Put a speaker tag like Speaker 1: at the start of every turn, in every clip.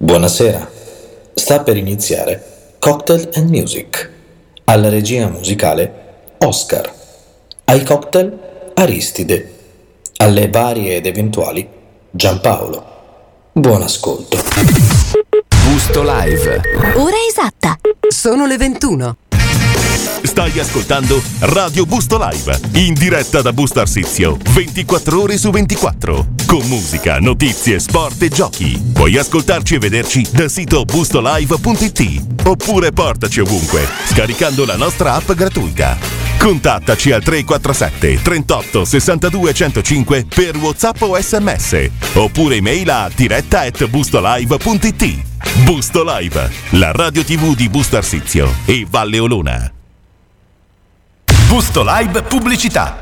Speaker 1: Buonasera, sta per iniziare Cocktail and Music. Alla regia musicale Oscar, ai cocktail Aristide, alle varie ed eventuali Giampaolo. Buon ascolto.
Speaker 2: Busto Live.
Speaker 3: Ora esatta. Sono le 21.
Speaker 4: Stai ascoltando Radio Busto Live, in diretta da Busto Arsizio, 24 ore su 24, con musica, notizie, sport e giochi. Puoi ascoltarci e vederci dal sito bustolive.it, oppure portaci ovunque, scaricando la nostra app gratuita. Contattaci al 347 38 62 105 per WhatsApp o SMS, oppure email a diretta@bustolive.it. Busto Live, la radio TV di Busto Arsizio e Valle Olona.
Speaker 2: Busto Live pubblicità.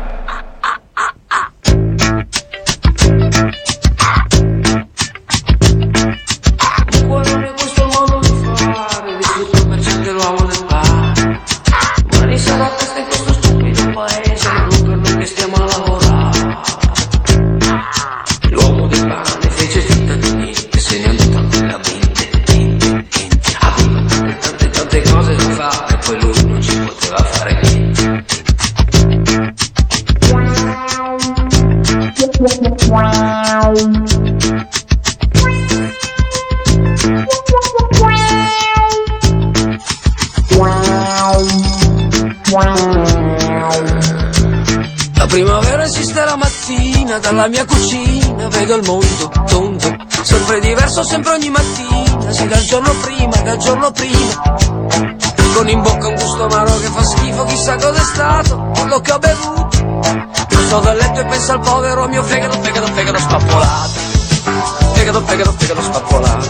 Speaker 5: La primavera esiste la mattina, dalla mia cucina vedo il mondo tondo, sempre diverso, sempre ogni mattina, sì, dal giorno prima, con in bocca un gusto amaro che fa schifo, chissà cos'è stato, quello che ho bevuto, io sto dal letto e penso al povero mio fegato spappolato, fegato spappolato.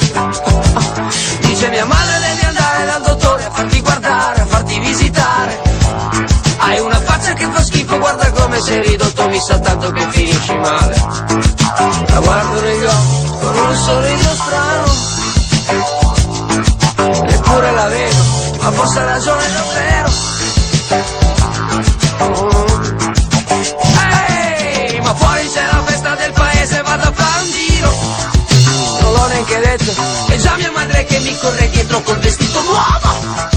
Speaker 5: Dice mia madre devi andare dal dottore a farti guardare, a farti visitare, hai una faccia che fa schifo, guarda come sei ridotto, mi sa tanto che finisci male. La guardo negli occhi con un sorriso strano, eppure la vedo, ma forse ha ragione davvero. Ehi, ma fuori c'è la festa del paese, vado a fare un giro, non l'ho neanche detto, è già mia madre che mi corre dietro col vestito nuovo.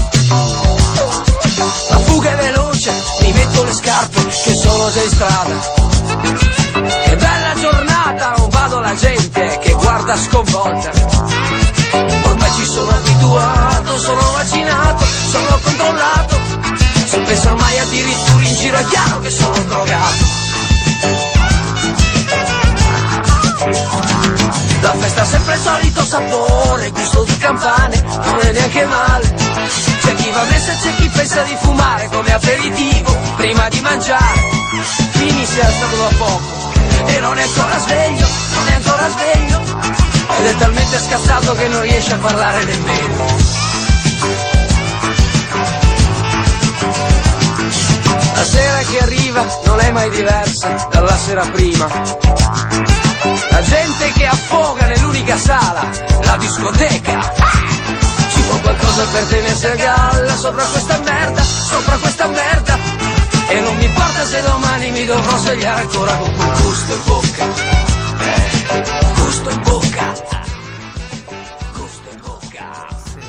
Speaker 5: La fuga è veloce, mi metto le scarpe che sono già in strada. Che bella giornata, non vado la gente che guarda sconvolta. Ormai ci sono abituato, sono vaccinato, sono controllato. Se penso ormai addirittura in giro è chiaro che sono drogato. La festa ha sempre il solito sapore, gusto di campane, non è neanche male. C'è chi va messa e c'è chi pensa di fumare come aperitivo prima di mangiare. Fini si è alzato da poco e non è ancora sveglio, ed è talmente scazzato che non riesce a parlare nemmeno. La sera che arriva non è mai diversa dalla sera prima. La gente che affoga nell'unica sala, la discoteca. Ci vuole qualcosa per tenersi a galla sopra questa merda. E non mi importa se domani mi dovrò svegliare ancora con quel gusto in bocca. Gusto in bocca. Gusto in bocca.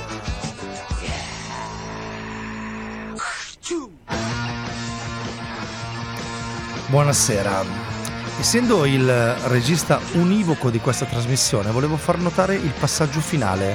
Speaker 6: Buonasera. Essendo il regista univoco di questa trasmissione, volevo far notare il passaggio finale.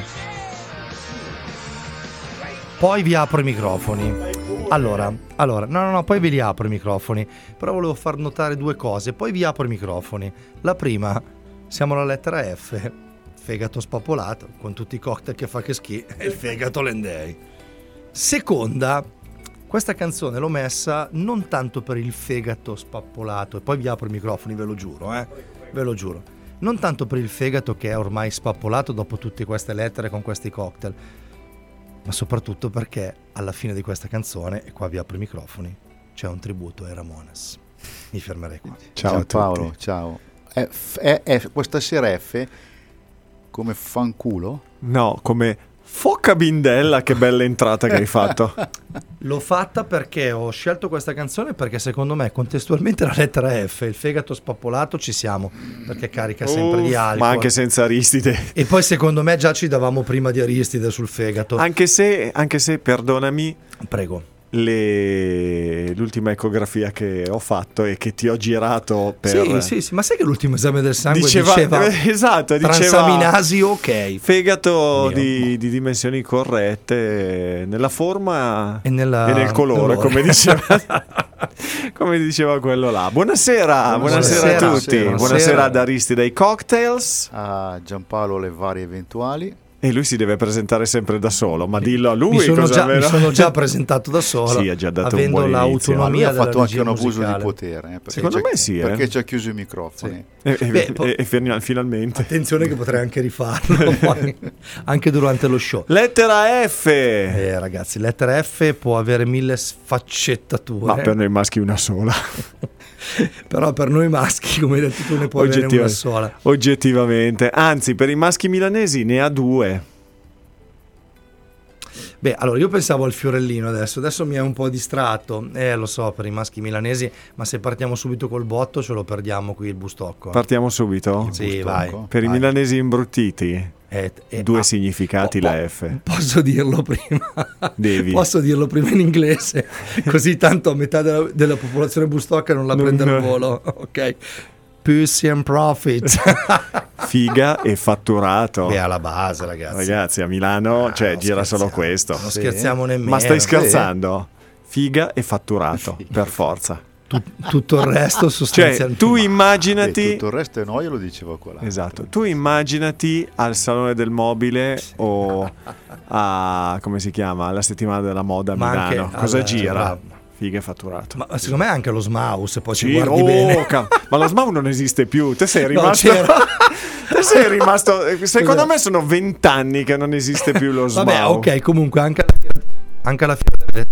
Speaker 6: Poi vi apro i microfoni. Allora, no, poi ve li apro i microfoni. Però volevo far notare due cose, poi vi apro i microfoni. La prima, siamo alla lettera F, fegato spappolato, con tutti i cocktail che fa che schifo, e il fegato lendei. Seconda, questa canzone l'ho messa non tanto per il fegato spappolato, e poi vi apro i microfoni, ve lo giuro, non tanto per il fegato che è ormai spappolato dopo tutte queste lettere con questi cocktail, ma soprattutto perché alla fine di questa canzone, e qua vi apro i microfoni, c'è un tributo ai Ramones. Mi fermerei qua.
Speaker 7: Ciao Paolo, ciao. Questa sera F come fanculo?
Speaker 8: No, come
Speaker 7: Focca Bindella, che bella entrata che hai fatto.
Speaker 6: L'ho fatta perché ho scelto questa canzone perché secondo me contestualmente la lettera F, il fegato spappolato, ci siamo, perché carica sempre di alcol.
Speaker 7: Ma anche senza Aristide.
Speaker 6: E poi secondo me già ci davamo prima di Aristide sul fegato.
Speaker 7: Anche se, perdonami,
Speaker 6: Prego.
Speaker 7: L'ultima ecografia che ho fatto e che ti ho girato per...
Speaker 6: Sì, ma sai che l'ultimo esame del sangue
Speaker 7: diceva
Speaker 6: esatto, transaminasi ok.
Speaker 7: Fegato di dimensioni corrette, nella forma e nel colore, come diceva quello là. Buonasera a tutti. Buonasera ad Aristide dai Cocktails.
Speaker 8: A Giampaolo le varie eventuali.
Speaker 7: E lui si deve presentare sempre da solo, ma dillo a lui.
Speaker 6: Mi sono già presentato da solo.
Speaker 7: Sì, ha già dato
Speaker 6: avendo
Speaker 7: un buon
Speaker 6: l'autonomia.
Speaker 8: Ha fatto anche un
Speaker 6: abuso
Speaker 8: abuso di potere.
Speaker 7: Secondo me sì.
Speaker 8: Perché ci ha chiuso i microfoni.
Speaker 7: Sì. Finalmente.
Speaker 6: Attenzione che potrei anche rifarlo poi, anche durante lo show.
Speaker 7: Lettera F.
Speaker 6: Ragazzi, lettera F può avere 1000 sfaccettature.
Speaker 7: Ma per noi maschi una sola.
Speaker 6: Però per noi maschi, come hai detto tu, ne può avere una sola.
Speaker 7: Oggettivamente. Anzi, per i maschi milanesi ne ha 2.
Speaker 6: Beh, allora io pensavo al fiorellino adesso mi è un po' distratto. Lo so, per i maschi milanesi, ma se partiamo subito col botto ce lo perdiamo qui il bustocco.
Speaker 7: Partiamo subito?
Speaker 6: Sì, vai.
Speaker 7: Per i milanesi imbruttiti. 2 significati la F.
Speaker 6: Posso dirlo prima?
Speaker 7: Devi.
Speaker 6: Posso dirlo prima in inglese, così tanto a metà della popolazione bustocca non la prende al volo. Ok. Pussy and profit.
Speaker 7: Figa e fatturato.
Speaker 6: È alla base, ragazzi.
Speaker 7: A Milano gira solo questo.
Speaker 6: Non scherziamo nemmeno.
Speaker 7: Ma stai scherzando? Figa e fatturato, per forza.
Speaker 6: Tutto il resto sostanzialmente.
Speaker 7: Cioè, tu immaginati.
Speaker 8: Tutto il resto è noia, lo diceva qua.
Speaker 7: Esatto. Tu immaginati al Salone del Mobile o a come si chiama? Alla settimana della moda a Milano. Cosa gira? Figa e fatturato.
Speaker 6: Ma secondo me anche lo SMAU, se poi ci
Speaker 7: Sì,
Speaker 6: guardi bene.
Speaker 7: Ma lo SMAU non esiste più. Te sei rimasto. Te sei rimasto. Secondo me sono 20 anni che non esiste più lo SMAU.
Speaker 6: Vabbè, ok, comunque anche alla fiera delle...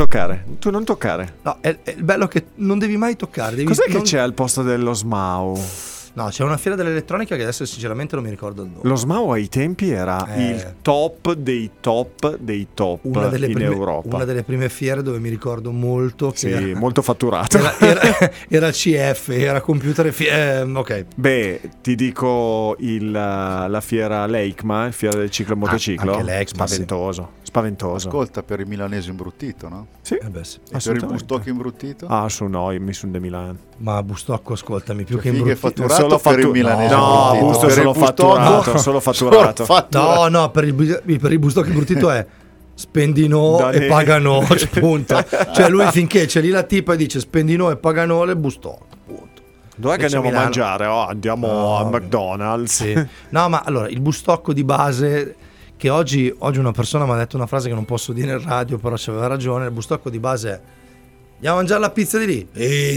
Speaker 7: Tu non toccare.
Speaker 6: No, è il bello che non devi mai toccare.
Speaker 7: Cos'è che c'è al posto dello SMAU?
Speaker 6: No, c'è una fiera dell'elettronica che adesso sinceramente non mi ricordo il nome.
Speaker 7: Lo SMAU ai tempi era il top dei top dei top in Europa.
Speaker 6: Una delle prime fiere dove mi ricordo molto che
Speaker 7: sì, molto fatturato.
Speaker 6: Era CF, era computer ok.
Speaker 7: Beh, ti dico la fiera Leikma, fiera del ciclo motociclo.
Speaker 6: Anche Leikma,
Speaker 7: spaventoso.
Speaker 8: Ascolta, per il milanese imbruttito, no?
Speaker 7: Sì.
Speaker 6: Sì.
Speaker 8: E per il bustocco imbruttito?
Speaker 7: Mi sono de Milano.
Speaker 6: Ma bustocco, ascoltami, più che
Speaker 8: imbruttito.
Speaker 6: imbruttito.
Speaker 8: Solo per il milanese.
Speaker 7: No, busto solo fatturato. Solo fatturato.
Speaker 6: No, per il bustocco imbruttito è spendino e pagano, punto. Cioè lui finché c'è lì la tipa e dice spendino e pagano le bustocco, punto.
Speaker 7: Dov'è che andiamo a mangiare? Andiamo al McDonald's.
Speaker 6: Sì. No, ma allora il bustocco di base, che oggi una persona mi ha detto una frase che non posso dire in radio, però c'aveva ragione. Il bustocco di base è: andiamo a mangiare la pizza di lì,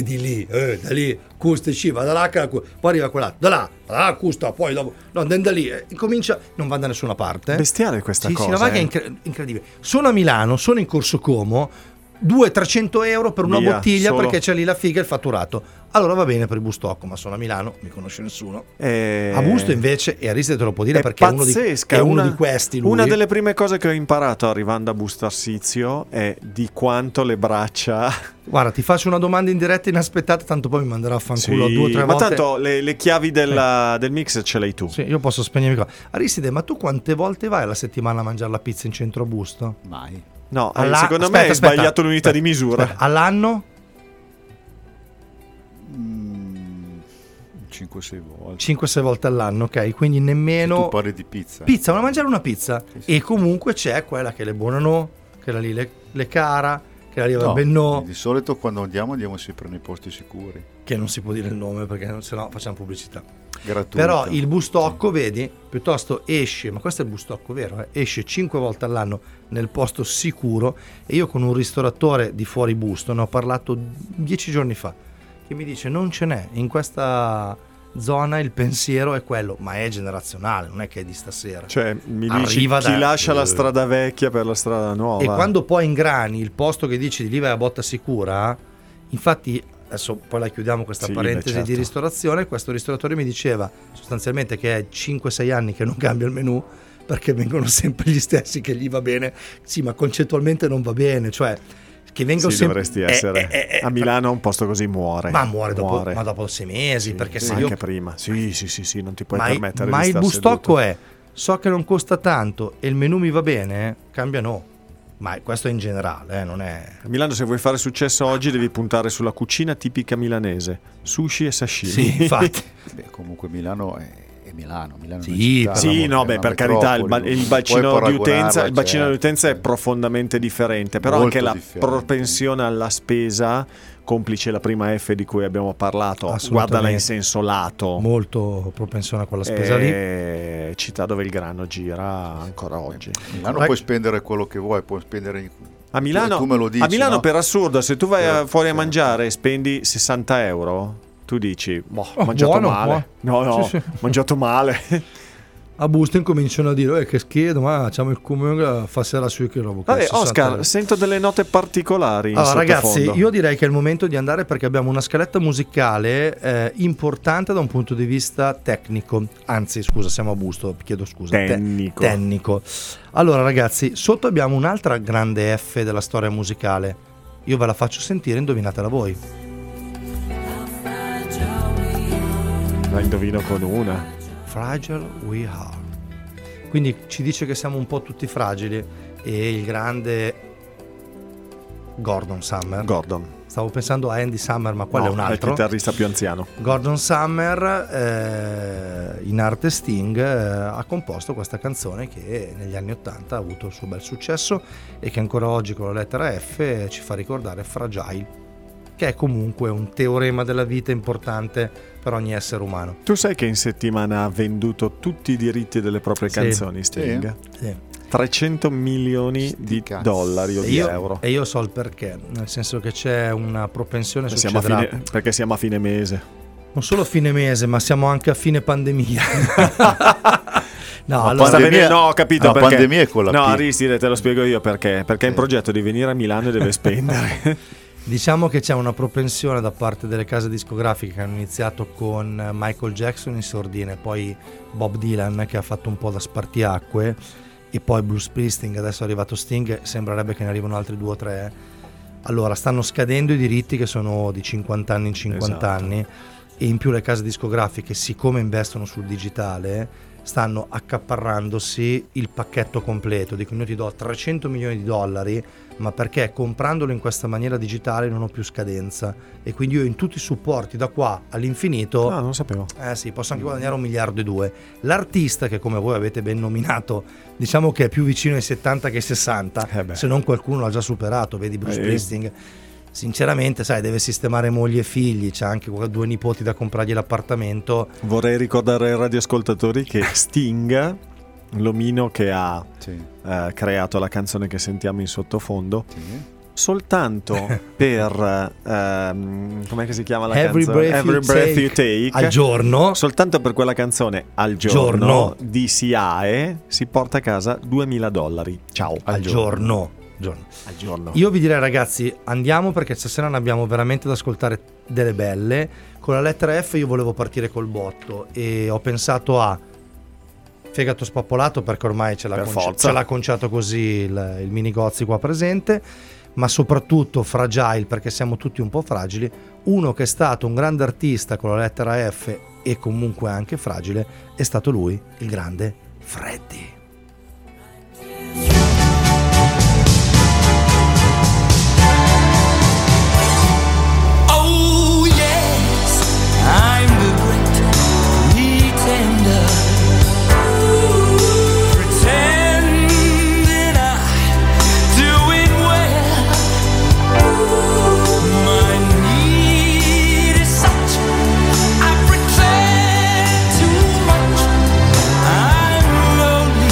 Speaker 6: da lì, custa, ci va da là, poi arriva quella, da là, custa, poi dopo, no, da lì, comincia, non va da nessuna parte.
Speaker 7: Bestiale questa cosa.
Speaker 6: Sì, la vaga è incredibile. Sono a Milano, sono in Corso Como, 200-300 euro per una bottiglia solo. Perché c'è lì la figa e il fatturato. Allora va bene per il bustocco, ma sono a Milano, mi conosce nessuno. A Busto invece, e Aristide te lo può dire perché
Speaker 7: pazzesca,
Speaker 6: è uno di questi lui.
Speaker 7: Una delle prime cose che ho imparato arrivando a Busto Arsizio è di quanto le braccia...
Speaker 6: Guarda, ti faccio una domanda in diretta inaspettata, tanto poi mi manderà a fanculo 2 o 3 volte.
Speaker 7: Ma tanto le chiavi del mix ce l'hai tu.
Speaker 6: Sì, io posso spegnermi qua. Aristide, ma tu quante volte vai alla settimana a mangiare la pizza in centro a Busto?
Speaker 8: Mai.
Speaker 7: No, secondo me hai sbagliato l'unità di misura.
Speaker 6: All'anno?
Speaker 8: 5-6 volte.
Speaker 6: 5-6 volte all'anno, ok? Quindi nemmeno...
Speaker 8: Se tu parli di pizza.
Speaker 6: Pizza, vuoi mangiare una pizza? Sì. E comunque c'è quella che le buonano, che la lì le cara, che la lì va ben no.
Speaker 8: Di solito quando andiamo sempre nei posti sicuri.
Speaker 6: Che non si può dire il nome perché sennò facciamo pubblicità.
Speaker 8: Gratuita.
Speaker 6: Però il bustocco, vedi, piuttosto esce, ma questo è il bustocco vero, esce 5 volte all'anno nel posto sicuro. E io con un ristoratore di fuori Busto ne ho parlato 10 giorni fa, che mi dice non ce n'è, in questa zona il pensiero è quello, ma è generazionale, non è che è di stasera.
Speaker 7: Cioè mi dici chi lascia la strada vecchia per la strada nuova.
Speaker 6: E quando poi ingrani il posto che dici di lì vai a botta sicura, infatti adesso poi la chiudiamo questa parentesi certo. Di ristorazione. Questo ristoratore mi diceva sostanzialmente che è 5-6 anni che non cambia il menù perché vengono sempre gli stessi che gli va bene. Sì, ma concettualmente non va bene, cioè che vengono sempre.
Speaker 7: Dovresti essere a Milano un posto così muore.
Speaker 6: Ma muore dopo 6 mesi, perché se
Speaker 7: anche
Speaker 6: io
Speaker 7: prima. Sì, non ti puoi permettere
Speaker 6: ma
Speaker 7: di
Speaker 6: il
Speaker 7: star
Speaker 6: bustocco
Speaker 7: seduto.
Speaker 6: è so che non costa tanto e il menù mi va bene, cambia no. Ma questo è in generale, non è.
Speaker 7: A Milano, se vuoi fare successo oggi, devi puntare sulla cucina tipica milanese, sushi e sashimi.
Speaker 6: Sì, infatti.
Speaker 8: Beh, comunque Milano è Milano.
Speaker 6: Sì,
Speaker 8: è città,
Speaker 7: per carità, il bacino di utenza è profondamente differente, però
Speaker 8: molto
Speaker 7: anche la
Speaker 8: differente.
Speaker 7: Propensione alla spesa, complice la prima F di cui abbiamo parlato, guardala in senso lato.
Speaker 6: Molto propensione a quella spesa lì.
Speaker 7: Città dove il grano gira ancora oggi.
Speaker 8: Milano puoi spendere quello che vuoi, puoi spendere
Speaker 7: a Milano,
Speaker 8: tu me lo dici,
Speaker 7: a Milano
Speaker 8: no?
Speaker 7: Per assurdo, se tu vai fuori a mangiare e spendi 60 euro, tu dici, ho mangiato
Speaker 6: buono,
Speaker 7: male. No,
Speaker 6: sì.
Speaker 7: mangiato male.
Speaker 6: A Busto incominciano a dire che schiedo, ma facciamo il come fa sera su che roba.
Speaker 7: Vabbè, Oscar, sento delle note particolari.
Speaker 6: Allora, ragazzi, io direi che è il momento di andare perché abbiamo una scaletta musicale importante da un punto di vista tecnico. Anzi, scusa, siamo a Busto, chiedo scusa. Tecnico. Allora, ragazzi, sotto abbiamo un'altra grande F della storia musicale. Io ve la faccio sentire, indovinatela voi.
Speaker 7: La indovino con una.
Speaker 6: Fragile we are. Quindi ci dice che siamo un po' tutti fragili. E il grande Gordon Summer. Stavo pensando a Andy Summer, ma quello è un altro.
Speaker 7: È il chitarrista più anziano.
Speaker 6: Gordon Summer, in arte Sting, ha composto questa canzone che negli anni '80 ha avuto il suo bel successo e che ancora oggi con la lettera F ci fa ricordare Fragile, che è comunque un teorema della vita importante per ogni essere umano.
Speaker 7: Tu sai che in settimana ha venduto tutti i diritti delle proprie canzoni, Sting?
Speaker 6: Sì.
Speaker 7: 300 milioni di dollari o di euro.
Speaker 6: E io so il perché, nel senso che c'è una propensione
Speaker 7: perché siamo a fine mese.
Speaker 6: Non solo a fine mese, ma siamo anche a fine pandemia.
Speaker 8: No, ho capito
Speaker 7: perché.
Speaker 8: Pandemia è con la P.
Speaker 7: Aristide, te lo spiego io perché. Perché è in progetto di venire a Milano e deve spendere.
Speaker 6: Diciamo che c'è una propensione da parte delle case discografiche che hanno iniziato con Michael Jackson in sordina, poi Bob Dylan che ha fatto un po' da spartiacque, e poi Bruce Springsteen, adesso è arrivato Sting, sembrerebbe che ne arrivano altri 2 o 3. Allora stanno scadendo i diritti che sono di 50 anni in 50 anni, e in più le case discografiche, siccome investono sul digitale, stanno accaparrandosi il pacchetto completo. Dicono: io ti do 300 milioni di dollari, ma perché comprandolo in questa maniera digitale non ho più scadenza, e quindi io in tutti i supporti da qua all'infinito
Speaker 7: non sapevo.
Speaker 6: Sì, posso anche guadagnare 1,2 miliardi. L'artista, che come voi avete ben nominato, diciamo che è più vicino ai 70 che ai 60, se non qualcuno l'ha già superato, vedi Bruce Springsteen. Sinceramente, sai, deve sistemare moglie e figli, c'ha anche 2 nipoti da comprargli l'appartamento.
Speaker 7: Vorrei ricordare ai radioascoltatori che Sting, l'omino che ha creato la canzone che sentiamo in sottofondo, soltanto per com'è che si chiama la canzone? Every Breath You Take,
Speaker 6: al giorno,
Speaker 7: soltanto per quella canzone al giorno di SIAE si porta a casa $2.000. Ciao,
Speaker 6: al giorno. Io vi direi, ragazzi, andiamo, perché stasera ne abbiamo veramente da ascoltare delle belle. Con la lettera F io volevo partire col botto e ho pensato a Fegato Spappolato, perché ormai ce l'ha conciato così il Minigozzi qua presente, ma soprattutto Fragile, perché siamo tutti un po' fragili. Uno che è stato un grande artista con la lettera F e comunque anche fragile è stato lui, il grande Freddie.
Speaker 5: I'm the great pretender, pretending I'm doing well. My need is such, I pretend too much. I'm lonely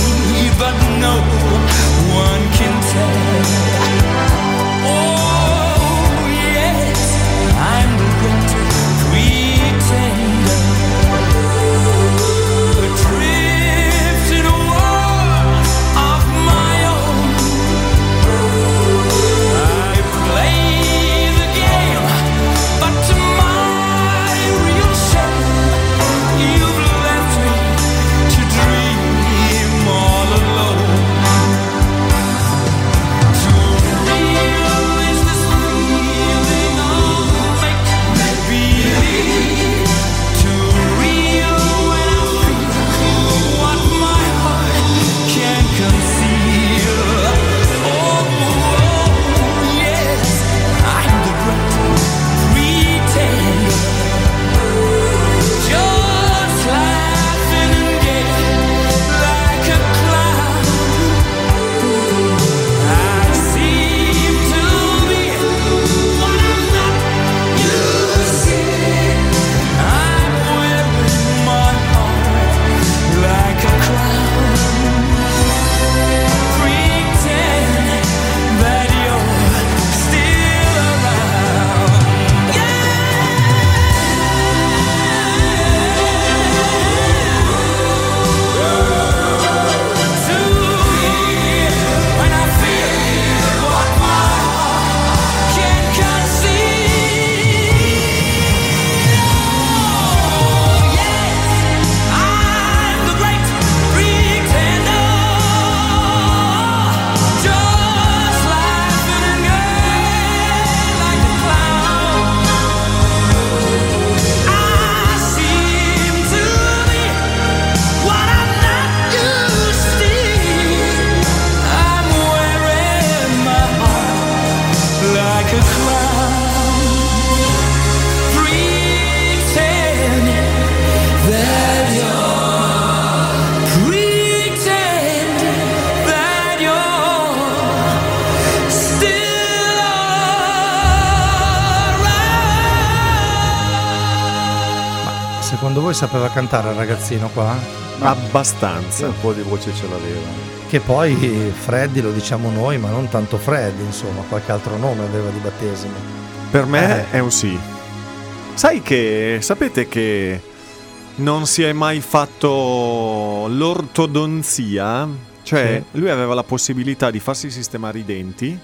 Speaker 6: secondo voi sapeva cantare il ragazzino qua?
Speaker 7: Abbastanza.
Speaker 8: Un po' di voce ce l'aveva.
Speaker 6: Che poi Freddy lo diciamo noi, ma non tanto Freddy, insomma, qualche altro nome aveva di battesimo.
Speaker 7: Per me è un sì. Sapete che non si è mai fatto l'ortodonzia? Cioè, lui aveva la possibilità di farsi sistemare i denti.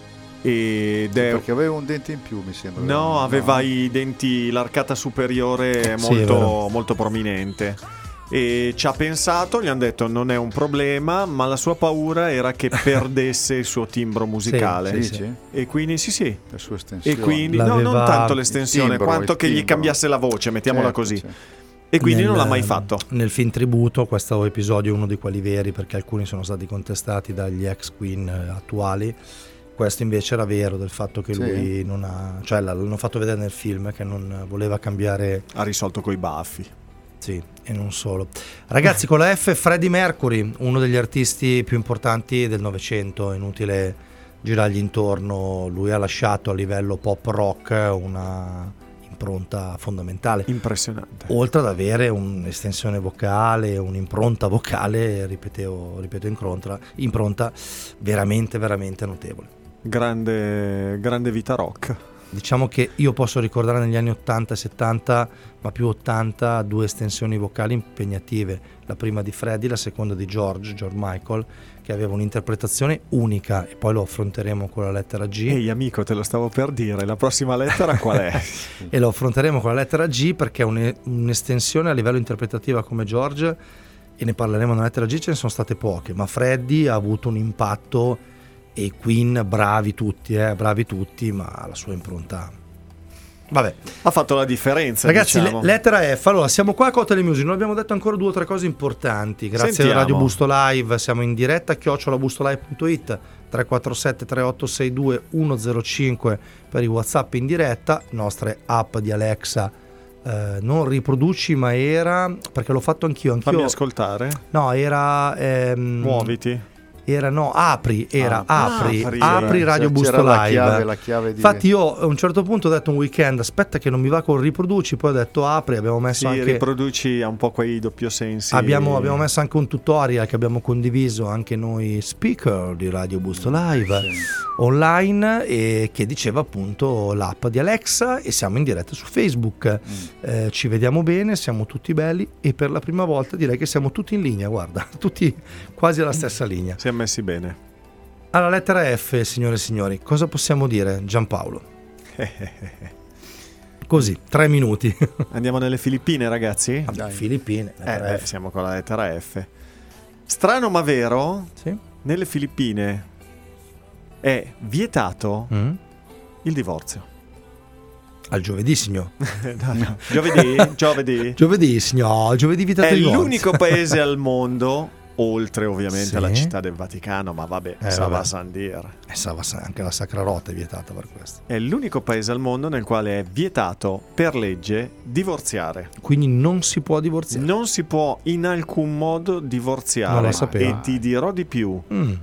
Speaker 8: Perché aveva un dente in più, mi sembra.
Speaker 7: No, aveva i denti, l'arcata superiore molto prominente. E ci ha pensato, gli hanno detto non è un problema, ma la sua paura era che perdesse il suo timbro musicale.
Speaker 8: Sì.
Speaker 7: E quindi sì.
Speaker 8: La sua estensione.
Speaker 7: E quindi non tanto l'estensione, quanto che gli cambiasse la voce, mettiamola così. Sì. E quindi non l'ha mai fatto.
Speaker 6: Nel film tributo, questo episodio è uno di quelli veri, perché alcuni sono stati contestati dagli ex Queen attuali. Questo invece era vero, del fatto che lui non ha... Cioè l'hanno fatto vedere nel film che non voleva cambiare...
Speaker 7: Ha risolto coi baffi.
Speaker 6: Sì, e non solo. Ragazzi, con la F, Freddie Mercury, uno degli artisti più importanti del Novecento, inutile girargli intorno. Lui ha lasciato a livello pop rock una impronta fondamentale.
Speaker 7: Impressionante.
Speaker 6: Oltre ad avere un'estensione vocale, un'impronta vocale, ripeto, impronta veramente, veramente notevole.
Speaker 7: Grande vita rock.
Speaker 6: Diciamo che io posso ricordare negli anni 80 e 70, ma più 80, due estensioni vocali impegnative. La prima di Freddie, la seconda di George Michael, che aveva un'interpretazione unica, e poi lo affronteremo con la lettera G.
Speaker 7: Ehi amico, te lo stavo per dire, la prossima lettera qual è?
Speaker 6: E lo affronteremo con la lettera G, perché un'estensione a livello interpretativa come George, e ne parleremo nella lettera G, ce ne sono state poche, ma Freddie ha avuto un impatto. E Queen bravi tutti, ma la sua impronta, vabbè,
Speaker 7: ha fatto la differenza.
Speaker 6: Ragazzi,
Speaker 7: diciamo.
Speaker 6: Lettera F. Allora, siamo qua a Cocktail Music, non abbiamo detto ancora 2 o 3 cose importanti. Grazie a Radio Busto Live, siamo in diretta @bustolive.it, 347 3862 105 per i WhatsApp in diretta, nostre app di Alexa. Non riproduci, ma era, perché l'ho fatto anch'io.
Speaker 7: Fammi ascoltare.
Speaker 6: No, era
Speaker 7: muoviti.
Speaker 6: Apri Radio Busto Live.
Speaker 8: La chiave di...
Speaker 6: Infatti io a un certo punto ho detto un weekend, aspetta che non mi va con riproduci, poi ho detto apri, abbiamo messo anche...
Speaker 7: riproduci ha un po' quei doppio sensi.
Speaker 6: Abbiamo messo anche un tutorial che abbiamo condiviso anche noi speaker di Radio Busto Live online, e che diceva appunto l'app di Alexa, e siamo in diretta su Facebook. Ci vediamo bene, siamo tutti belli, e per la prima volta direi che siamo tutti in linea, guarda, tutti quasi alla stessa linea.
Speaker 7: Siamo messi bene.
Speaker 6: Alla lettera F, signore e signori, cosa possiamo dire, Giampaolo? Così, 3 minuti.
Speaker 7: Andiamo nelle Filippine, ragazzi?
Speaker 6: Filippine.
Speaker 7: Siamo con la lettera F. Strano ma vero?
Speaker 6: Sì.
Speaker 7: Nelle Filippine è vietato il divorzio.
Speaker 6: Al giovedì, signor.
Speaker 7: No. Giovedì,
Speaker 6: signor. Giovedì vietato il divorzio.
Speaker 7: È l'unico paese al mondo, oltre ovviamente alla città del Vaticano, ma vabbè, Sava Sandir.
Speaker 6: Anche la Sacra Rota è vietata per questo.
Speaker 7: È l'unico paese al mondo nel quale è vietato per legge divorziare.
Speaker 6: Quindi non si può divorziare.
Speaker 7: Non si può in alcun modo divorziare.
Speaker 6: Non lo sapevo.
Speaker 7: E ti dirò di più.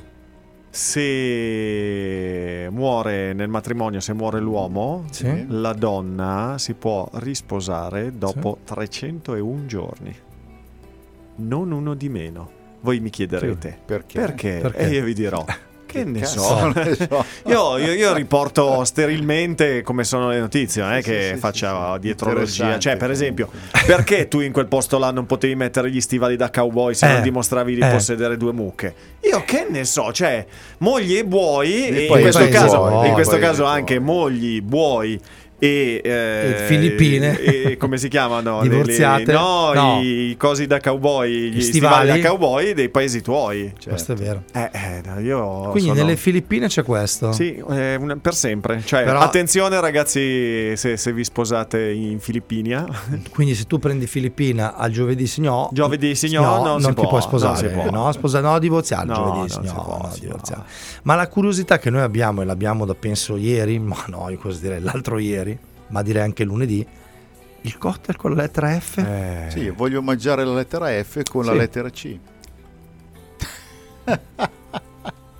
Speaker 7: Se muore nel matrimonio, se muore l'uomo, la donna si può risposare dopo 301 giorni. Non uno di meno. Voi mi chiederete perché? E io vi dirò che ne so. Io riporto sterilmente come sono le notizie, che faccia dietrologia. Cioè, per esempio, perché tu in quel posto là non potevi mettere gli stivali da cowboy se non dimostravi di possedere 2 mucche? Io che ne so, cioè mogli e buoi, e in questo caso anche mogli, buoi e
Speaker 6: Filippine,
Speaker 7: e come si chiamano?
Speaker 6: Divorziate?
Speaker 7: No, i cosi da cowboy, gli stivali da cowboy dei paesi tuoi. Certo.
Speaker 6: Questo è vero.
Speaker 7: Quindi
Speaker 6: nelle Filippine c'è questo?
Speaker 7: Sì, per sempre. Cioè,
Speaker 6: però...
Speaker 7: attenzione ragazzi, se vi sposate in Filippinia.
Speaker 6: Quindi se tu prendi Filippina al giovedì signor,
Speaker 7: non
Speaker 6: ti puoi sposare. Divorziare.
Speaker 7: Divorziare.
Speaker 6: Ma la curiosità che noi abbiamo, e l'abbiamo da penso ieri, ma no, io cosa direi l'altro ieri, ma direi anche lunedì, il cocktail con la lettera F.
Speaker 8: Sì, voglio mangiare la lettera F con la lettera C.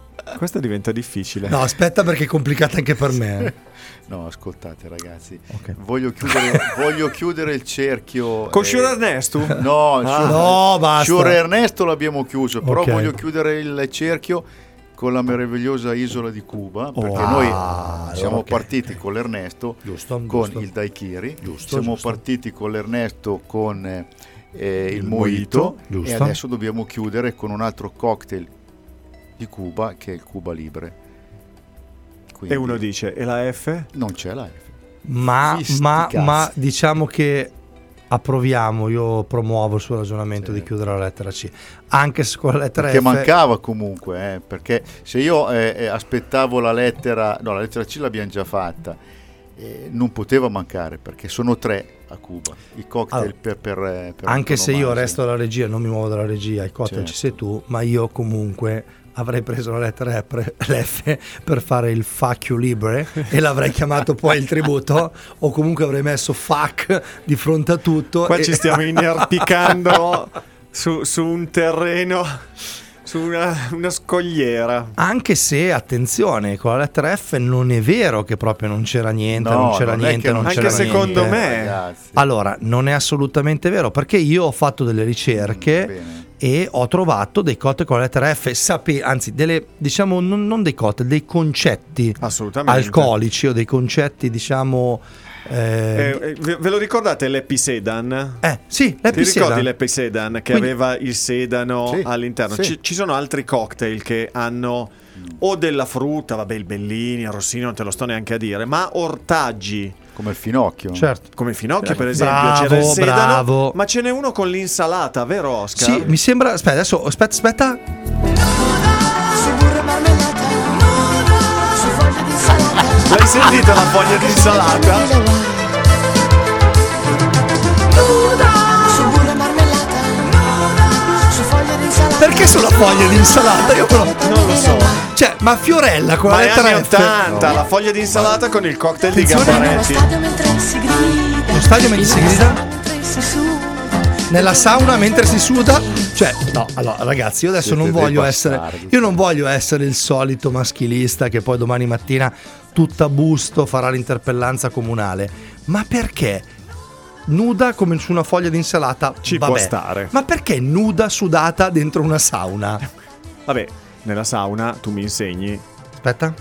Speaker 7: questa diventa difficile.
Speaker 6: No, aspetta perché è complicata anche per me.
Speaker 8: No, ascoltate ragazzi,
Speaker 6: Ok.
Speaker 8: voglio chiudere il cerchio.
Speaker 7: Con Shure Ernesto?
Speaker 8: No,
Speaker 6: no, basta.
Speaker 8: Shure Ernesto l'abbiamo chiuso, però
Speaker 6: Ok.
Speaker 8: voglio chiudere il cerchio con la meravigliosa isola di Cuba, perché
Speaker 6: Ah,
Speaker 8: noi siamo
Speaker 6: ok.
Speaker 8: partiti con l'Ernesto,
Speaker 6: Giusto,
Speaker 8: con
Speaker 6: giusto.
Speaker 8: il Daiquiri,
Speaker 6: Giusto,
Speaker 8: siamo
Speaker 6: giusto.
Speaker 8: partiti con l'Ernesto con il Mojito, e
Speaker 6: Giusto.
Speaker 8: adesso dobbiamo chiudere con un altro cocktail di Cuba che è il Cuba Libre. Quindi
Speaker 7: E uno dice, e la F?
Speaker 8: non c'è la F.
Speaker 6: Ma
Speaker 8: Fisticazzi.
Speaker 6: diciamo che approviamo, io promuovo il suo ragionamento di chiudere la lettera C, anche se con la lettera
Speaker 8: Che
Speaker 6: F
Speaker 8: mancava comunque, perché se io aspettavo la lettera C l'abbiamo già fatta, non poteva mancare perché sono 3 a Cuba i cocktail
Speaker 6: Allora,
Speaker 8: per
Speaker 6: anche se io
Speaker 8: antonomasia.
Speaker 6: resto alla regia, non mi muovo dalla regia, il cocktail
Speaker 8: Certo.
Speaker 6: ci sei tu, ma io comunque avrei preso la lettera F per fare il fuck you libre e l'avrei chiamato poi il tributo, o comunque avrei messo fuck di fronte a tutto.
Speaker 7: Qua
Speaker 6: e-
Speaker 7: ci stiamo inerpicando su un terreno, su una scogliera.
Speaker 6: Anche se, attenzione, con la lettera F non è vero che proprio non c'era niente,
Speaker 8: No,
Speaker 6: non c'era
Speaker 8: non è
Speaker 6: niente,
Speaker 8: che
Speaker 6: non
Speaker 8: non
Speaker 6: c'era
Speaker 7: Anche secondo
Speaker 6: niente.
Speaker 7: me.
Speaker 8: Ragazzi.
Speaker 6: Allora, non è assolutamente vero, perché io ho fatto delle ricerche
Speaker 8: Bene.
Speaker 6: e ho trovato dei cocktail con la lettera F, anzi, delle, diciamo, non dei cocktail, dei concetti
Speaker 7: Assolutamente.
Speaker 6: alcolici o dei concetti, diciamo...
Speaker 7: Ve lo ricordate l'Episedan?
Speaker 6: sì,
Speaker 7: Ti
Speaker 6: l'Episedan.
Speaker 7: ricordi l'Episedan che
Speaker 6: Quindi-
Speaker 7: aveva il sedano
Speaker 8: Sì,
Speaker 7: all'interno?
Speaker 8: sì.
Speaker 7: Ci sono altri cocktail che hanno o della frutta, vabbè, il Bellini, il Rossini, non te lo sto neanche a dire, ma ortaggi.
Speaker 8: Come il finocchio.
Speaker 6: Certo.
Speaker 7: Come i finocchi, per esempio,
Speaker 6: Bravo,
Speaker 7: c'era il sedano,
Speaker 6: bravo.
Speaker 7: ma ce n'è uno con l'insalata, vero Oscar?
Speaker 6: Sì, mi sembra... Aspetta.
Speaker 7: L'hai sentita la foglia di insalata?
Speaker 6: Perché sulla foglia di insalata? Io però...
Speaker 7: Non lo so.
Speaker 6: Cioè, ma Fiorella con
Speaker 7: Ma
Speaker 6: la
Speaker 7: è
Speaker 6: lettera
Speaker 7: anni
Speaker 6: F...
Speaker 7: 80, la foglia di insalata con il cocktail di
Speaker 6: Attenzione.
Speaker 7: Gambaretti.
Speaker 6: Lo stadio mentre si grida? Nella sauna mentre si suda? Cioè, no, allora ragazzi, io adesso
Speaker 8: Siete
Speaker 6: non
Speaker 8: dei
Speaker 6: voglio
Speaker 8: bastardi.
Speaker 6: essere... Io non voglio essere il solito maschilista che poi domani mattina tutta busto farà l'interpellanza comunale. Ma perché? Nuda come su una foglia di insalata?
Speaker 7: Ci
Speaker 6: Vabbè.
Speaker 7: può stare.
Speaker 6: Ma perché nuda sudata dentro una sauna?
Speaker 7: Vabbè, nella sauna tu mi insegni.
Speaker 6: Aspetta.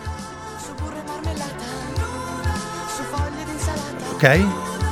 Speaker 6: Ok?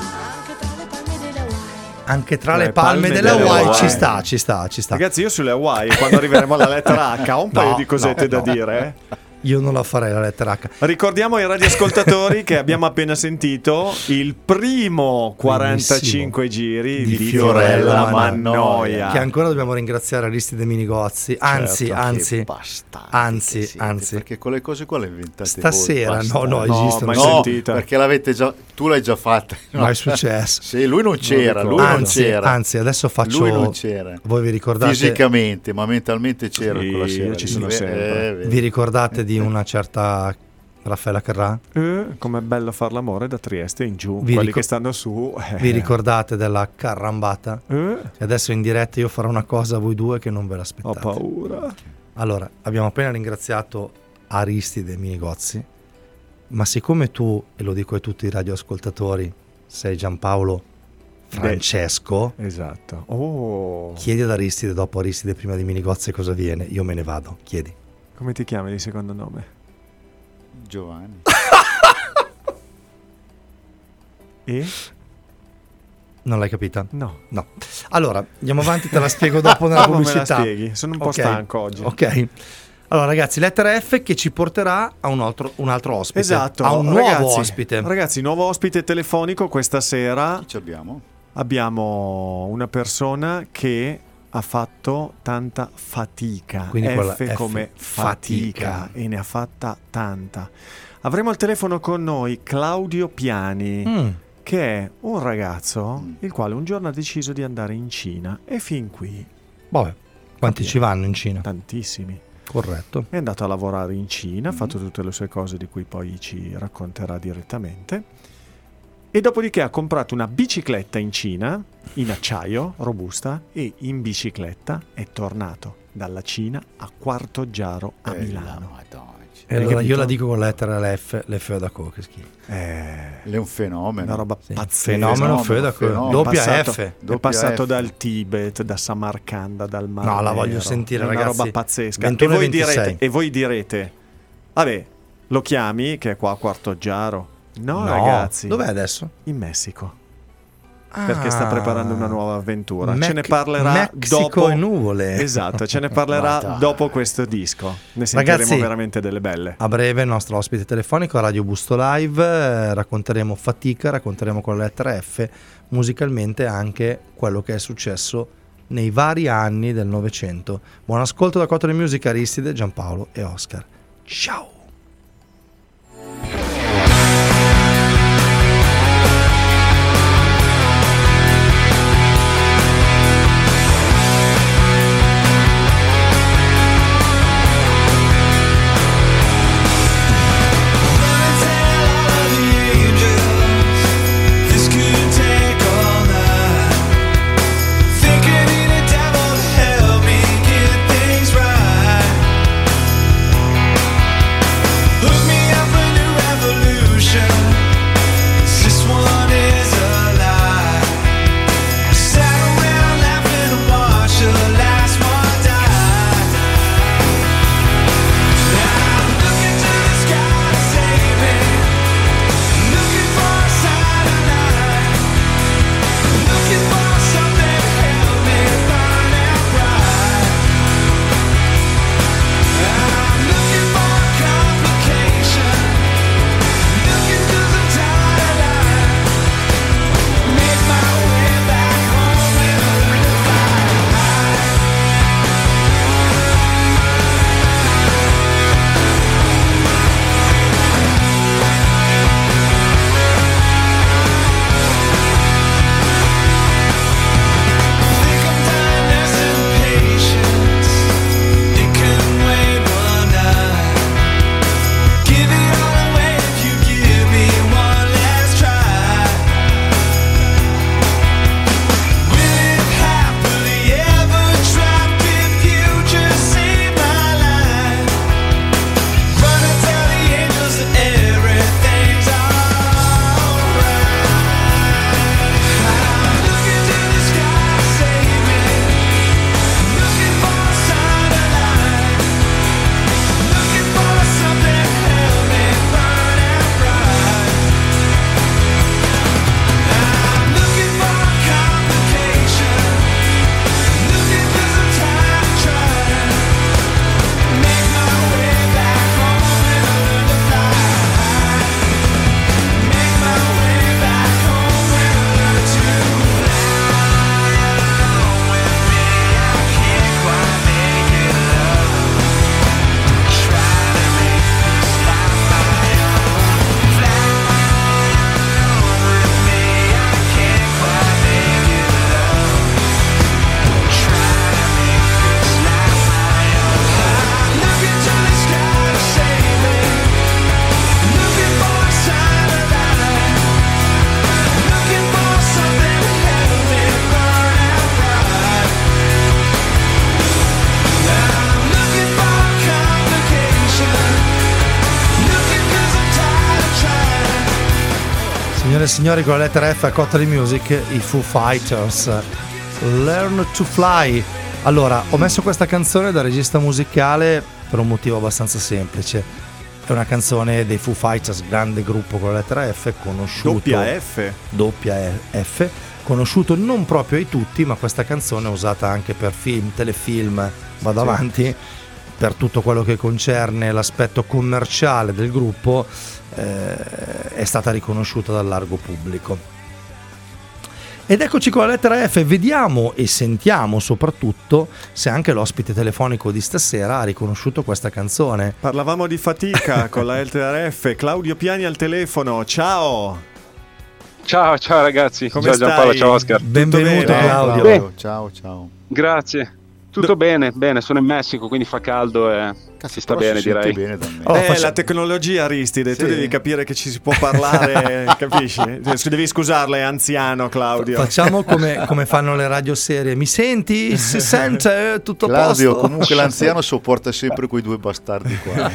Speaker 6: Anche tra le palme delle Hawaii ci sta.
Speaker 7: Ragazzi, io sulle Hawaii, quando arriveremo alla lettera H, ho un paio di cosette da dire.
Speaker 6: Io non la farei la lettera H.
Speaker 7: Ricordiamo ai radioascoltatori che abbiamo appena sentito il primo 45 giri di Fiorella Mannoia.
Speaker 6: Che ancora dobbiamo ringraziare Aristide Minigozzi. Anzi,
Speaker 8: Certo,
Speaker 6: anzi,
Speaker 8: che bastardi
Speaker 6: anzi,
Speaker 8: che siete,
Speaker 6: anzi.
Speaker 8: perché quelle cose qua le inventate
Speaker 6: Stasera,
Speaker 8: voi,
Speaker 6: no,
Speaker 8: bastardi.
Speaker 6: esistono.
Speaker 7: mai
Speaker 8: No,
Speaker 7: sentita.
Speaker 8: perché l'avete già, tu l'hai già fatta.
Speaker 6: Ma è successo.
Speaker 8: Sì, lui non c'era, lui non
Speaker 6: Anzi,
Speaker 8: c'era.
Speaker 6: anzi, adesso faccio.
Speaker 8: Lui non c'era.
Speaker 6: Voi vi ricordate?
Speaker 8: Fisicamente, ma mentalmente c'era
Speaker 7: Sì,
Speaker 8: quella sera.
Speaker 7: io ci sono sempre.
Speaker 8: vedi.
Speaker 6: Vi ricordate di una certa Raffaella Carrà?
Speaker 7: Com'è bello far l'amore da Trieste in giù.
Speaker 6: Vi
Speaker 7: Quelli
Speaker 6: ricor-
Speaker 7: che stanno su.
Speaker 6: Vi ricordate della carrambata?
Speaker 7: E
Speaker 6: Adesso in diretta io farò una cosa a voi due che non ve
Speaker 7: ho
Speaker 6: l'aspettate.
Speaker 7: paura.
Speaker 6: Allora, abbiamo appena ringraziato Aristide Minigozzi, ma siccome tu, e lo dico a tutti i radioascoltatori, sei Giampaolo Francesco,
Speaker 7: Esatto. Oh.
Speaker 6: chiedi ad Aristide dopo Aristide prima di Minigozzi cosa viene, io me ne vado, chiedi.
Speaker 7: Come ti chiami di secondo nome?
Speaker 8: Giovanni.
Speaker 7: E?
Speaker 6: Non l'hai capita?
Speaker 7: No.
Speaker 6: No. Allora, andiamo avanti, te la spiego dopo nella
Speaker 7: Dopo me la
Speaker 6: pubblicità.
Speaker 7: spieghi, sono un po'
Speaker 6: Ok.
Speaker 7: stanco oggi.
Speaker 6: Ok. Allora ragazzi, lettera F che ci porterà a un altro ospite.
Speaker 7: Esatto.
Speaker 6: A un
Speaker 7: ragazzi,
Speaker 6: nuovo ospite.
Speaker 7: Ragazzi, nuovo ospite telefonico questa sera.
Speaker 8: Chi ci abbiamo?
Speaker 7: Abbiamo una persona che ha fatto tanta fatica.
Speaker 6: Quindi quella
Speaker 7: F
Speaker 6: F,
Speaker 7: come fatica.
Speaker 6: fatica.
Speaker 7: E ne ha fatta tanta. Avremo al telefono con noi Claudio Piani, che è un ragazzo il quale un giorno ha deciso di andare in Cina e fin qui
Speaker 6: Vabbè, quanti ci vanno in Cina?
Speaker 7: tantissimi.
Speaker 6: Corretto.
Speaker 7: È andato a lavorare in Cina, ha fatto tutte le sue cose di cui poi ci racconterà direttamente. E dopodiché ha comprato una bicicletta in Cina, in acciaio, robusta, e in bicicletta è tornato dalla Cina a Quartoggiaro a Milano.
Speaker 6: E allora io la dico con la lettera F, le feu d'accordo, che schifo.
Speaker 8: È un fenomeno.
Speaker 7: Una roba
Speaker 6: Sì.
Speaker 7: pazzesca.
Speaker 6: Fenomeno feu d'accordo. Doppia F.
Speaker 7: È passato dal Tibet, da Samarcanda, dal Mar
Speaker 6: No, la voglio
Speaker 7: Nero.
Speaker 6: sentire,
Speaker 7: È una
Speaker 6: ragazzi.
Speaker 7: roba pazzesca.
Speaker 6: 21
Speaker 7: E voi direte, vabbè, lo chiami che è qua a Quartoggiaro? No, ragazzi.
Speaker 6: Dov'è adesso?
Speaker 7: In Messico. Perché sta preparando una nuova avventura. Ce ne
Speaker 6: parlerà
Speaker 7: dopo
Speaker 6: e nuvole.
Speaker 7: Esatto, ce ne parlerà dopo questo disco. Ne sentiremo
Speaker 6: Ragazzi,
Speaker 7: veramente delle belle.
Speaker 6: A breve il nostro ospite telefonico a Radio Busto Live, racconteremo fatica, racconteremo con la lettera F musicalmente anche quello che è successo nei vari anni del Novecento. Buon ascolto da Cotton Music, Aristide, Giampaolo e Oscar. Ciao! Signore e signori, con la lettera F a Cotton Music, i Foo Fighters, Learn to Fly. Allora, ho messo questa canzone da regista musicale per un motivo abbastanza semplice. È una canzone dei Foo Fighters, grande gruppo con la lettera F, conosciuto doppia F, conosciuto non proprio ai tutti, ma questa canzone è usata anche per film, telefilm, vado avanti, per tutto quello che concerne l'aspetto commerciale del gruppo. È stata riconosciuta dal largo pubblico. Ed eccoci con la lettera F, vediamo e sentiamo soprattutto se anche l'ospite telefonico di stasera ha riconosciuto questa canzone.
Speaker 7: Parlavamo di fatica con la lettera F. Claudio Piani al telefono, ciao!
Speaker 9: Ciao ragazzi,
Speaker 7: come
Speaker 9: ciao
Speaker 7: stai?
Speaker 9: Giampaolo, ciao Oscar.
Speaker 6: Benvenuto
Speaker 7: bene?
Speaker 6: Claudio.
Speaker 8: Ciao.
Speaker 9: Grazie. Tutto bene, sono in Messico, quindi fa caldo e si sta bene, direi.
Speaker 8: Bene da me.
Speaker 7: La tecnologia, Aristide, tu devi capire che ci si può parlare, capisci? Devi scusarla, è anziano Claudio.
Speaker 6: Facciamo come fanno le radioserie. Mi senti? Si sente? Tutto a
Speaker 8: Claudio,
Speaker 6: posto?
Speaker 8: comunque l'anziano sopporta sempre quei due bastardi qua.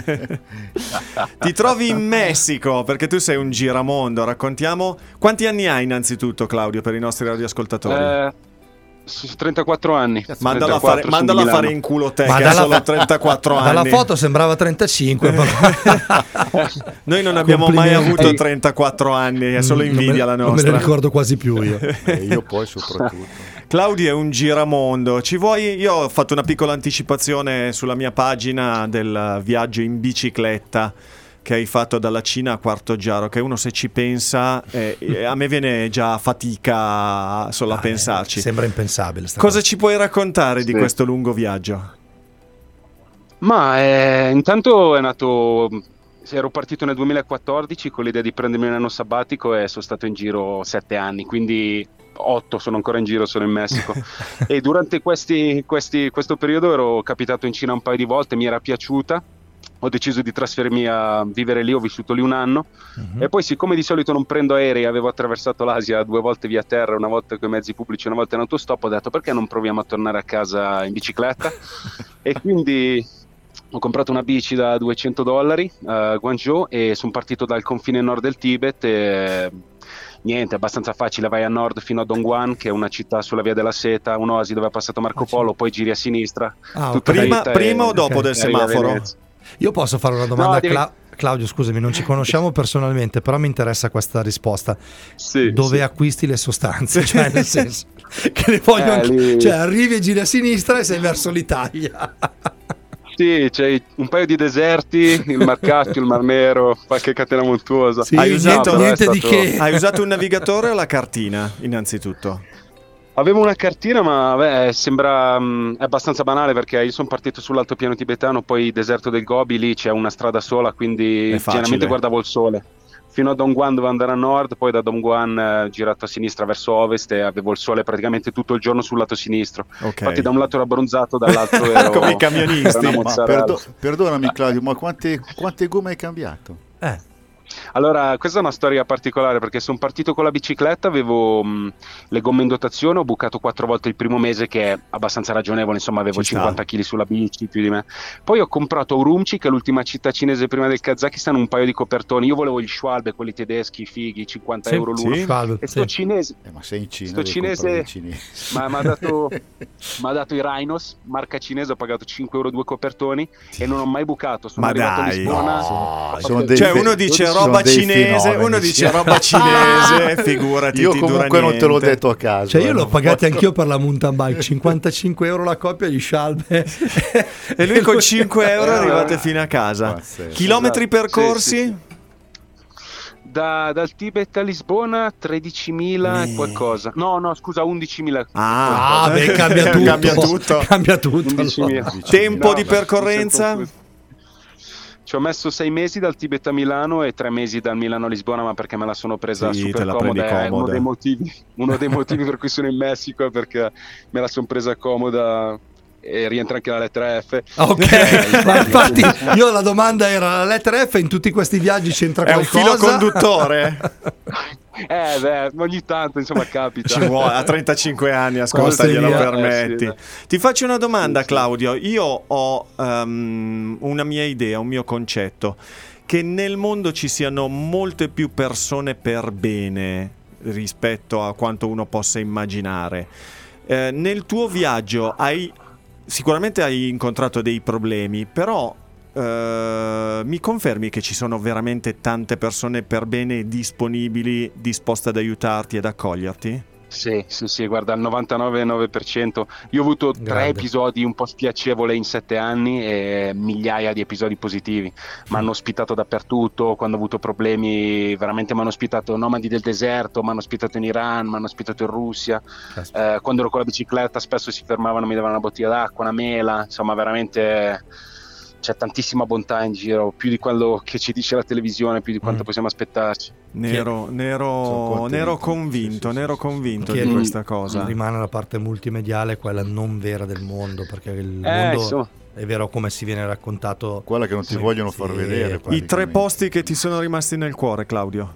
Speaker 7: Ti trovi in Messico perché tu sei un giramondo, raccontiamo. Quanti anni hai innanzitutto, Claudio, per i nostri radioascoltatori?
Speaker 9: 34 anni.
Speaker 7: Mandalo a fare in culo te, che ha solo 34 anni.
Speaker 6: Dalla foto sembrava 35.
Speaker 7: Noi non abbiamo mai avuto 34 anni, è solo invidia la nostra.
Speaker 6: Non me ne ricordo quasi più io.
Speaker 8: Io poi soprattutto.
Speaker 7: Claudio è un giramondo. Io ho fatto una piccola anticipazione sulla mia pagina del viaggio in bicicletta che hai fatto dalla Cina a Quartoggiaro, che uno, se ci pensa, a me viene già fatica solo a pensarci.
Speaker 6: Sembra impensabile.
Speaker 7: Cosa ci puoi raccontare di questo lungo viaggio?
Speaker 9: Ma intanto è nato, ero partito nel 2014 con l'idea di prendermi un anno sabbatico e sono stato in giro 7 anni, quindi 8 sono ancora in giro, sono in Messico. E durante questo periodo ero capitato in Cina un paio di volte, mi era piaciuta. Ho deciso di trasferirmi a vivere lì, ho vissuto lì un anno e poi, siccome di solito non prendo aerei, avevo attraversato l'Asia 2 volte via terra, una volta con i mezzi pubblici, una volta in autostop, ho detto perché non proviamo a tornare a casa in bicicletta e quindi ho comprato una bici da $200 a Guangzhou e sono partito dal confine nord del Tibet e niente, abbastanza facile, vai a nord fino a Dongguan, che è una città sulla via della seta, un'oasi dove è passato Marco Polo, poi giri a sinistra.
Speaker 7: Prima o dopo del semaforo?
Speaker 6: Io posso fare una domanda a Claudio, scusami, non ci conosciamo personalmente, però mi interessa questa risposta. Dove acquisti le sostanze? Cioè, nel senso che le voglio cioè, arrivi e giri a sinistra e sei verso l'Italia.
Speaker 9: Sì, c'è un paio di deserti, il Mar Caspio, il Mar Nero, qualche catena montuosa.
Speaker 6: Sì, hai
Speaker 7: usato un navigatore o la cartina, innanzitutto?
Speaker 9: Avevo una cartina, ma sembra è abbastanza banale, perché io sono partito sull'altopiano tibetano, poi deserto del Gobi, lì c'è una strada sola, quindi generalmente guardavo il sole. Fino a Dongguan dovevo andare a nord, poi da Dongguan girato a sinistra verso ovest e avevo il sole praticamente tutto il giorno sul lato sinistro. Infatti da un lato ero abbronzato, dall'altro ero
Speaker 7: come i camionisti.
Speaker 8: Perdonami Claudio, ma quante gomme hai cambiato?
Speaker 9: Allora, questa è una storia particolare, perché sono partito con la bicicletta, avevo le gomme in dotazione, ho bucato 4 volte il primo mese, che è abbastanza ragionevole, insomma avevo 50 kg sulla bici, più di me. Poi ho comprato a Urumqi, che è l'ultima città cinese prima del Kazakistan, un paio di copertoni. Io volevo gli Schwalbe, quelli tedeschi, fighi, 50 euro l'uno. E sto cinese,
Speaker 8: ma sei in Cina,
Speaker 9: sto cinese mi ha dato i Rhinos, marca cinese, ho pagato 5 euro 2 copertoni e non ho mai bucato. Sono arrivato a Lisbona.
Speaker 7: Cioè uno dice roba cinese, uno dice roba cinese, figurati.
Speaker 8: Io comunque non te l'ho detto a caso.
Speaker 6: Cioè io l'ho pagati anch'io per la mountain bike, 55 euro la coppia di scialbe
Speaker 7: e lui con 5 euro arrivate fino a casa. Chilometri percorsi?
Speaker 9: Sì. Dal Tibet a Lisbona 13.000 e qualcosa. No, scusa, 11.000.
Speaker 6: Cambia tutto.
Speaker 9: 11.000.
Speaker 7: Tempo di percorrenza?
Speaker 9: Ci ho messo 6 mesi dal Tibet a Milano e 3 mesi dal Milano a Lisbona, ma perché me la sono presa super comoda. È uno dei motivi per cui sono in Messico, è perché me la sono presa comoda. E rientra anche la lettera F.
Speaker 6: Ok, ma infatti io la domanda era: la lettera F in tutti questi viaggi c'entra qualcosa?
Speaker 7: È un filo conduttore?
Speaker 9: Ogni tanto insomma capita.
Speaker 7: Ci vuole, a 35 anni, ascolta, glielo permetti. Ti faccio una domanda, Claudio. Io ho una mia idea, un mio concetto, che nel mondo ci siano molte più persone per bene rispetto a quanto uno possa immaginare. Nel tuo viaggio sicuramente hai incontrato dei problemi, però mi confermi che ci sono veramente tante persone per bene disponibili, disposte ad aiutarti ed accoglierti?
Speaker 9: Sì, guarda, al 99,9%. Io ho avuto 3 episodi un po' spiacevoli in 7 anni e migliaia di episodi positivi. Mi hanno ospitato dappertutto, quando ho avuto problemi veramente mi hanno ospitato nomadi del deserto, mi hanno ospitato in Iran, mi hanno ospitato in Russia. Quando ero con la bicicletta spesso si fermavano, mi davano una bottiglia d'acqua, una mela, insomma veramente c'è tantissima bontà in giro, più di quello che ci dice la televisione, più di quanto possiamo aspettarci.
Speaker 7: Nero convinto di questa cosa.
Speaker 6: Rimane la parte multimediale, quella non vera del mondo, perché il mondo è vero come si viene raccontato,
Speaker 8: quella che non ti vogliono far vedere.
Speaker 7: I 3 posti che ti sono rimasti nel cuore, Claudio?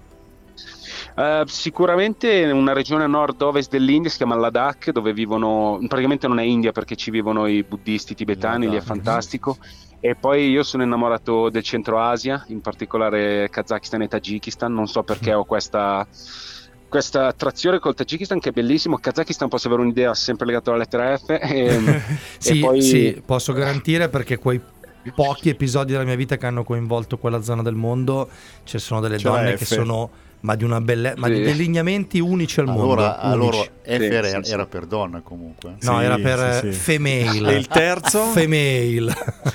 Speaker 9: Sicuramente una regione a nord-ovest dell'India, si chiama Ladakh, dove vivono, praticamente non è India perché ci vivono i buddisti tibetani, lì è fantastico. E poi io sono innamorato del centro Asia, in particolare Kazakistan e Tagikistan. Non so perché ho questa attrazione col Tagikistan, che è bellissimo. Kazakistan, posso avere un'idea, sempre legato alla lettera F.
Speaker 6: Sì,
Speaker 9: e poi...
Speaker 6: sì, posso garantire, perché quei pochi episodi della mia vita che hanno coinvolto quella zona del mondo, ci sono delle donne che sono di una ma di dei lineamenti unici al mondo.
Speaker 8: Allora F era per donna comunque.
Speaker 6: No, era per female.
Speaker 7: E il terzo?
Speaker 6: Female.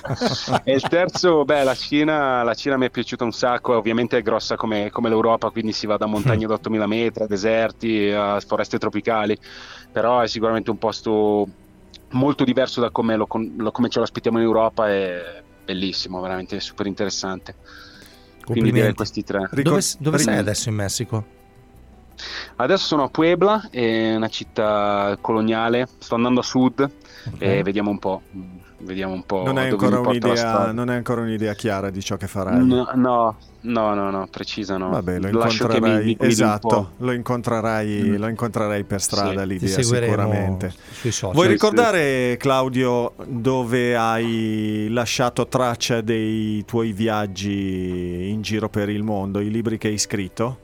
Speaker 9: E il terzo, la Cina mi è piaciuta un sacco. Ovviamente è grossa come l'Europa, quindi si va da montagne da 8000 metri a deserti a foreste tropicali, però è sicuramente un posto molto diverso da come ce lo aspettiamo in Europa. È bellissimo, veramente super interessante. Quindi direi questi 3.
Speaker 6: Dove sei adesso in Messico?
Speaker 9: Adesso sono a Puebla, è una città coloniale. Sto andando a sud e vediamo un po'.
Speaker 7: Non hai ancora un'idea chiara di ciò che farai?
Speaker 9: No, precisa no.
Speaker 7: Vabbè, lo incontrerai. Esatto, lo incontrerai per strada l'idea, sicuramente.
Speaker 6: Sui social.
Speaker 7: Vuoi ricordare, Claudio, dove hai lasciato traccia dei tuoi viaggi in giro per il mondo, i libri che hai scritto?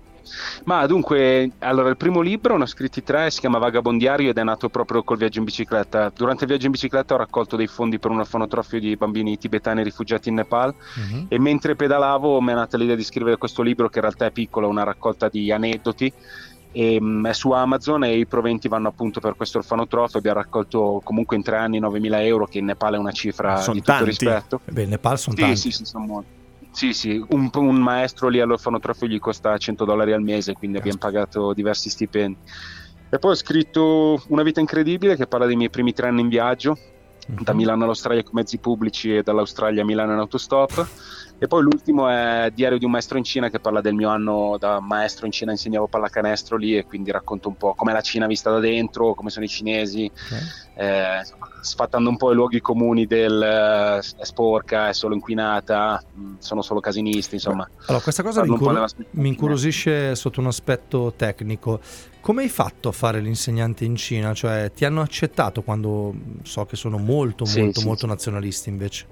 Speaker 9: Ma dunque, allora il primo libro, ne ho scritti 3, si chiama Vagabondiario ed è nato proprio col viaggio in bicicletta. Durante il viaggio in bicicletta ho raccolto dei fondi per un orfanotrofio di bambini tibetani rifugiati in Nepal, e mentre pedalavo mi è nata l'idea di scrivere questo libro, che in realtà è piccolo, una raccolta di aneddoti, e è su Amazon, e i proventi vanno appunto per questo orfanotrofio. Abbiamo raccolto comunque in 3 anni 9.000 euro, che in Nepal è una cifra di tutto rispetto.
Speaker 6: In Nepal sono tanti.
Speaker 9: Sì, sono molti. Sì, un maestro lì all'orfanotrofio gli costa $100 al mese, quindi abbiamo pagato diversi stipendi. E poi ho scritto Una vita incredibile, che parla dei miei primi 3 anni in viaggio, da Milano all'Australia con mezzi pubblici e dall'Australia a Milano in autostop. E poi l'ultimo è Diario di un maestro in Cina, che parla del mio anno da maestro in Cina. Insegnavo pallacanestro lì, e quindi racconto un po' com'è la Cina vista da dentro, come sono i cinesi, sfattando un po' i luoghi comuni del è sporca, è solo inquinata, sono solo casinisti, insomma.
Speaker 6: Allora, questa cosa mi incuriosisce sotto un aspetto tecnico. Come hai fatto a fare l'insegnante in Cina? Cioè, ti hanno accettato, quando so che sono molto nazionalisti invece?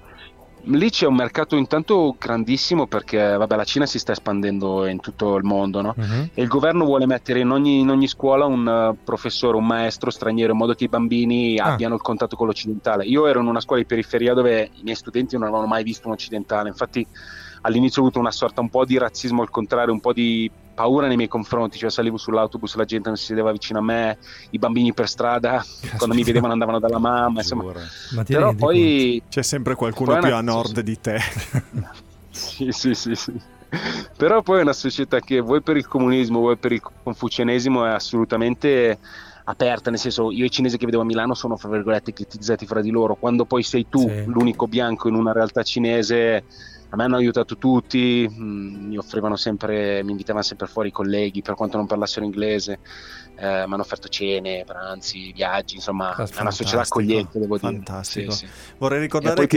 Speaker 9: Lì c'è un mercato intanto grandissimo, perché la Cina si sta espandendo in tutto il mondo, no? E il governo vuole mettere in ogni scuola un professore, un maestro straniero, in modo che i bambini abbiano il contatto con l'occidentale. Io ero in una scuola di periferia dove i miei studenti non avevano mai visto un occidentale, infatti all'inizio ho avuto una sorta un po' di razzismo al contrario, un po' di paura nei miei confronti, cioè salivo sull'autobus, la gente non si sedeva vicino a me, i bambini per strada quando mi vedevano andavano dalla mamma, insomma. Però poi
Speaker 7: c'è sempre qualcuno più a nord di te.
Speaker 9: Sì. Però poi è una società che vuoi per il comunismo, vuoi per il confucianesimo è assolutamente aperta, nel senso, io i cinesi che vedevo a Milano sono, fra virgolette, critizzati fra di loro. Quando poi sei tu l'unico bianco in una realtà cinese, a me hanno aiutato tutti, mi invitavano sempre fuori i colleghi, per quanto non parlassero inglese, mi hanno offerto cene, pranzi, viaggi, insomma è una società accogliente, devo dire.
Speaker 7: Fantastico.
Speaker 9: Sì.
Speaker 7: Vorrei ricordare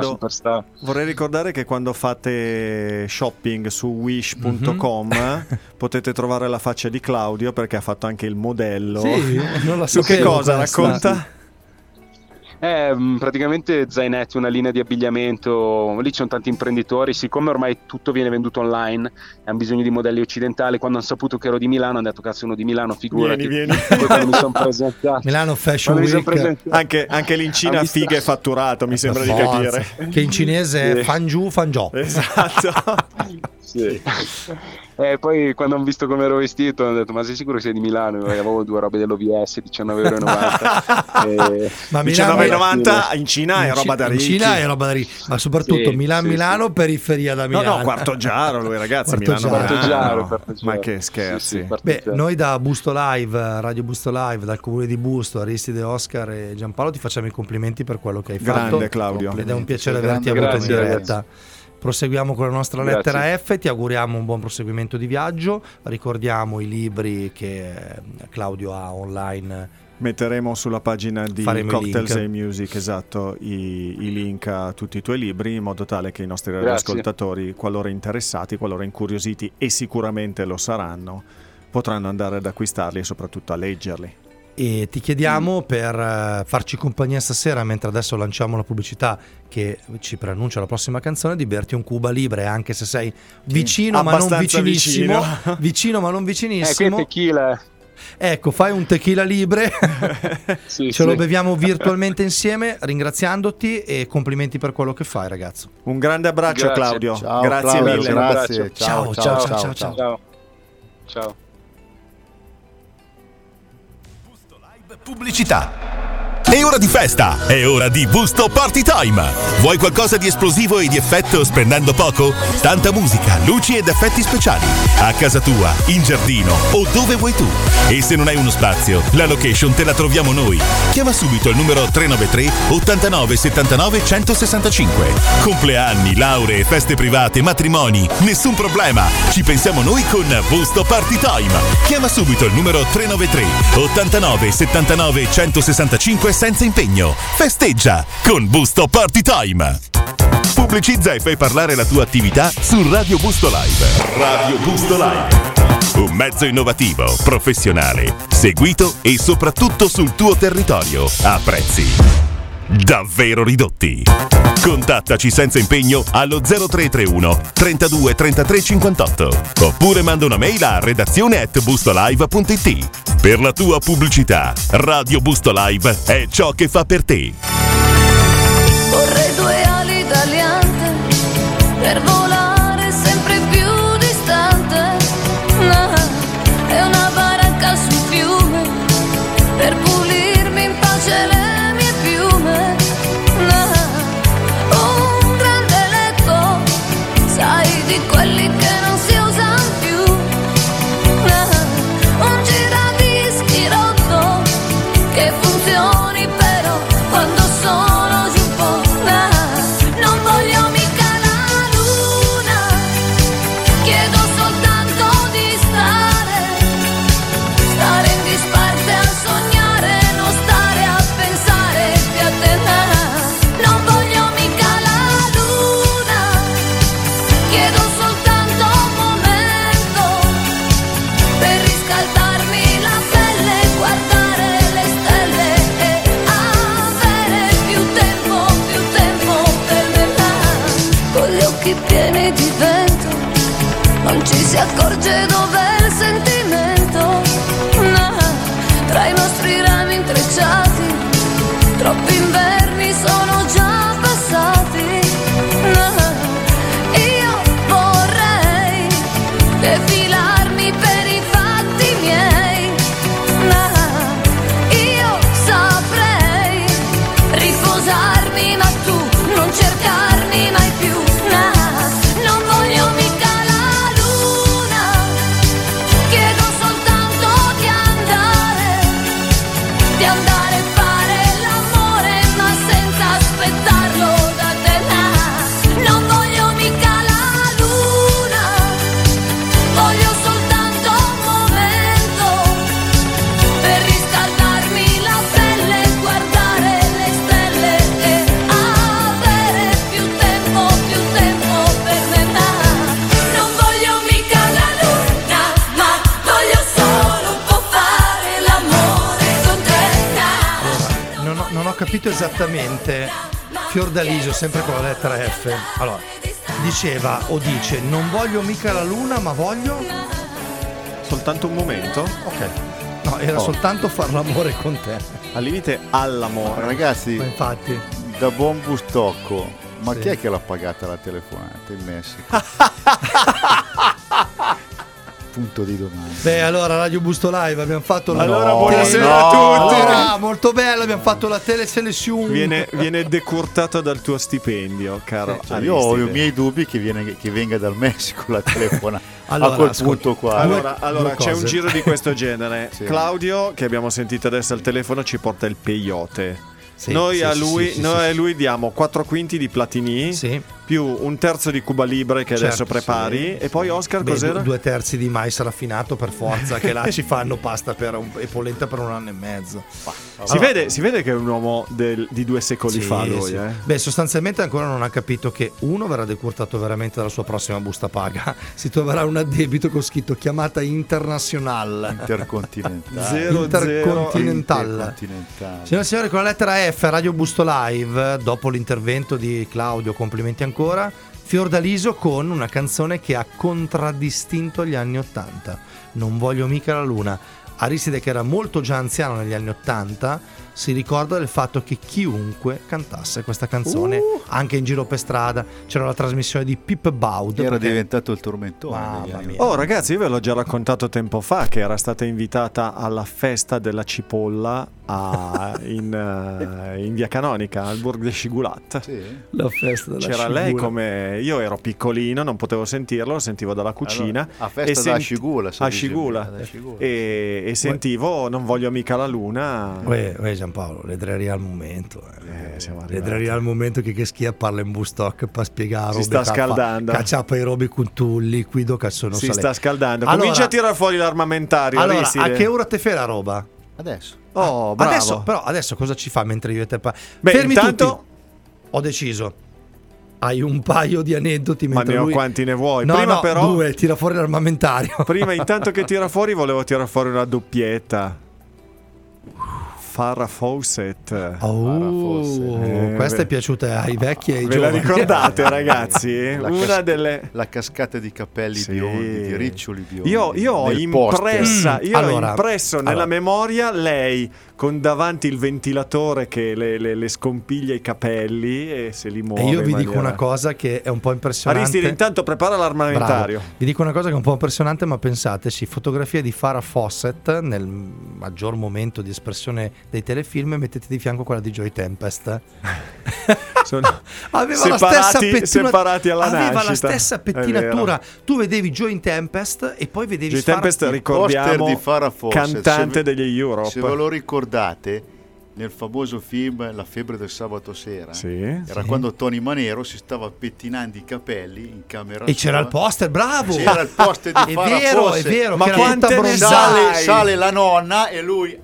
Speaker 7: che quando fate shopping su wish.com potete trovare la faccia di Claudio, perché ha fatto anche il modello.
Speaker 6: Non la
Speaker 7: su che cosa racconta?
Speaker 9: Praticamente zainetti, una linea di abbigliamento. Lì ci sono tanti imprenditori, siccome ormai tutto viene venduto online e hanno bisogno di modelli occidentali. Quando hanno saputo che ero di Milano hanno detto: cazzo, uno di Milano, figurati.
Speaker 7: Vieni.
Speaker 9: Poi quando mi sono presentato
Speaker 6: Milano Fashion Week,
Speaker 7: anche lì in Cina figa è fatturato, mi sembra di capire,
Speaker 6: che in cinese è fan giù fan giò.
Speaker 7: Esatto.
Speaker 9: Sì. Poi quando hanno visto come ero vestito hanno detto: ma sei sicuro che sei di Milano? E avevo due robe dell'OVS, €19,90.
Speaker 6: Ma
Speaker 7: €19,90 in Cina è roba da ricchi.
Speaker 6: In Cina è roba da ricchi, ma soprattutto
Speaker 9: Sì,
Speaker 6: Milano, periferia da Milano.
Speaker 7: No, Quartogiaro lui, ragazzi.
Speaker 9: Quartogiaro.
Speaker 7: Ma che scherzi.
Speaker 6: Beh, noi da Busto Live, Radio Busto Live, dal comune di Busto, Aristide, Oscar e Giampaolo, ti facciamo i complimenti per quello che hai fatto.
Speaker 7: Grande Claudio.
Speaker 6: Ed è un piacere averti avuto in diretta.
Speaker 9: Ragazzi.
Speaker 6: Proseguiamo con la nostra lettera F, ti auguriamo un buon proseguimento di viaggio, ricordiamo i libri che Claudio ha online.
Speaker 7: Metteremo sulla pagina di Cocktails and Music, esatto, i link a tutti i tuoi libri, in modo tale che i nostri radioascoltatori, qualora interessati, qualora incuriositi, e sicuramente lo saranno, potranno andare ad acquistarli e soprattutto a leggerli.
Speaker 6: E ti chiediamo, per farci compagnia stasera, mentre adesso lanciamo la pubblicità che ci preannuncia la prossima canzone, di berti un Cuba Libre, anche se sei vicino ma non vicinissimo. Vicino ma non vicinissimo.
Speaker 9: Tequila.
Speaker 6: Ecco, fai un Tequila Libre. Ce lo beviamo virtualmente insieme, ringraziandoti, e complimenti per quello che fai, ragazzo.
Speaker 7: Un grande abbraccio.
Speaker 9: Grazie.
Speaker 7: Claudio.
Speaker 8: Ciao,
Speaker 7: Grazie
Speaker 8: Claudio,
Speaker 7: mille.
Speaker 8: Grazie.
Speaker 6: Ciao.
Speaker 9: Ciao.
Speaker 4: Pubblicità. È ora di festa, è ora di Busto Party Time. Vuoi qualcosa di esplosivo e di effetto spendendo poco? Tanta musica, luci ed effetti speciali. A casa tua, in giardino o dove vuoi tu. E se non hai uno spazio, la location te la troviamo noi. Chiama subito il numero 393 89 79 165. Compleanni, lauree, feste private, matrimoni, nessun problema. Ci pensiamo noi con Busto Party Time. Chiama subito il numero 393 89 79 165 senza impegno. Festeggia con Busto Party Time. Pubblicizza e fai parlare la tua attività su Radio Busto Live. Radio Busto Live. Un mezzo innovativo, professionale, seguito e soprattutto sul tuo territorio a prezzi davvero ridotti. Contattaci senza impegno allo 0331 32 33 58 oppure manda una mail a redazione@bustolive.it. Per la tua pubblicità, Radio Busto Live è ciò che fa per te.
Speaker 10: Vorrei due ali d'aliante per volare sempre più distante. È una baracca sul fiume per pulirmi in pace le mie piume. Un grande letto, sai, di quelli che non si usano più. Un giradischi rotto che funzioni però quando sono giù un po'. Non voglio mica la luna, chiedo soltanto di stare in disparte a sognare, non stare a pensare più a te. Non voglio mica la luna, chiedo soltanto un momento per riscaldarmi la pelle, guardare le stelle e avere più tempo per me. Con gli occhi pieni di vento non ci si accorge dov'è il sentimento. Tra i nostri rami intrecciati troppi inverni sono già passati. Io vorrei defilarmi per i fatti miei. Io saprei riposarmi, ma tu non cercarmi mai più. Non voglio mica la luna, chiedo soltanto di andare a fare l'amore, ma senza aspettarlo da te. Non voglio mica la luna, voglio soltanto un momento per riscaldarmi la pelle, guardare le stelle e avere più tempo per me. Non voglio mica la luna, ma voglio solo un po' fare l'amore con te.
Speaker 6: Non ho capito esattamente. Fiordaliso, sempre con la lettera F. Allora, diceva o dice: non voglio mica la luna, ma voglio.
Speaker 7: Soltanto un momento?
Speaker 6: Ok. No, era soltanto far l'amore con te.
Speaker 7: Al limite all'amore.
Speaker 8: Ragazzi,
Speaker 6: Ma infatti.
Speaker 8: da buon bustocco, Ma
Speaker 6: Sì.
Speaker 8: chi è che l'ha pagata la telefonata in Messico? Punto di domanda.
Speaker 6: Beh, allora Radio Busto Live abbiamo fatto la
Speaker 7: Allora,
Speaker 8: No,
Speaker 7: buonasera
Speaker 8: no.
Speaker 7: a tutti.
Speaker 6: Allora, molto bello, abbiamo fatto la teleselezione.
Speaker 7: Viene decurtato dal tuo stipendio, caro.
Speaker 8: Cioè, io ho i
Speaker 7: Aristide.
Speaker 8: miei dubbi che venga dal Messico la telefonata.
Speaker 6: Allora,
Speaker 8: a quel
Speaker 6: ascolta,
Speaker 8: punto qua.
Speaker 7: Allora
Speaker 6: due
Speaker 7: c'è un
Speaker 6: cose.
Speaker 7: giro di questo genere.
Speaker 8: Sì.
Speaker 7: Claudio, che abbiamo sentito adesso al telefono, ci porta il peyote.
Speaker 6: Sì,
Speaker 7: Noi
Speaker 6: sì,
Speaker 7: a
Speaker 6: sì,
Speaker 7: lui,
Speaker 6: sì,
Speaker 7: noi
Speaker 6: sì,
Speaker 7: a lui diamo 4 quinti di platini
Speaker 6: Sì.
Speaker 7: più un terzo di Cuba Libre che adesso
Speaker 6: Certo,
Speaker 7: prepari e poi Oscar
Speaker 6: Beh,
Speaker 7: cos'era?
Speaker 6: 2/3 di mais raffinato per forza, che là ci fanno pasta e polenta per 1 anno e mezzo.
Speaker 7: Si vede che è un uomo di 2 secoli fa lui,
Speaker 6: sì.
Speaker 7: eh.
Speaker 6: Beh, sostanzialmente ancora non ha capito che uno verrà decurtato veramente dalla sua prossima busta paga. Si troverà un addebito con scritto chiamata internazionale.
Speaker 8: Intercontinentale.
Speaker 6: Intercontinental. Signore e signori, con la lettera F, Radio Busto Live, dopo l'intervento di Claudio, complimenti ancora, Fiordaliso con una canzone che ha contraddistinto gli anni '80. Non voglio mica la luna. Aristide, che era molto già anziano negli anni '80, si ricorda del fatto che chiunque cantasse questa canzone, anche in giro per strada. C'era la trasmissione di Pip Baud.
Speaker 8: Era
Speaker 6: perché-
Speaker 8: diventato il tormentone.
Speaker 6: Mamma
Speaker 8: degli anni
Speaker 6: mia.
Speaker 7: Oh ragazzi, io ve l'ho già raccontato tempo fa che era stata invitata alla festa della cipolla in via Canonica, al Burg de Sigulat.
Speaker 8: Sì.
Speaker 6: La festa della
Speaker 7: C'era
Speaker 6: Scigula.
Speaker 7: lei come io ero piccolino, non potevo sentirlo, lo sentivo dalla cucina.
Speaker 8: Allora, a festa da Scigula,
Speaker 7: a Scigula. E sentivo Non voglio mica la luna.
Speaker 6: Uè, Giampaolo, le drerie al momento.
Speaker 7: Siamo
Speaker 6: Le
Speaker 7: arrivati.
Speaker 6: drerie al momento che schia parla in bustock per spiegare.
Speaker 7: Si sta scaldando.
Speaker 6: Cacciapa i robi con tu, liquido che sono
Speaker 7: Si
Speaker 6: salenti.
Speaker 7: sta scaldando.
Speaker 6: Allora-
Speaker 7: Comincia a tirare fuori l'armamentario.
Speaker 6: Allora,
Speaker 7: Aristide.
Speaker 6: a che ora te fai la roba?
Speaker 8: Adesso.
Speaker 7: Oh, bravo.
Speaker 6: Adesso cosa ci fa mentre io e te
Speaker 7: Beh,
Speaker 6: Fermi
Speaker 7: intanto-
Speaker 6: tutti. Ho deciso. Hai un paio di aneddoti
Speaker 7: Ma
Speaker 6: mentre
Speaker 7: ne ho
Speaker 6: lui...
Speaker 7: quanti ne vuoi?
Speaker 6: No,
Speaker 7: Prima
Speaker 6: no,
Speaker 7: però
Speaker 6: 2, tira fuori l'armamentario.
Speaker 7: Prima, intanto che tira fuori, volevo tirare fuori una doppietta. Farrah Fawcett.
Speaker 6: Questa è piaciuta ai vecchi e ai
Speaker 7: Ve la
Speaker 6: giovani.
Speaker 7: ricordate, ragazzi? Una delle.
Speaker 8: La cascata di capelli
Speaker 7: Sì.
Speaker 8: biondi, di riccioli biondi.
Speaker 7: Io ho
Speaker 8: nel
Speaker 7: impressa,
Speaker 8: poster.
Speaker 7: io ho
Speaker 6: Allora,
Speaker 7: impresso nella memoria lei con davanti il ventilatore che le scompiglia i capelli e se li muove.
Speaker 6: E io vi
Speaker 7: in
Speaker 6: dico
Speaker 7: maniera-
Speaker 6: una cosa che è un po' impressionante.
Speaker 7: Aristide, intanto prepara l'armamentario.
Speaker 6: Bravo. Vi dico una cosa che è un po' impressionante, ma pensateci, fotografia di Farrah Fawcett nel maggior momento di espressione dei telefilm e mettete di fianco quella di Joy Tempest.
Speaker 7: Sono
Speaker 6: Aveva la stessa
Speaker 7: separati alla
Speaker 6: aveva
Speaker 7: nascita.
Speaker 6: la stessa
Speaker 7: È
Speaker 6: pettinatura.
Speaker 7: vero.
Speaker 6: Tu vedevi Joy Tempest e poi vedevi
Speaker 7: Joy
Speaker 6: Farrah
Speaker 7: Tempest,
Speaker 6: Fawcett.
Speaker 8: Poster
Speaker 7: ricordiamo,
Speaker 8: di Farrah Fawcett.
Speaker 7: cantante
Speaker 8: Se ve-
Speaker 7: degli Europe.
Speaker 8: Se ve lo ricordate, nel famoso film La febbre del sabato sera,
Speaker 7: Sì.
Speaker 8: era quando Tony Manero si stava pettinando i capelli in camera
Speaker 6: E c'era
Speaker 8: sua.
Speaker 6: il poster, bravo!
Speaker 8: C'era il poster di
Speaker 6: È
Speaker 8: Farrah
Speaker 6: vero, è
Speaker 8: Fawcett.
Speaker 6: vero,
Speaker 7: Ma
Speaker 6: che era
Speaker 7: quante
Speaker 6: tutta
Speaker 7: ne
Speaker 6: bronzata.
Speaker 8: Sale la nonna e lui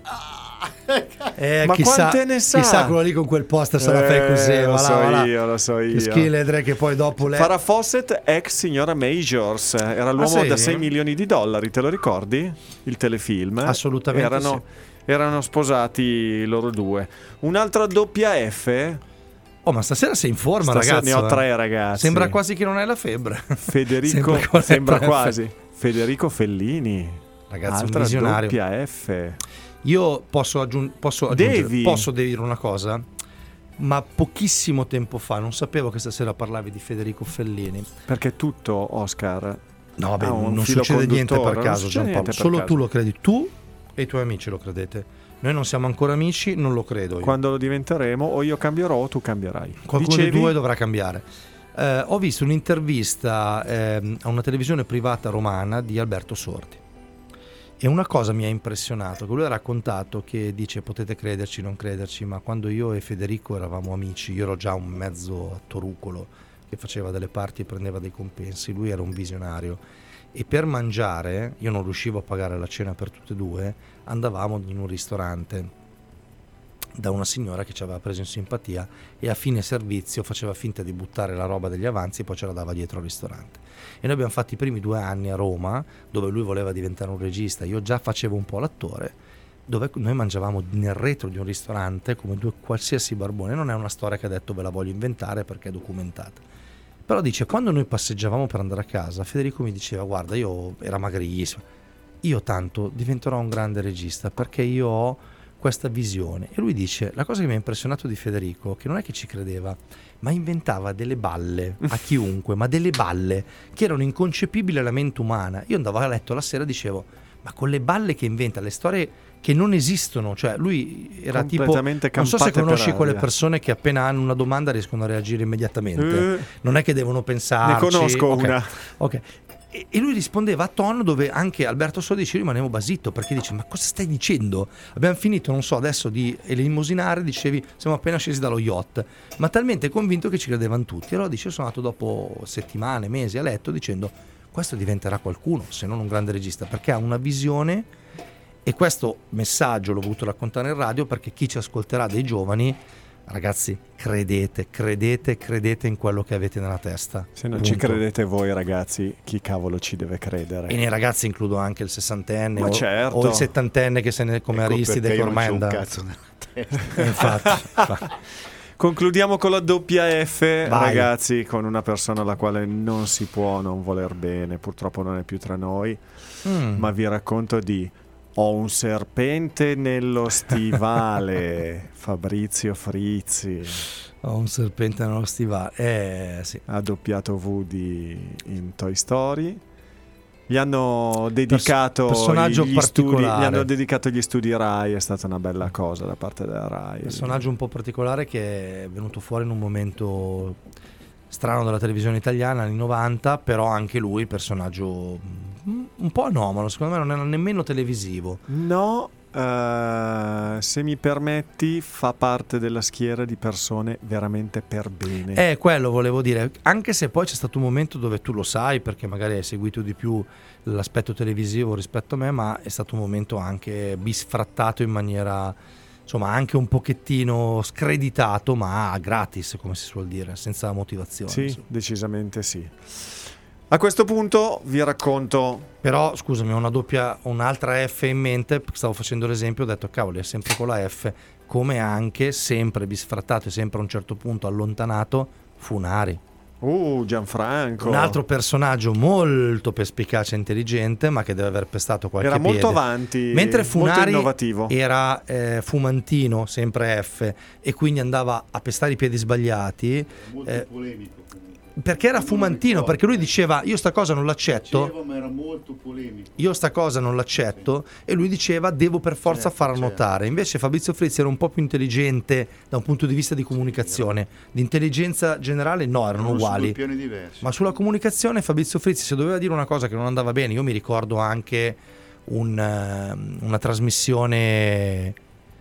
Speaker 7: Ma
Speaker 6: chissà,
Speaker 7: quante ne sa?
Speaker 6: chissà quello lì con quel poster se la fai così.
Speaker 7: Lo
Speaker 6: va là,
Speaker 7: so
Speaker 6: va là.
Speaker 7: io, lo so io.
Speaker 6: Che Skilledre che poi dopo lei...
Speaker 7: Farrah Fawcett, ex signora Majors, era l'uomo
Speaker 6: sì?
Speaker 7: da 6 milioni di dollari, te lo ricordi? Il telefilm?
Speaker 6: Assolutamente
Speaker 7: Erano sposati loro due. Un'altra doppia F.
Speaker 6: Oh, ma stasera sei in forma,
Speaker 7: Stasera
Speaker 6: ragazzo.
Speaker 7: ne ho 3, ragazzi.
Speaker 6: Sembra quasi che non hai la febbre.
Speaker 7: Federico,
Speaker 6: Sempre con le
Speaker 7: sembra
Speaker 6: tre F.
Speaker 7: quasi. Federico Fellini.
Speaker 6: Ragazzi,
Speaker 7: Altra
Speaker 6: un visionario.
Speaker 7: doppia F.
Speaker 6: Io posso aggiungere,
Speaker 7: Devi.
Speaker 6: posso dire una cosa, ma pochissimo tempo fa non sapevo che stasera parlavi di Federico Fellini.
Speaker 7: Perché tutto, Oscar.
Speaker 6: No, vabbè,
Speaker 7: ha un
Speaker 6: non
Speaker 7: filo
Speaker 6: succede niente
Speaker 7: conduttore,
Speaker 6: per
Speaker 7: non
Speaker 6: caso,
Speaker 7: succede
Speaker 6: Giampaolo.
Speaker 7: niente per
Speaker 6: Solo
Speaker 7: caso.
Speaker 6: tu lo credi, tu e i tuoi amici lo credete. Noi non siamo ancora amici, non lo credo io.
Speaker 7: Quando lo diventeremo, o io cambierò o tu cambierai.
Speaker 6: Qualcuno
Speaker 7: Dicevi?
Speaker 6: dei due dovrà cambiare. Ho visto un'intervista a una televisione privata romana di Alberto Sordi e una cosa mi ha impressionato, che lui ha raccontato che dice potete crederci, non crederci, ma quando io e Federico eravamo amici, io ero già un mezzo attorucolo che faceva delle parti e prendeva dei compensi, lui era un visionario e per mangiare, io non riuscivo a pagare la cena per tutte e due, andavamo in un ristorante da una signora che ci aveva preso in simpatia e a fine servizio faceva finta di buttare la roba degli avanzi e poi ce la dava dietro al ristorante. E noi abbiamo fatto i primi 2 anni a Roma, dove lui voleva diventare un regista, io già facevo un po' l'attore, dove noi mangiavamo nel retro di un ristorante come due qualsiasi barbone. Non è una storia che ha detto ve la voglio inventare perché è documentata. Però dice, quando noi passeggiavamo per andare a casa, Federico mi diceva, guarda, io era magrissimo, io tanto diventerò un grande regista perché io ho questa visione. E lui dice, la cosa che mi ha impressionato di Federico, che non è che ci credeva, ma inventava delle balle a chiunque, ma delle balle che erano inconcepibili alla mente umana. Io andavo a letto la sera e dicevo, ma con le balle che inventa, le storie che non esistono, cioè lui era tipo, non so se conosci quelle persone che appena hanno una domanda riescono a reagire immediatamente, non è che devono pensarci.
Speaker 7: Ne conosco una.
Speaker 6: Ok. E lui rispondeva a tono dove anche Alberto Sordi ci rimanevo basito, perché dice, ma cosa stai dicendo? Abbiamo finito, non so, adesso di elemosinare, dicevi, siamo appena scesi dallo yacht, ma talmente convinto che ci credevano tutti. Allora dice, io sono andato dopo settimane, mesi a letto dicendo, questo diventerà qualcuno, se non un grande regista, perché ha una visione. E questo messaggio l'ho voluto raccontare in radio perché chi ci ascolterà dei giovani, ragazzi, credete in quello che avete nella testa.
Speaker 7: Se non
Speaker 6: punto.
Speaker 7: Ci credete voi ragazzi, chi cavolo ci deve credere?
Speaker 6: E nei ragazzi includo anche il 60enne
Speaker 7: certo.
Speaker 6: o il 70enne che se ne come Aristide, che ormai
Speaker 8: non c'ho un
Speaker 6: andava.
Speaker 8: cazzo nella testa.
Speaker 6: Infatti.
Speaker 7: Concludiamo con la doppia F,
Speaker 6: Vai.
Speaker 7: ragazzi, con una persona alla quale non si può non voler bene, purtroppo non è più tra noi, ma vi racconto di Ho un serpente nello stivale, Fabrizio Frizzi.
Speaker 6: Ho un serpente nello stivale, sì.
Speaker 7: Ha doppiato Woody in Toy Story. Gli hanno dedicato
Speaker 6: personaggio
Speaker 7: gli studi,
Speaker 6: particolare.
Speaker 7: gli hanno dedicato gli studi Rai, è stata una bella cosa da parte della Rai.
Speaker 6: Personaggio un po' particolare che è venuto fuori in un momento strano della televisione italiana, anni 90, però anche lui personaggio un po' anomalo, secondo me non era nemmeno televisivo.
Speaker 7: No, se mi permetti, fa parte della schiera di persone veramente per bene.
Speaker 6: Quello volevo dire, anche se poi c'è stato un momento dove tu lo sai, perché magari hai seguito di più l'aspetto televisivo rispetto a me, ma è stato un momento anche bisfrattato in maniera, insomma, anche un pochettino screditato, ma gratis, come si suol dire, senza motivazione.
Speaker 7: Sì,
Speaker 6: insomma.
Speaker 7: decisamente sì. A questo punto vi racconto.
Speaker 6: Però scusami, ho un'altra F in mente, perché stavo facendo l'esempio, ho detto cavoli, è sempre con la F, come anche sempre bisfrattato e sempre a un certo punto allontanato Funari.
Speaker 7: Gianfranco.
Speaker 6: Un altro personaggio molto perspicace e intelligente, ma che deve aver pestato qualche
Speaker 7: era
Speaker 6: piede.
Speaker 7: molto avanti,
Speaker 6: mentre
Speaker 7: molto
Speaker 6: Funari
Speaker 7: innovativo.
Speaker 6: era fumantino, sempre F, e quindi andava a pestare i piedi sbagliati.
Speaker 8: Molto polemico.
Speaker 6: Perché era fumantino, perché lui diceva io sta cosa non l'accetto,
Speaker 8: ma era molto polemico.
Speaker 6: io sta cosa non l'accetto, e lui diceva devo per forza farla notare. Invece Fabrizio Frizzi era un po' più intelligente da un punto di vista di comunicazione, di intelligenza generale no, erano uguali,
Speaker 8: piani diversi.
Speaker 6: ma sulla comunicazione Fabrizio Frizzi, se doveva dire una cosa che non andava bene, io mi ricordo anche una trasmissione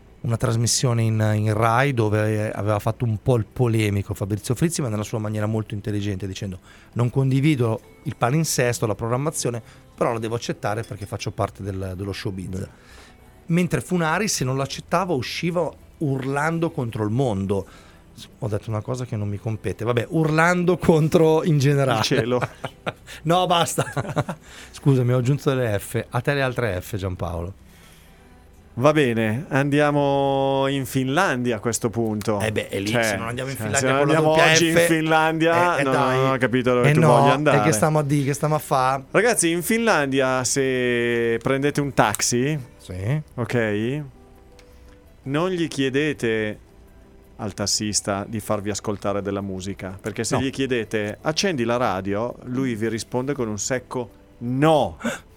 Speaker 6: in Rai dove aveva fatto un po' il polemico Fabrizio Frizzi, ma nella sua maniera molto intelligente, dicendo non condivido il palinsesto, la programmazione, però la devo accettare perché faccio parte dello showbiz. Mentre Funari, se non l'accettava, usciva urlando contro il mondo. Ho detto una cosa che non mi compete, vabbè, urlando contro in generale
Speaker 7: il cielo.
Speaker 6: No, basta. Scusami, ho aggiunto delle F. A te le altre F, Giampaolo.
Speaker 7: Va bene, andiamo in Finlandia a questo punto.
Speaker 6: È lì, se non andiamo in Finlandia
Speaker 7: se non
Speaker 6: con la
Speaker 7: andiamo
Speaker 6: doppia
Speaker 7: oggi
Speaker 6: F,
Speaker 7: in Finlandia non ho capito dove tu voglia andare.
Speaker 6: E che stiamo a dire, che stiamo a fare?
Speaker 7: Ragazzi, in Finlandia se prendete un taxi,
Speaker 6: sì,
Speaker 7: ok, non gli chiedete al tassista di farvi ascoltare della musica, perché se gli chiedete accendi la radio, lui vi risponde con un secco no,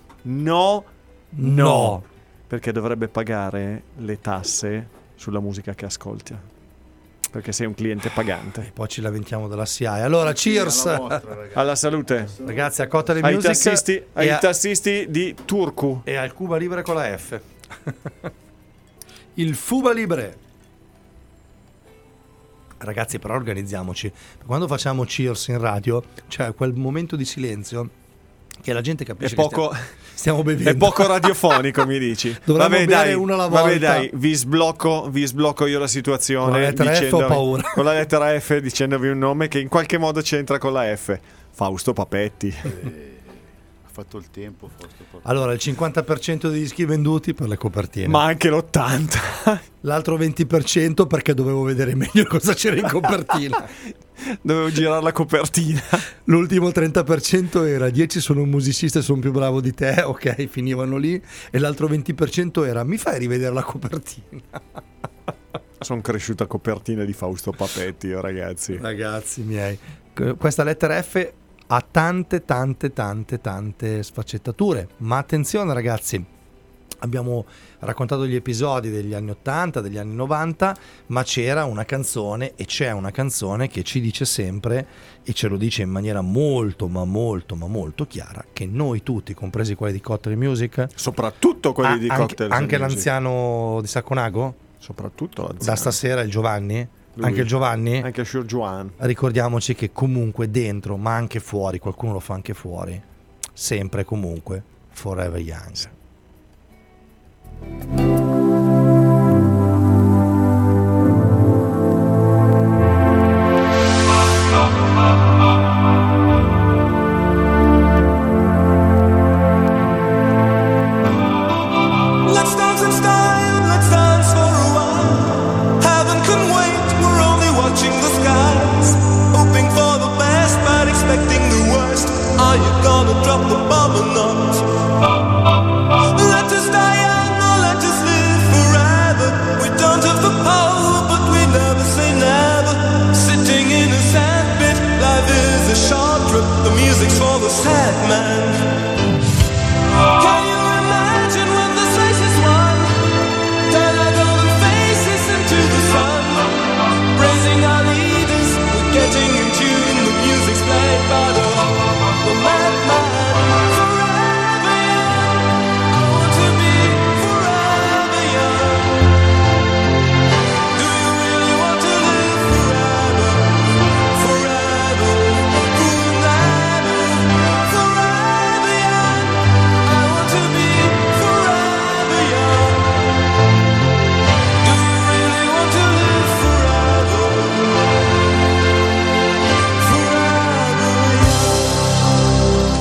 Speaker 7: perché dovrebbe pagare le tasse sulla musica che ascolta, perché sei un cliente pagante.
Speaker 6: E poi ci lamentiamo della SIAE. Allora, cheers
Speaker 7: alla salute,
Speaker 6: ragazzi, a Cotta
Speaker 7: ai
Speaker 6: Music,
Speaker 7: tassisti di Turku
Speaker 6: e al Cuba Libre con la F. Il Fuba Libre. Ragazzi, però organizziamoci. Quando facciamo cheers in radio, c'è quel momento di silenzio che la gente capisce che stiamo bevendo.
Speaker 7: È poco radiofonico, mi dici.
Speaker 6: Dovremmo bere una alla volta.
Speaker 7: Vabbè, dai, vi sblocco io la situazione.
Speaker 6: Con la lettera F ho paura.
Speaker 7: Con la lettera F, dicendovi un nome che in qualche modo c'entra con la F. Fausto Papetti.
Speaker 8: Ha fatto il tempo, Fausto Papetti.
Speaker 6: Allora, il 50% degli dischi venduti per le copertine.
Speaker 7: Ma anche l'80%.
Speaker 6: L'altro 20% perché dovevo vedere meglio cosa c'era in copertina.
Speaker 7: Dovevo girare la copertina.
Speaker 6: L'ultimo 30% era 10 sono un musicista e sono più bravo di te, ok, finivano lì. E l'altro 20% era mi fai rivedere la copertina.
Speaker 7: Sono cresciuta a copertina di Fausto Papetti, io, ragazzi.
Speaker 6: Ragazzi miei, questa lettera F ha tante sfaccettature. Ma attenzione ragazzi, abbiamo raccontato gli episodi degli anni 80, degli anni 90, ma c'era una canzone e c'è una canzone che ci dice sempre, e ce lo dice in maniera molto chiara, che noi tutti, compresi quelli di Cocktail Music,
Speaker 7: soprattutto quelli di Cocktail
Speaker 6: anche
Speaker 7: Music,
Speaker 6: l'anziano di Sacconago,
Speaker 7: soprattutto l'anziano.
Speaker 6: Da stasera il Giovanni,
Speaker 7: Lui.
Speaker 6: anche il Giovanni,
Speaker 7: anche Sure Juan.
Speaker 6: Ricordiamoci che comunque dentro, ma anche fuori, qualcuno lo fa anche fuori, sempre e comunque Forever Young.
Speaker 11: Let's dance in style, let's dance for a while. Heaven can wait, we're only watching the skies. Hoping for the best, but expecting the worst. Are you gonna drop the bomb or not? Let us die young or let us live forever. We don't have the power, but we never say never. Sitting in a sandpit, life is a short trip. The music's for the sad man. Can you imagine when this race is won? Turn our golden faces into the sun. Praising our leaders, we're getting in tune. The music's played by the madman. Forever young, I want to be forever young. Do you really want to live forever? Forever, forever, forever young. I want to be forever young. Do you really want to live forever? Forever young.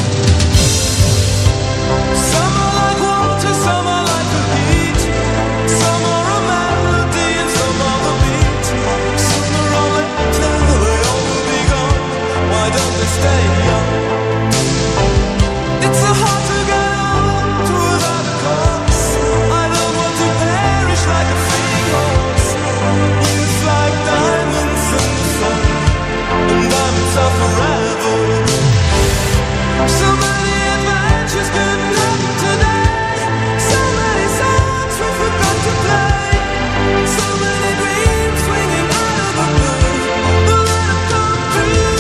Speaker 11: Some are like water, some are like the heat. Some are a melody and some are the beat. Sooner or later they all will be gone. Why don't they stay young? It's so hard to get old without a cause. I don't want to perish like a fleeing horse. Youth like diamonds in the sun, and diamonds are forever. So many adventures couldn't happen today. So many songs we forgot to play. So many dreams swinging out of the blue. But let them come true.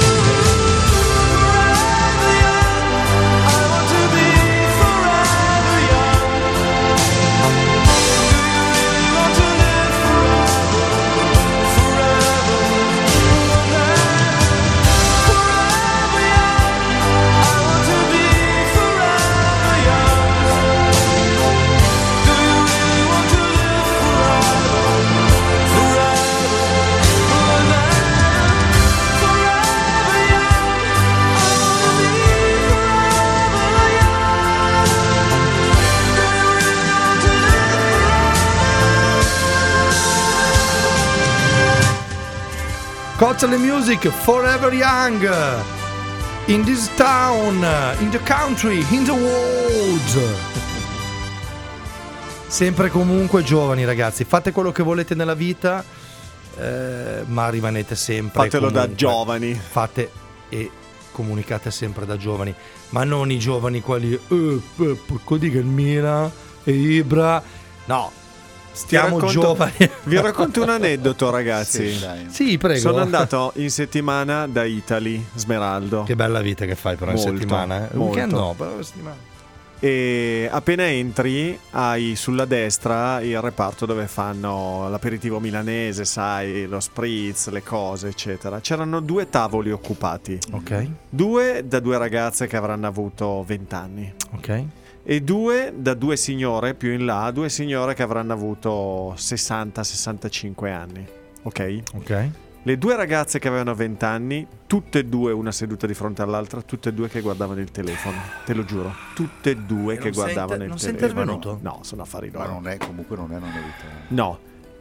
Speaker 11: Forever young, I want to be forever young. Do you really want to live forever? Forever, forever young. I want to be forever young. Do you really want to live forever? Forever, forever young. I want to be forever young. Do you really want to
Speaker 6: Cocktail Music, Forever Young. In this town, in the country, in the world. Sempre comunque giovani ragazzi, fate quello che volete nella vita, ma rimanete sempre
Speaker 7: Fatelo da
Speaker 6: comunque-
Speaker 7: giovani.
Speaker 6: Fate e comunicate sempre da giovani, ma non i giovani quelli porco di che il Mina e Ibra. No, stiamo giovani.
Speaker 7: Vi racconto un aneddoto, ragazzi.
Speaker 8: Sì, dai.
Speaker 6: Sì, prego.
Speaker 7: Sono andato in settimana da Italy, Smeraldo.
Speaker 6: Che bella vita che fai però in
Speaker 7: Molto,
Speaker 6: settimana,
Speaker 7: molto.
Speaker 6: Weekend no, però in settimana.
Speaker 7: E appena entri hai sulla destra il reparto dove fanno l'aperitivo milanese, sai, lo spritz, le cose eccetera. C'erano 2 tavoli occupati,
Speaker 6: Ok,
Speaker 7: 2 da 2 ragazze che avranno avuto 20 anni
Speaker 6: ok.
Speaker 7: e 2 da 2 signore più in là, 2 signore che avranno avuto 60-65 anni. Ok?
Speaker 6: Ok.
Speaker 7: Le 2 ragazze che avevano 20 anni, tutte e 2, una seduta di fronte all'altra, tutte e 2 che guardavano il telefono, te lo giuro, tutte e 2 che
Speaker 6: non sei
Speaker 7: guardavano il
Speaker 6: non sei
Speaker 7: telefono.
Speaker 6: intervenuto?
Speaker 7: No, sono affari
Speaker 8: Ma
Speaker 7: loro.
Speaker 8: non è, comunque non è una novità.
Speaker 7: No,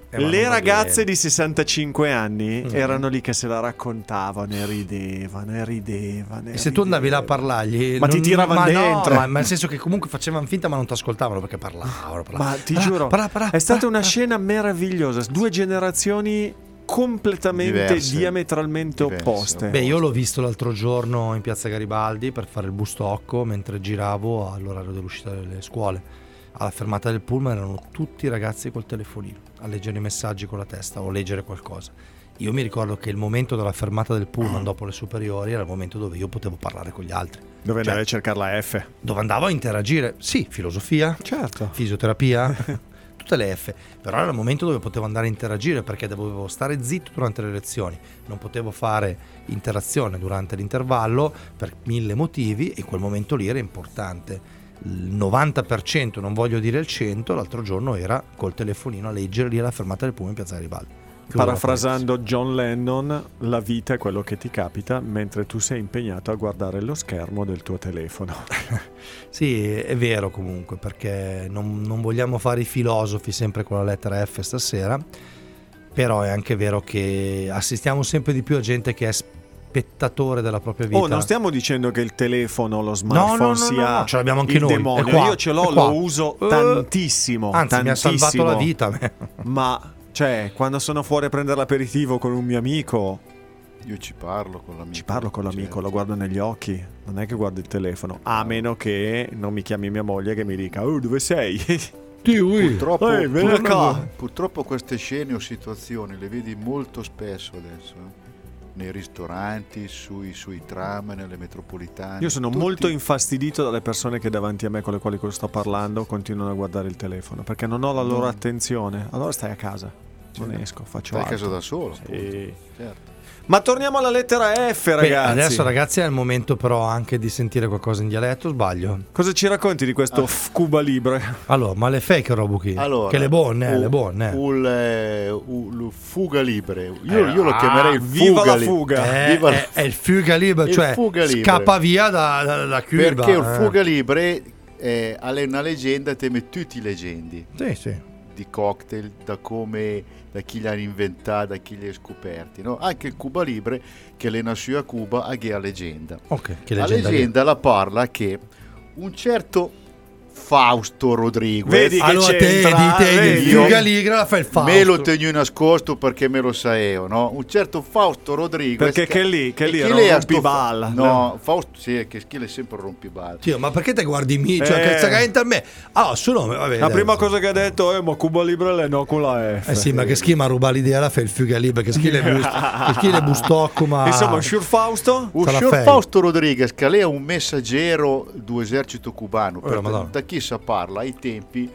Speaker 7: Le ragazze di 65 anni erano lì che se la raccontavano e ridevano.
Speaker 6: E se tu andavi là a parlargli,
Speaker 7: ti tiravano dentro.
Speaker 6: No, ma nel senso che comunque facevano finta, ma non ti ascoltavano perché parlavano.
Speaker 7: Ma ti giuro, è stata una scena meravigliosa. 2 generazioni completamente diametralmente opposte.
Speaker 6: Beh, io l'ho visto l'altro giorno in piazza Garibaldi per fare il bustocco mentre giravo all'orario dell'uscita delle scuole. Alla fermata del pullman erano tutti ragazzi col telefonino a leggere i messaggi con la testa o leggere qualcosa. Io mi ricordo che il momento della fermata del pullman dopo le superiori era il momento dove io potevo parlare con gli altri.
Speaker 7: Dove andavi a cercare la F?
Speaker 6: Dove andavo a interagire, sì, filosofia,
Speaker 7: certo,
Speaker 6: fisioterapia, tutte le F. Però era il momento dove potevo andare a interagire perché dovevo stare zitto durante le lezioni. Non potevo fare interazione durante l'intervallo per 1000 motivi e quel momento lì era importante. Il 90%, non voglio dire il 100%, l'altro giorno era col telefonino a leggere lì alla fermata del pullman in piazza Garibaldi.
Speaker 7: Parafrasando John Lennon, la vita è quello che ti capita mentre tu sei impegnato a guardare lo schermo del tuo telefono.
Speaker 6: Sì, è vero comunque, perché non vogliamo fare i filosofi sempre con la lettera F stasera, però è anche vero che assistiamo sempre di più a gente che è spettatore della propria vita.
Speaker 7: Non stiamo dicendo che il telefono, lo smartphone sia
Speaker 6: ce l'abbiamo anche
Speaker 7: il
Speaker 6: noi.
Speaker 7: demonio. Io ce l'ho, lo uso tantissimo.
Speaker 6: Anzi, mi ha salvato la vita a me.
Speaker 7: Ma cioè, quando sono fuori a prendere l'aperitivo con un mio amico,
Speaker 8: io ci parlo con l'amico.
Speaker 7: Ci parlo con l'amico, lo guardo negli occhi. Non è che guardo il telefono. A meno che non mi chiami mia moglie che mi dica: oh, dove sei?
Speaker 8: Purtroppo queste scene o situazioni le vedi molto spesso adesso. Nei ristoranti, sui tram, nelle metropolitane.
Speaker 7: Io sono molto infastidito dalle persone che davanti a me, con le quali sto parlando, continuano a guardare il telefono perché non ho la loro attenzione. Allora stai a casa, non esco, faccio
Speaker 8: altro.
Speaker 7: Stai
Speaker 8: a casa da solo,
Speaker 7: sì.
Speaker 8: Certo.
Speaker 7: Ma torniamo alla lettera F, ragazzi.
Speaker 6: Adesso, ragazzi, è il momento però anche di sentire qualcosa in dialetto, sbaglio?
Speaker 7: Cosa ci racconti di questo Cuba Libre?
Speaker 6: Allora, ma le fake robuchi?
Speaker 8: Allora,
Speaker 6: che le buone, le buone.
Speaker 8: Il fuga libre. Io lo chiamerei il
Speaker 7: viva
Speaker 8: fuga
Speaker 7: la fuga.
Speaker 6: È il fuga libre, cioè scappa via da Cuba.
Speaker 8: Perché il fuga libre è una leggenda, teme tutti i leggendi.
Speaker 6: Sì.
Speaker 8: Di cocktail, da chi li ha inventati, da chi li ha scoperti, no? Anche il Cuba Libre che le nasce a Cuba ha che leggenda.
Speaker 6: Che
Speaker 8: la leggenda la parla che un certo Fausto Rodriguez,
Speaker 7: vedi che
Speaker 6: allora il fuga ligra la fa il Fausto.
Speaker 8: Me lo tengo nascosto perché me lo sapevo, no? Un certo Fausto Rodriguez
Speaker 7: perché che lì era un rompiballa.
Speaker 8: No, Fausto sì, che schile è sempre un rompiballa.
Speaker 6: Tio, ma perché te guardi me? Cioè che sta a me? Ah, suo nome, vabbè.
Speaker 7: La prima cosa che ha detto è ma Cuba Libre le no con la F.
Speaker 6: Sì, ma che schima ruba l'idea la fa il fuga libre, che schile bustocco, ma
Speaker 7: insomma, Sure Fausto?
Speaker 8: Fausto Rodriguez che lei è un messaggero dell'esercito cubano, da chi sa parla ai tempi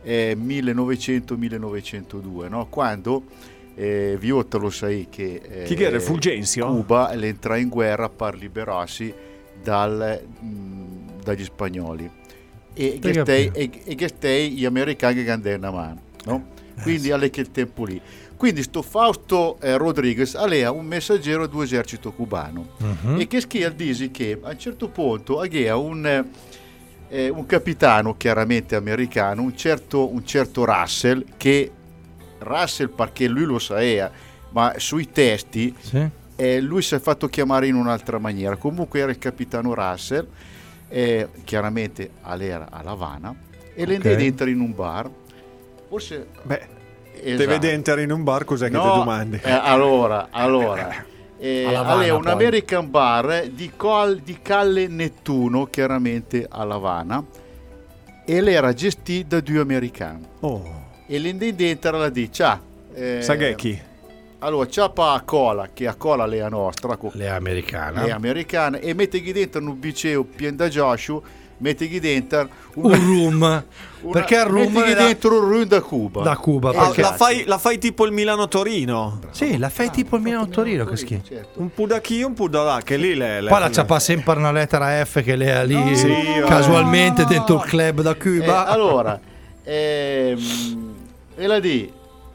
Speaker 8: 1900-1902, no? Quando Viotta lo sai che
Speaker 7: chi era Fulgenzio?
Speaker 8: Cuba entra in guerra per liberarsi dagli spagnoli e che gli americani che andavano una mano, no? Quindi alle che tempo lì. Quindi sto Fausto Rodriguez aveva un messaggero dell'esercito cubano e che schia dice che a un certo punto aveva un capitano chiaramente americano, un certo Russell, che Russell perché lui lo sapeva, ma sui testi lui si è fatto chiamare in un'altra maniera. Comunque era il capitano Russell, chiaramente all'era a La Havana, e le entra in un bar. Forse
Speaker 7: te vede entrare in un bar, cos'è che ti domandi?
Speaker 8: Allora è un American bar di Calle Nettuno, chiaramente a La Havana, e l'era gestita da 2 americani. E l'intendente la dice
Speaker 7: Saghechi.
Speaker 8: Allora c'è a cola, che a cola le è nostra,
Speaker 6: le americane,
Speaker 8: e mette dentro un biceo pieno da gioscio, metti dentro
Speaker 6: un rum, perché il rum
Speaker 8: metti dentro un rum da Cuba.
Speaker 7: La fai tipo il Milano-Torino.
Speaker 6: Sì, la fai tipo il Milano-Torino, che schifo.
Speaker 8: Certo.
Speaker 7: Un po' da chi, un po' da là, che lì
Speaker 6: poi la c'ha sempre una lettera F che lei ha lì casualmente dentro il club da Cuba.
Speaker 8: Allora e la D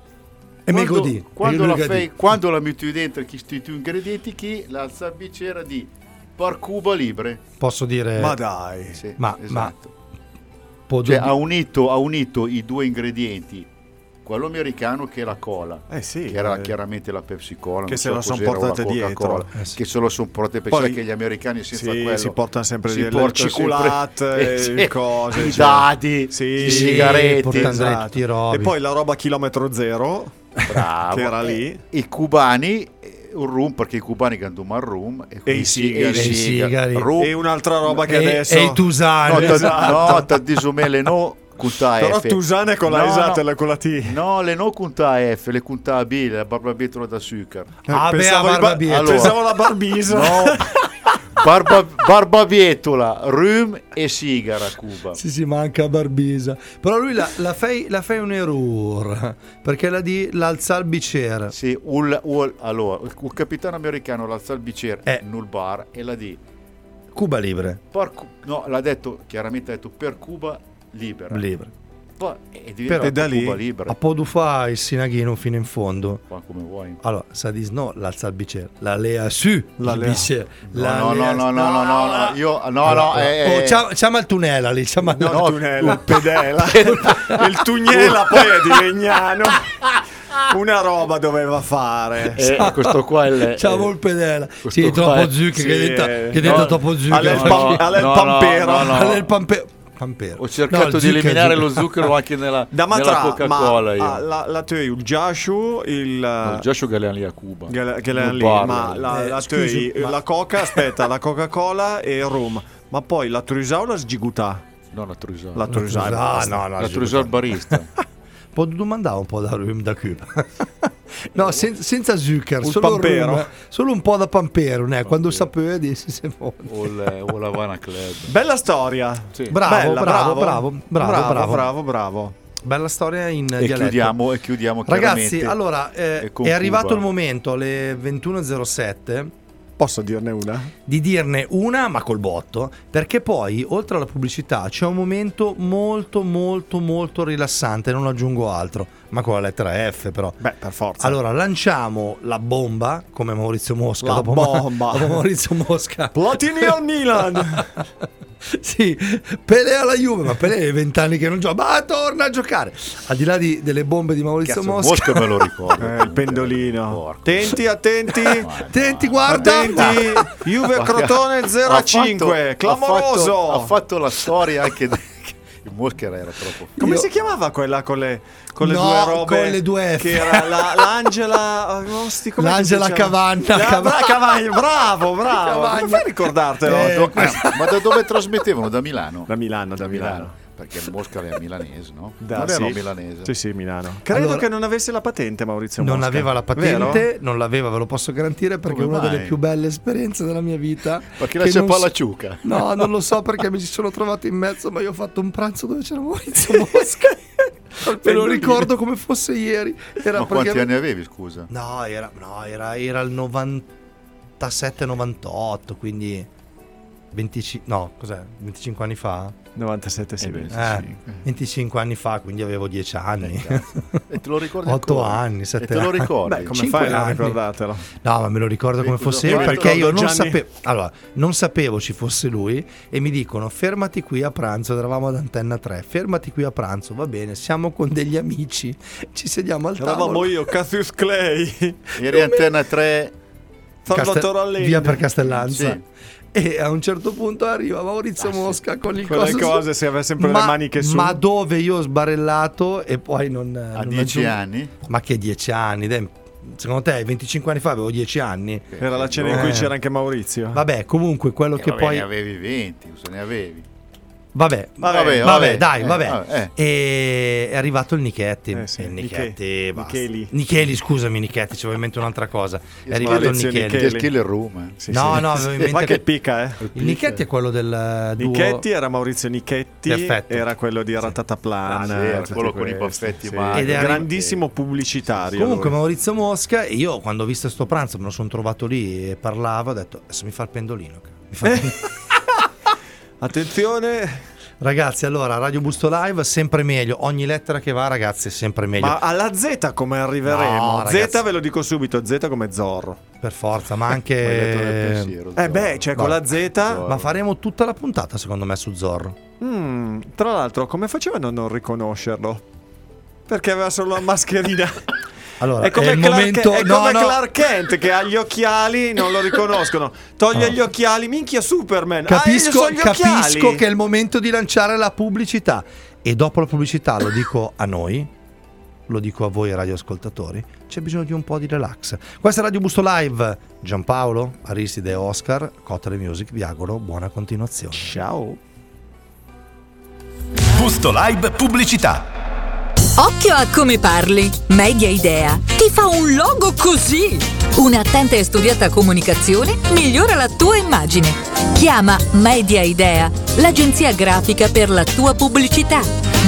Speaker 8: quando la metti dentro questi 2 ingredienti, chi la sabicera di per Cuba Libre,
Speaker 6: posso dire,
Speaker 7: ma dai,
Speaker 8: esatto. Cioè, ha unito i 2 ingredienti quello americano che è la cola,
Speaker 7: sì,
Speaker 8: che era chiaramente la Pepsi Cola,
Speaker 7: che
Speaker 8: non
Speaker 7: se
Speaker 8: so
Speaker 7: lo sono
Speaker 8: cos'era, o la
Speaker 7: portate
Speaker 8: Coca-Cola,
Speaker 7: dietro.
Speaker 8: che se lo sono portate, pensare che gli americani senza quello
Speaker 7: si portano sempre
Speaker 8: si
Speaker 7: le
Speaker 8: portano
Speaker 7: ciculate,
Speaker 8: sempre-
Speaker 7: le cose,
Speaker 8: i dadi, i sigaretti,
Speaker 6: tutti i robi.
Speaker 7: e poi la roba chilometro zero,
Speaker 8: bravo,
Speaker 7: che era lì,
Speaker 8: i cubani, un rum, perché i cubani candomano al rum
Speaker 7: e i sigari,
Speaker 8: rum,
Speaker 7: e un'altra roba che
Speaker 6: e
Speaker 7: adesso
Speaker 6: i tusani.
Speaker 8: no, t'addisumele no cunta
Speaker 7: però
Speaker 8: F.
Speaker 7: Tusane con la esatta e con la T.
Speaker 8: No, le no cunta F, le cunta B, la barbabietola da zucchero.
Speaker 7: Pensavo pensavo la barbisa.
Speaker 8: No, barbabietola, rum e sigara a Cuba.
Speaker 6: Sì, manca Barbisa. Però lui la fai un errore, perché l'alza il bicchiere.
Speaker 8: Sì, allora, il capitano americano l'alza il bicchiere nel bar e la di
Speaker 6: Cuba libre.
Speaker 8: No, l'ha detto, chiaramente ha detto per Cuba libera. Poi è diventato
Speaker 6: da lì
Speaker 8: Cuba libera.
Speaker 6: a podu fa il sinaghino fino in fondo.
Speaker 8: Ma come vuoi.
Speaker 6: Allora, sa dis no, l'alza il bicchiere. La lea su il bicchiere.
Speaker 8: No, io
Speaker 6: chiama il tunela lì, chiama
Speaker 7: il tunela, il pedela. Il tugnela poi è di Legnano. Una roba doveva fare.
Speaker 8: Questo qua è
Speaker 6: ciao il pedela. Sì, troppo zucchero, che dentro troppo zucchero.
Speaker 7: Alle il pampero.
Speaker 8: Ho cercato di eliminare lo zucchero anche nella Coca-Cola.
Speaker 7: La tei, il giasciu, il
Speaker 8: giasciu che lì a Cuba.
Speaker 7: Che lì, ma la Coca, aspetta, la Coca-Cola e il rum. Ma poi la Trusau o la Sgigutà?
Speaker 8: No, la Trusau.
Speaker 7: La Trusau.
Speaker 8: La Trusau il barista.
Speaker 6: Può domandare un po' da rum da Cuba. No, senza zucchero, solo un po' da pampero, quando sapeva se
Speaker 8: o l'Havana Club.
Speaker 7: Bella storia.
Speaker 8: Sì.
Speaker 6: Bravo. Bella storia in
Speaker 8: dialetto. E chiudiamo
Speaker 6: ragazzi, allora è arrivato il momento alle 21:07.
Speaker 7: Posso dirne una?
Speaker 6: Di dirne una, ma col botto, perché poi, oltre alla pubblicità, c'è un momento molto, molto, molto rilassante, non aggiungo altro, ma con la lettera F però.
Speaker 7: Beh, per forza.
Speaker 6: Allora, lanciamo la bomba, come Maurizio Mosca.
Speaker 7: La bomba.
Speaker 6: Dopo Maurizio Mosca.
Speaker 7: Platini al Milan.
Speaker 6: Sì, Pelé alla Juve, ma Pelé è 20 anni che non gioca, ma torna a giocare. Al di là delle bombe di Maurizio Mosca.
Speaker 8: Mosca me lo ricordo.
Speaker 7: Il pendolino. Attenti,
Speaker 6: guarda.
Speaker 7: Juve Crotone 0-5, clamoroso.
Speaker 8: Ha fatto la storia anche il Mosca era troppo.
Speaker 7: Come si chiamava quella con le due robe?
Speaker 6: Con le due F.
Speaker 7: Che era l'Angela.
Speaker 6: L'Angela Cavanna.
Speaker 7: Bravo. Come fai a ricordartelo?
Speaker 8: Ma da dove trasmettevano? Da Milano?
Speaker 7: Da Milano.
Speaker 8: Perché il Mosca era milanese, no?
Speaker 7: Non
Speaker 8: era milanese.
Speaker 7: Sì, Milano. Credo che non avesse la patente Maurizio Mosca.
Speaker 6: Non aveva la patente,
Speaker 7: vero?
Speaker 6: non l'aveva, ve lo posso garantire, perché è una delle più belle esperienze della mia vita.
Speaker 8: Perché la c'è la ciuca.
Speaker 6: No, non lo so, perché mi ci sono trovato in mezzo, ma io ho fatto un pranzo dove c'era Maurizio Mosca. Me lo ricordo come fosse ieri.
Speaker 8: Ma quanti anni avevi, scusa?
Speaker 6: No, era il 97-98, quindi 25 anni fa?
Speaker 7: 97, sì.
Speaker 6: 25 anni fa, quindi avevo 10 anni.
Speaker 8: E te lo ricordi?
Speaker 6: 8 anni, 7
Speaker 8: anni. E te lo ricordi?
Speaker 7: Beh, come fai a ricordartelo?
Speaker 6: No, ma me lo ricordo come fosse io, perché io non sapevo ci fosse lui, e mi dicono fermati qui a pranzo, eravamo ad Antenna 3, fermati qui a pranzo, va bene, siamo con degli amici, ci sediamo al tavolo.
Speaker 7: Eravamo io, Cassius Clay.
Speaker 8: Eri Antenna 3
Speaker 7: Salvatore Allende.
Speaker 6: Via per Castellanza.
Speaker 8: Sì.
Speaker 6: E a un certo punto arriva Maurizio Mosca con il
Speaker 7: quelle cose si aveva sempre le maniche su.
Speaker 6: Ma dove io ho sbarellato e poi non
Speaker 8: a 10 anni?
Speaker 6: Ma che 10 anni? Dai, secondo te 25 anni fa avevo 10 anni?
Speaker 7: Era la cena in cui c'era anche Maurizio.
Speaker 6: Vabbè, comunque quello che poi
Speaker 8: ne avevi 20, se ne avevi.
Speaker 6: Vabbè. E è arrivato il Nichetti. Nicheli, scusami, Nichetti, c'avevo in mente un'altra cosa. È arrivato il Nicheli.
Speaker 8: Del Killer Room.
Speaker 6: No, avevo in mente.
Speaker 7: Ma che picca,
Speaker 6: Il Nichetti è quello del duo.
Speaker 7: Nichetti era Maurizio Nichetti.
Speaker 6: Perfetto.
Speaker 7: Era quello di Ratataplan.
Speaker 8: Era quello con i baffetti.
Speaker 7: Ed è grandissimo pubblicitario.
Speaker 6: Comunque Maurizio Mosca, e io quando ho visto sto pranzo me lo sono trovato lì e parlavo, ho detto adesso mi fa il pendolino.
Speaker 7: Attenzione
Speaker 6: ragazzi, allora Radio Busto Live sempre meglio, ogni lettera che va ragazzi è sempre meglio.
Speaker 7: Ma alla Z come arriveremo? No, Z ve lo dico subito, Z come Zorro.
Speaker 6: Per forza, ma anche
Speaker 7: con la Z.
Speaker 6: Ma faremo tutta la puntata secondo me su Zorro.
Speaker 7: Tra l'altro come facevano a non riconoscerlo? Perché aveva solo la mascherina.
Speaker 6: Allora,
Speaker 7: è come,
Speaker 6: è il momento...
Speaker 7: Clark Kent che ha gli occhiali, non lo riconoscono. Toglie gli occhiali, minchia Superman.
Speaker 6: Capisco
Speaker 7: occhiali.
Speaker 6: che è il momento di lanciare la pubblicità. E dopo la pubblicità, lo dico a noi, lo dico a voi radioascoltatori, c'è bisogno di un po' di relax. Questa è Radio Busto Live. Giampaolo, Aristide e Oscar, Cocktail Music vi auguro buona continuazione.
Speaker 7: Ciao.
Speaker 2: Busto Live pubblicità.
Speaker 3: Occhio a come parli. Media Idea ti fa un logo così. Un'attenta e studiata comunicazione migliora la tua immagine. Chiama Media Idea, l'agenzia grafica per la tua pubblicità.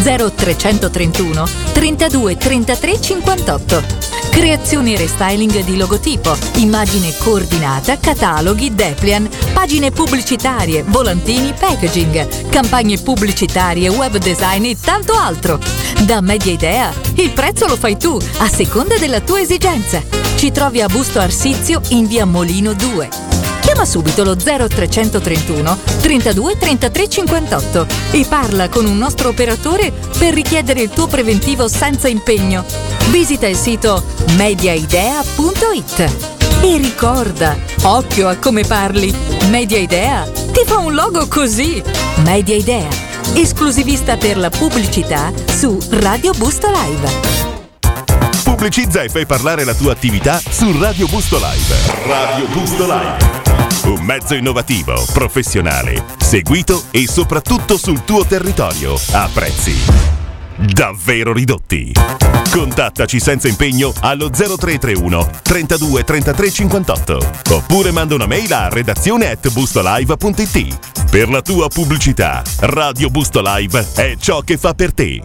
Speaker 3: 0331 32 33 58. Creazione e restyling di logotipo, immagine coordinata, cataloghi, dépliant, pagine pubblicitarie, volantini, packaging, campagne pubblicitarie, web design e tanto altro. Da Media Idea il prezzo lo fai tu, a seconda della tua esigenza. Ci trovi a Busto Arsizio in via Molino 2. Chiama subito lo 0331 32 33 58 e parla con un nostro operatore per richiedere il tuo preventivo senza impegno. Visita il sito mediaidea.it e ricorda, occhio a come parli. Media Idea ti fa un logo così. Media Idea, esclusivista per la pubblicità su Radio Busto Live.
Speaker 4: Pubblicizza e fai parlare la tua attività su Radio Busto Live. Radio Busto Live. Un mezzo innovativo, professionale, seguito e soprattutto sul tuo territorio, a prezzi davvero ridotti. Contattaci senza impegno allo 0331 32 33 58 oppure manda una mail a redazione@bustolive.it. Per la tua pubblicità, Radio Busto Live è ciò che fa per te.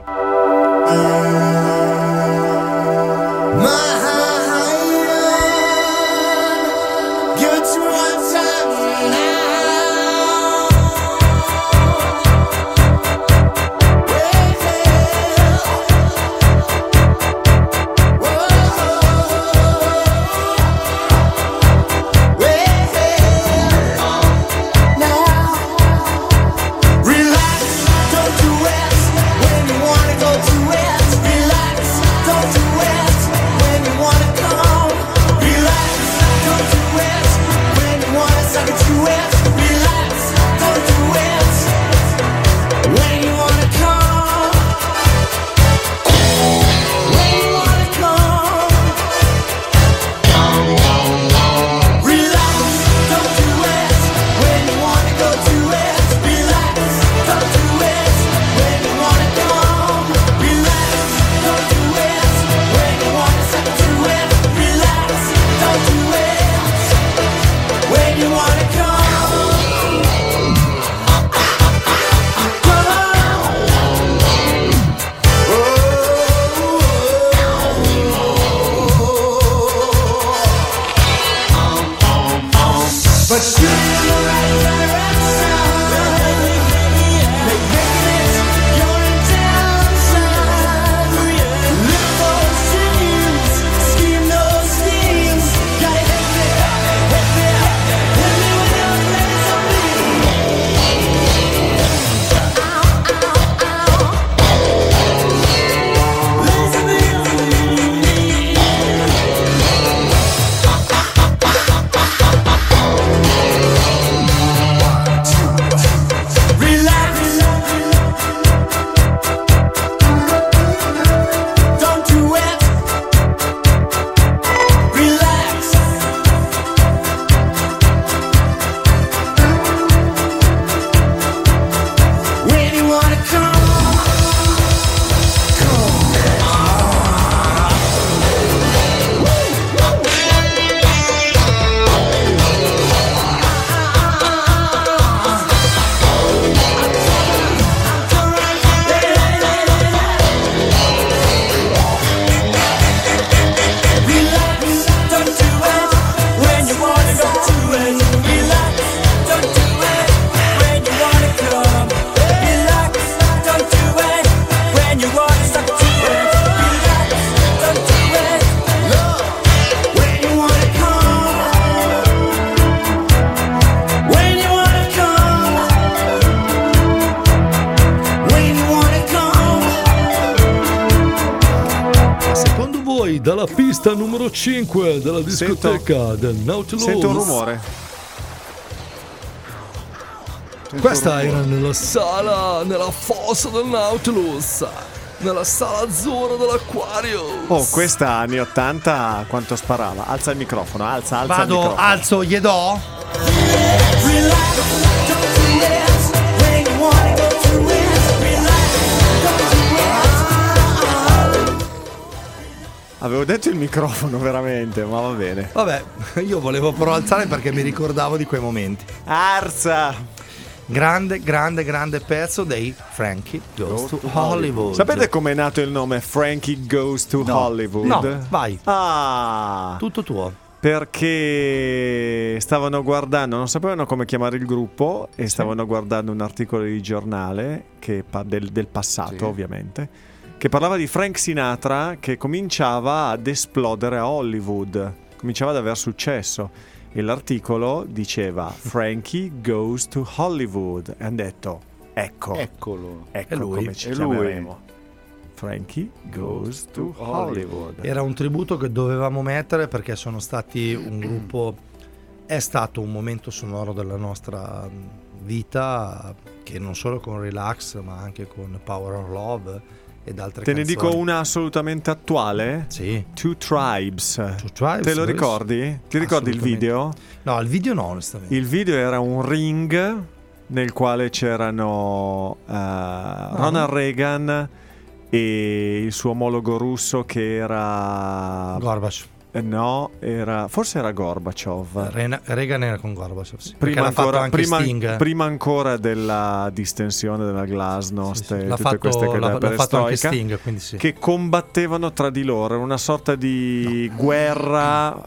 Speaker 11: Let me
Speaker 12: dalla pista numero 5 della discoteca del Nautilus.
Speaker 7: Sento un rumore.
Speaker 12: Questa era nella sala, nella fossa del Nautilus, nella sala azzurra dell'acquario.
Speaker 7: Oh, questa anni 80 quanto sparava. Alza il microfono, alza il microfono.
Speaker 6: Alzo, gli do?
Speaker 7: Avevo detto il microfono veramente, ma va bene.
Speaker 6: Vabbè, io volevo però alzare perché mi ricordavo di quei momenti.
Speaker 7: Arza!
Speaker 6: Grande pezzo dei Frankie Goes to Hollywood.
Speaker 7: Sapete com'è nato il nome Frankie Goes to Hollywood?
Speaker 6: No, vai.
Speaker 7: Ah!
Speaker 6: Tutto tuo.
Speaker 7: Perché stavano guardando, non sapevano come chiamare il gruppo e stavano guardando un articolo di giornale del passato, ovviamente, che parlava di Frank Sinatra che cominciava ad esplodere a Hollywood, cominciava ad aver successo. E l'articolo diceva Frankie Goes to Hollywood. E hanno detto, eccolo
Speaker 6: È lui.
Speaker 7: come ci chiameremo. Frankie Goes to Hollywood.
Speaker 6: Era un tributo che dovevamo mettere perché sono stati un gruppo, è stato un momento sonoro della nostra vita, che non solo con Relax ma anche con Power of Love ed altre
Speaker 7: Te
Speaker 6: canzoni.
Speaker 7: ne dico una assolutamente attuale?
Speaker 6: Sì.
Speaker 7: Two Tribes.
Speaker 6: Tribes,
Speaker 7: Te lo ricordi? Ti ricordi il video?
Speaker 6: No, il video no, onestamente.
Speaker 7: Il video era un ring nel quale c'erano Ronald Reagan e il suo omologo russo che era
Speaker 6: Gorbachev.
Speaker 7: No, forse era Gorbaciov.
Speaker 6: Reagan era con Gorbachev, sì.
Speaker 7: Prima ancora della distensione della glasnost e
Speaker 6: l'ha
Speaker 7: tutte queste cose della perestroica,
Speaker 6: Sting, quindi sì.
Speaker 7: che combattevano tra di loro, una sorta di guerra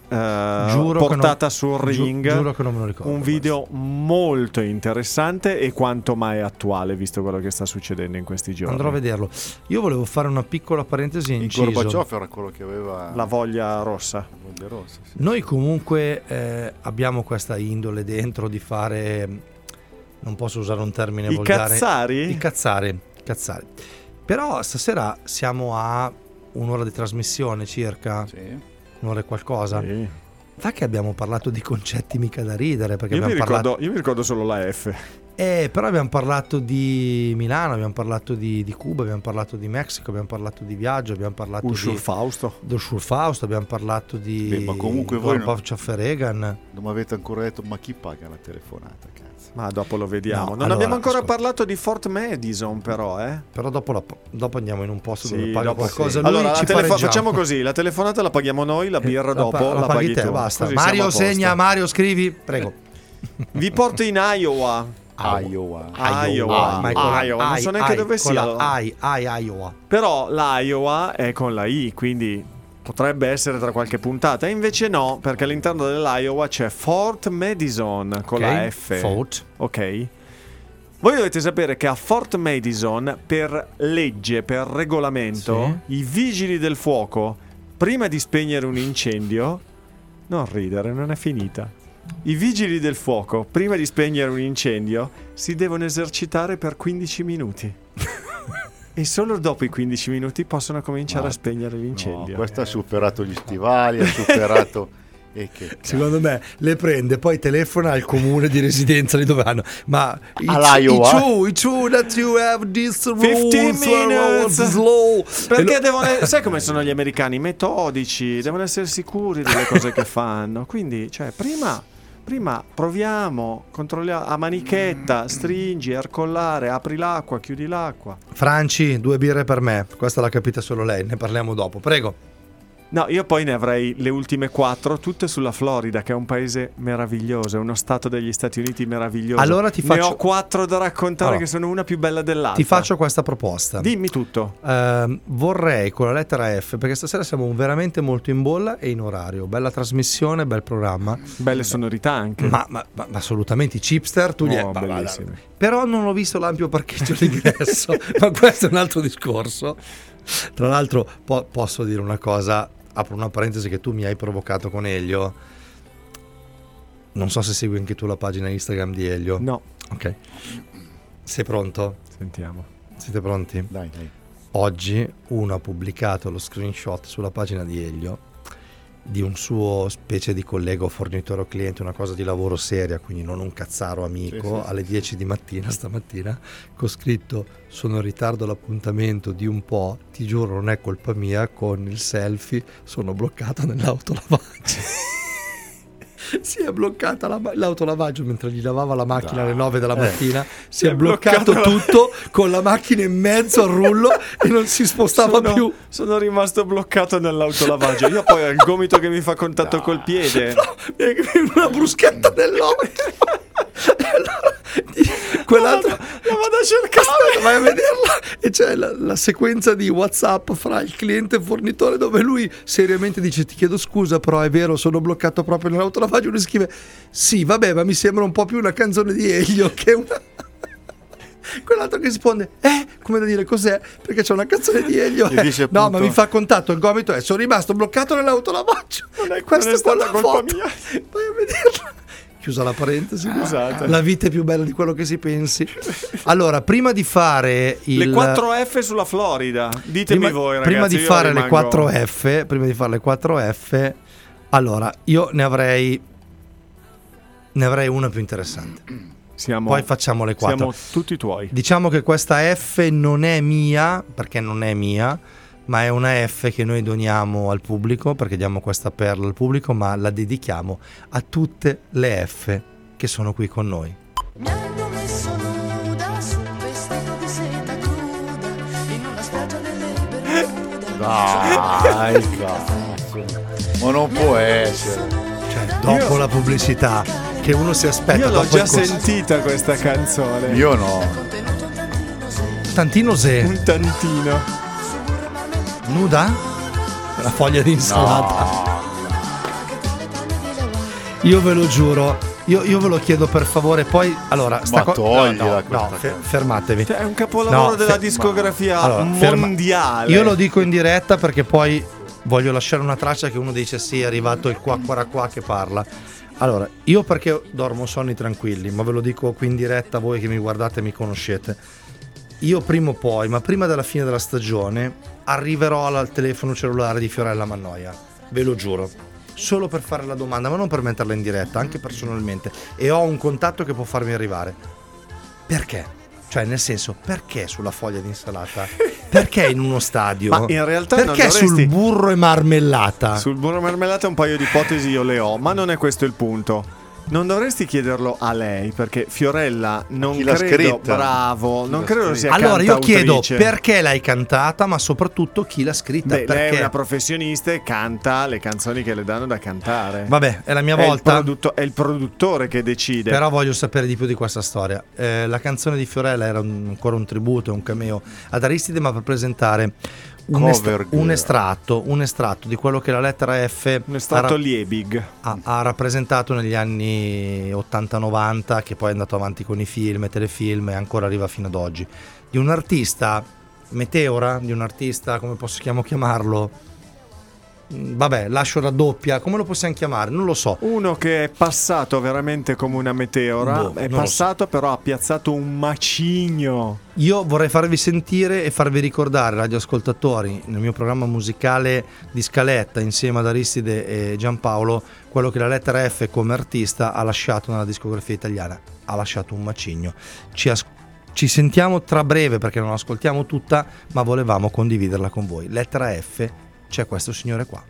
Speaker 7: portata sul ring.
Speaker 6: Giuro che non me lo ricordo.
Speaker 7: Un video molto interessante e quanto mai attuale, visto quello che sta succedendo in questi giorni.
Speaker 6: Andrò a vederlo. Io volevo fare una piccola parentesi
Speaker 8: Il
Speaker 6: inciso.
Speaker 8: Gorbaciov era quello che aveva
Speaker 7: la voglia rossa.
Speaker 8: Rossa, sì.
Speaker 6: Noi comunque abbiamo questa indole dentro di fare, non posso usare un termine volgare,
Speaker 7: cazzari?
Speaker 6: I cazzari. Però stasera siamo a un'ora di trasmissione circa, un'ora e qualcosa.
Speaker 7: Sì.
Speaker 6: Fa che abbiamo parlato di concetti mica da ridere, perché
Speaker 7: io mi ricordo solo la F.
Speaker 6: Però abbiamo parlato di Milano, abbiamo parlato di Cuba, abbiamo parlato di Messico, abbiamo parlato di viaggio, abbiamo parlato
Speaker 7: del
Speaker 6: Schulfausto, abbiamo parlato di
Speaker 8: ma comunque voi
Speaker 6: Reagan.
Speaker 8: Non mi avete ancora detto ma chi paga la telefonata, cazzo?
Speaker 7: Ma dopo lo vediamo.
Speaker 6: No,
Speaker 7: abbiamo ancora parlato di Fort Madison, però
Speaker 6: Però dopo andiamo in un posto dove paga qualcosa.
Speaker 7: Allora facciamo così, la telefonata la paghiamo noi, la birra dopo la paghi
Speaker 6: te,
Speaker 7: tu.
Speaker 6: basta.
Speaker 7: Così
Speaker 6: Mario segna, Mario scrivi, prego.
Speaker 7: Vi porto in Iowa.
Speaker 6: Iowa.
Speaker 7: Non so neanche dove sia.
Speaker 6: Iowa.
Speaker 7: Però l'Iowa è con la I, quindi potrebbe essere tra qualche puntata. E invece no, perché all'interno dell'Iowa c'è Fort Madison con la F.
Speaker 6: Fort.
Speaker 7: Ok. Voi dovete sapere che a Fort Madison, per legge, per regolamento, i vigili del fuoco, prima di spegnere un incendio, non ridere, non è finita. I vigili del fuoco, prima di spegnere un incendio, si devono esercitare per 15 minuti. E solo dopo i 15 minuti possono cominciare a spegnere l'incendio.
Speaker 8: No, questo ha superato gli stivali, ha superato...
Speaker 6: Secondo me le prende, poi telefona al comune di residenza lì dove hanno. Ma
Speaker 8: all'Iowa?
Speaker 6: it's true that you have this
Speaker 7: 15 minutes
Speaker 6: slow.
Speaker 7: Perché sai come sono gli americani? Metodici, devono essere sicuri delle cose che fanno. Quindi, cioè, prima proviamo, controlliamo a manichetta, stringi, arcollare, apri l'acqua, chiudi l'acqua.
Speaker 6: Franci, 2 birre per me. Questa l'ha capita solo lei, ne parliamo dopo. Prego.
Speaker 7: No, io poi ne avrei le ultime 4, tutte sulla Florida, che è un paese meraviglioso, è uno stato degli Stati Uniti meraviglioso.
Speaker 6: Allora
Speaker 7: ne ho 4 da raccontare che sono una più bella dell'altra.
Speaker 6: Ti faccio questa proposta.
Speaker 7: Dimmi tutto.
Speaker 6: Vorrei con la lettera F, perché stasera siamo veramente molto in bolla e in orario. Bella trasmissione, bel programma.
Speaker 7: Belle sonorità anche.
Speaker 6: Ma assolutamente, i chipster, tu
Speaker 7: bellissimi.
Speaker 6: Però non ho visto l'ampio parcheggio d'ingresso, ma questo è un altro discorso. Tra l'altro posso dire una cosa, apro una parentesi che tu mi hai provocato con Elio. Non so se segui anche tu la pagina Instagram di Elio.
Speaker 7: No.
Speaker 6: Ok. Sei pronto?
Speaker 7: Sentiamo.
Speaker 6: Siete pronti?
Speaker 8: Dai.
Speaker 6: oggi uno ha pubblicato lo screenshot sulla pagina di Elio di un suo specie di collega o fornitore o cliente, una cosa di lavoro seria, quindi non un cazzaro amico, alle 10 di mattina stamattina, con scritto: sono in ritardo all'appuntamento di un po', ti giuro non è colpa mia, con il selfie sono bloccato nell'autolavaggio. Si è bloccata l'autolavaggio mentre gli lavava la macchina alle 9 della mattina, si è bloccato tutto con la macchina in mezzo al rullo e non si spostava più.
Speaker 7: Sono rimasto bloccato nell'autolavaggio. Io poi ho il gomito che mi fa contatto col piede.
Speaker 6: Una bruschetta nell'occhio. Quell'altro
Speaker 7: la vado a cercare,
Speaker 6: vai a vederla, e c'è la sequenza di WhatsApp fra il cliente e il fornitore dove lui seriamente dice: ti chiedo scusa, però è vero, sono bloccato proprio nell'autolavaggio. Lui scrive: sì, vabbè, ma mi sembra un po' più una canzone di Elio che una... Quell'altro che risponde: come da dire, cos'è? Perché c'è una canzone di Elio.
Speaker 8: Dice,
Speaker 6: no,
Speaker 8: appunto,
Speaker 6: ma mi fa contatto il gomito e sono rimasto bloccato nell'autolavaggio. Questa è la colpa mia. Vai a vederla. Chiusa la parentesi.
Speaker 7: Scusate.
Speaker 6: La vita è più bella di quello che si pensi. Allora, prima di fare
Speaker 7: le 4F sulla Florida, ditemi voi, ragazzi.
Speaker 6: Prima di fare le 4F, allora io ne avrei una più interessante. Poi facciamo le 4.
Speaker 7: Siamo tutti tuoi.
Speaker 6: Diciamo che questa F non è mia, perché non è mia, ma è una F che noi doniamo al pubblico, perché diamo questa perla al pubblico, ma la dedichiamo a tutte le F che sono qui con noi.
Speaker 10: Mi hanno messo nuda su un vestito di seta cruda in una spiaggia delle Bermuda.
Speaker 8: Dai, cazzo. Ma non può essere.
Speaker 6: Cioè, dopo la pubblicità che uno si aspetta.
Speaker 7: Io l'ho
Speaker 6: dopo
Speaker 7: già sentita questa canzone.
Speaker 8: Io no.
Speaker 6: Tantino se.
Speaker 7: Un tantino.
Speaker 6: Nuda? La foglia di insalata.
Speaker 8: No.
Speaker 6: Io ve lo giuro. Io ve lo chiedo per favore. Poi allora fermatevi.
Speaker 7: Cioè, è un capolavoro della discografia mondiale.
Speaker 6: Io lo dico in diretta perché poi voglio lasciare una traccia che uno dice: sì, è arrivato il qua che parla. Allora, io perché dormo sonni tranquilli, ma ve lo dico qui in diretta, voi che mi guardate e mi conoscete. Io prima o poi, ma prima della fine della stagione, arriverò al telefono cellulare di Fiorella Mannoia, ve lo giuro, solo per fare la domanda, ma non per metterla in diretta, anche personalmente, e ho un contatto che può farmi arrivare. Perché? Cioè, nel senso, perché sulla foglia di insalata? Perché in uno stadio?
Speaker 7: Ma in realtà
Speaker 6: perché
Speaker 7: non dovresti...
Speaker 6: sul burro e marmellata?
Speaker 7: Sul burro e marmellata un paio di ipotesi io le ho, ma non è questo il punto. Non dovresti chiederlo a lei, perché Fiorella non credo bravo, non credo sia
Speaker 6: allora io chiedo
Speaker 7: cantautrice.
Speaker 6: Perché l'hai cantata, ma soprattutto chi l'ha scritta.
Speaker 7: Beh,
Speaker 6: perché
Speaker 7: lei è una professionista e canta le canzoni che le danno da cantare.
Speaker 6: Vabbè, è la mia volta.
Speaker 7: È il produttore che decide.
Speaker 6: Però voglio sapere di più di questa storia. La canzone di Fiorella era ancora un tributo, un cameo ad Aristide, ma per presentare un estratto di quello che la lettera F,
Speaker 7: un estratto Liebig,
Speaker 6: ha rappresentato negli anni 80-90, che poi è andato avanti con i film e telefilm e ancora arriva fino ad oggi, di un artista meteora, di un artista, come possiamo chiamarlo? Vabbè, lascio raddoppia, come lo possiamo chiamare? Non lo so.
Speaker 7: Uno che è passato veramente come una meteora, è passato, però ha piazzato un macigno.
Speaker 6: Io vorrei farvi sentire e farvi ricordare, radioascoltatori, nel mio programma musicale di scaletta insieme ad Aristide e Giampaolo, quello che la lettera F come artista ha lasciato nella discografia italiana. Ha lasciato un macigno. Ci sentiamo tra breve perché non l'ascoltiamo tutta, ma volevamo condividerla con voi. Lettera F, c'è questo signore qua.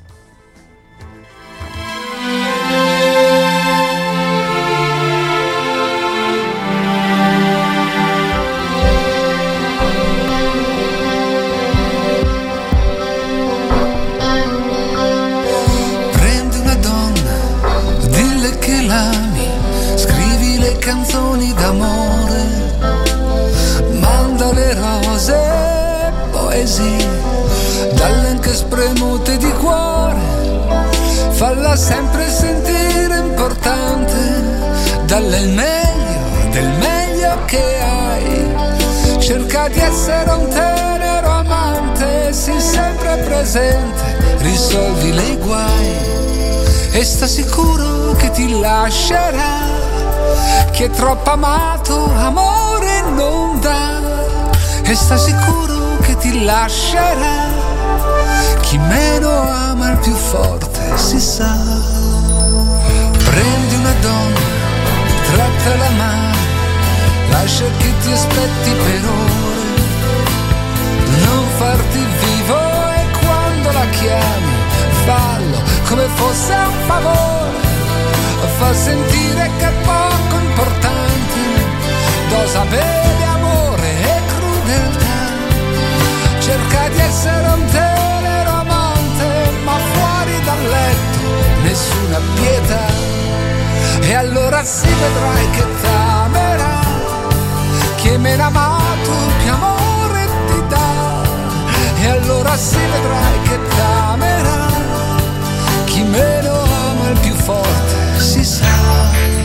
Speaker 13: Prendi una donna, dille che l'ami, scrivi le canzoni d'amore, manda le rose, poesie, dalle anche spremute di cuore, falla sempre sentire importante, dalle il meglio del meglio che hai, cerca di essere un tenero amante, sii sempre presente, risolvile i guai e sta sicuro che ti lascerà, chi è troppo amato amore non dà, e sta sicuro che ti lascerà. Chi meno ama il più forte, si sa. Prendi una donna, tratta la mano, lascia che ti aspetti per ore. Non farti vivo e quando la chiami, fallo come fosse un favore. Fa sentire che è poco importante, dosa beve amore e crudeltà. Cerca di essere un tenero amante, ma fuori dal letto nessuna pietà. E allora si vedrai che t'amerà, chi meno amato più amore ti dà. E allora si vedrai che t'amerà, chi meno ama il più forte, si sa.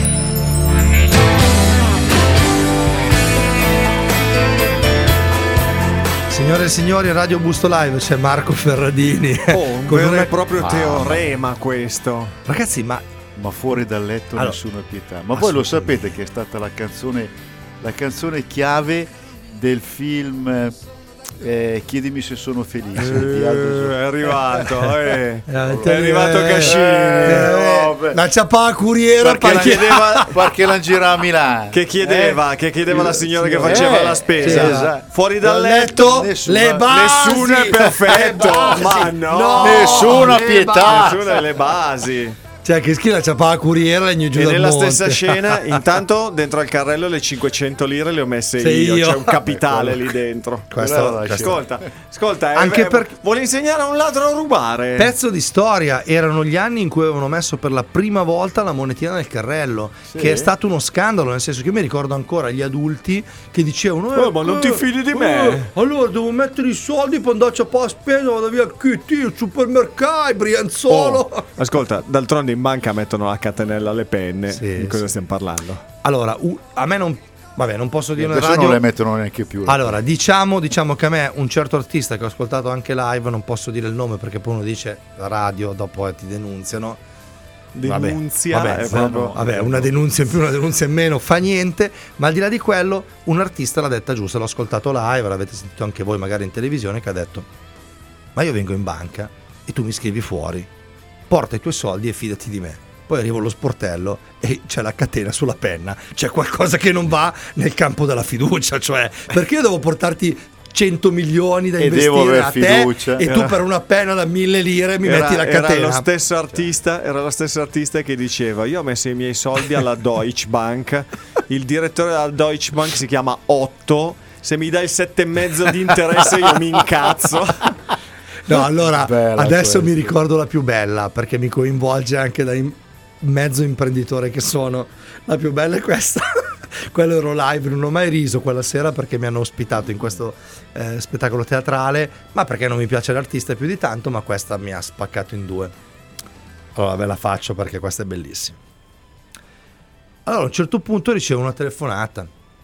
Speaker 6: Signore e signori, Radio Busto Live c'è Marco Ferradini.
Speaker 7: Un vero e proprio teorema questo.
Speaker 6: Ragazzi, ma
Speaker 8: fuori dal letto nessuna pietà. Ma voi lo sapete che è stata la canzone chiave del film Chiedimi se sono felice di Aldo
Speaker 7: è arrivato è arrivato Cascini,
Speaker 6: la ciapà curiera
Speaker 8: perché la gira a Milano
Speaker 7: che chiedeva la signora che faceva la spesa,
Speaker 8: esatto.
Speaker 7: Fuori dal letto
Speaker 6: le basi,
Speaker 7: nessuno è perfetto, ma no,
Speaker 8: nessuna pietà,
Speaker 7: nessuna delle basi.
Speaker 6: Cioè, che schifo, la ciapà curiera e giù
Speaker 7: e
Speaker 6: dal
Speaker 7: nella
Speaker 6: monte.
Speaker 7: stessa scena, intanto dentro al carrello le 500 lire le ho messe io. C'è un capitale lì dentro. Ascolta,
Speaker 6: anche perché
Speaker 7: vuole insegnare a un ladro a rubare.
Speaker 6: Pezzo di storia, erano gli anni in cui avevano messo per la prima volta la monetina nel carrello, che è stato uno scandalo, nel senso che io mi ricordo ancora gli adulti che dicevano
Speaker 7: ma non ti fidi di me?
Speaker 6: Allora devo mettere i soldi per andarci a fare spesa, vado via il supermercato, Brianzolo.
Speaker 7: Ascolta, d'altronde in banca mettono la catenella alle penne. Di cosa stiamo parlando?
Speaker 6: Allora, a me non posso dire nella
Speaker 8: adesso
Speaker 6: radio,
Speaker 8: non le mettono neanche più.
Speaker 6: Allora, diciamo che a me un certo artista che ho ascoltato anche live, non posso dire il nome perché poi uno dice la radio, dopo ti denunziano. Vabbè, una denunzia in più, una denunzia in meno, fa niente. Ma al di là di quello, un artista l'ha detta giusta, l'ho ascoltato live, l'avete sentito anche voi magari in televisione, che ha detto: ma io vengo in banca e tu mi scrivi fuori, porta i tuoi soldi e fidati di me. Poi arrivo allo sportello e c'è la catena sulla penna, c'è qualcosa che non va nel campo della fiducia, cioè perché io devo portarti 100 milioni da investire a te e tu per una penna da 1000 lire mi metti la catena.
Speaker 7: Era lo stesso artista che diceva: io ho messo i miei soldi alla Deutsche Bank, il direttore della Deutsche Bank si chiama Otto, se mi dai il 7,5 di interesse io mi incazzo.
Speaker 6: No, allora adesso mi ricordo la più bella, perché mi coinvolge anche da mezzo imprenditore che sono. La più bella è questa. Quello ero live, non ho mai riso quella sera perché mi hanno ospitato in questo spettacolo teatrale, ma perché non mi piace l'artista più di tanto, ma questa mi ha spaccato in due. Allora ve la faccio perché questa è bellissima. Allora a un certo punto ricevo una telefonata.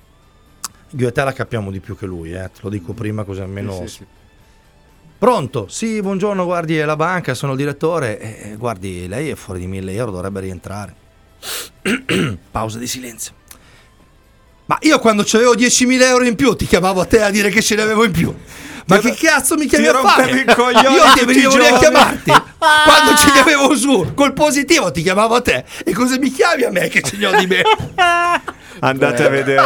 Speaker 6: Io e te la capiamo di più che lui, te lo dico prima così almeno... Sì. Pronto? Sì, buongiorno, guardi, è la banca, sono il direttore. Guardi, lei è fuori di 1.000 euro, dovrebbe rientrare. Pausa di silenzio. Ma io quando c'avevo 10.000 euro in più ti chiamavo a te a dire che ce ne avevo in più. Ma che cazzo mi chiami a fare? Io ti venivo lì a chiamarti. Quando ce li avevo su, col positivo ti chiamavo a te. E cosa mi chiami a me che ce ne ho di me?
Speaker 7: Andate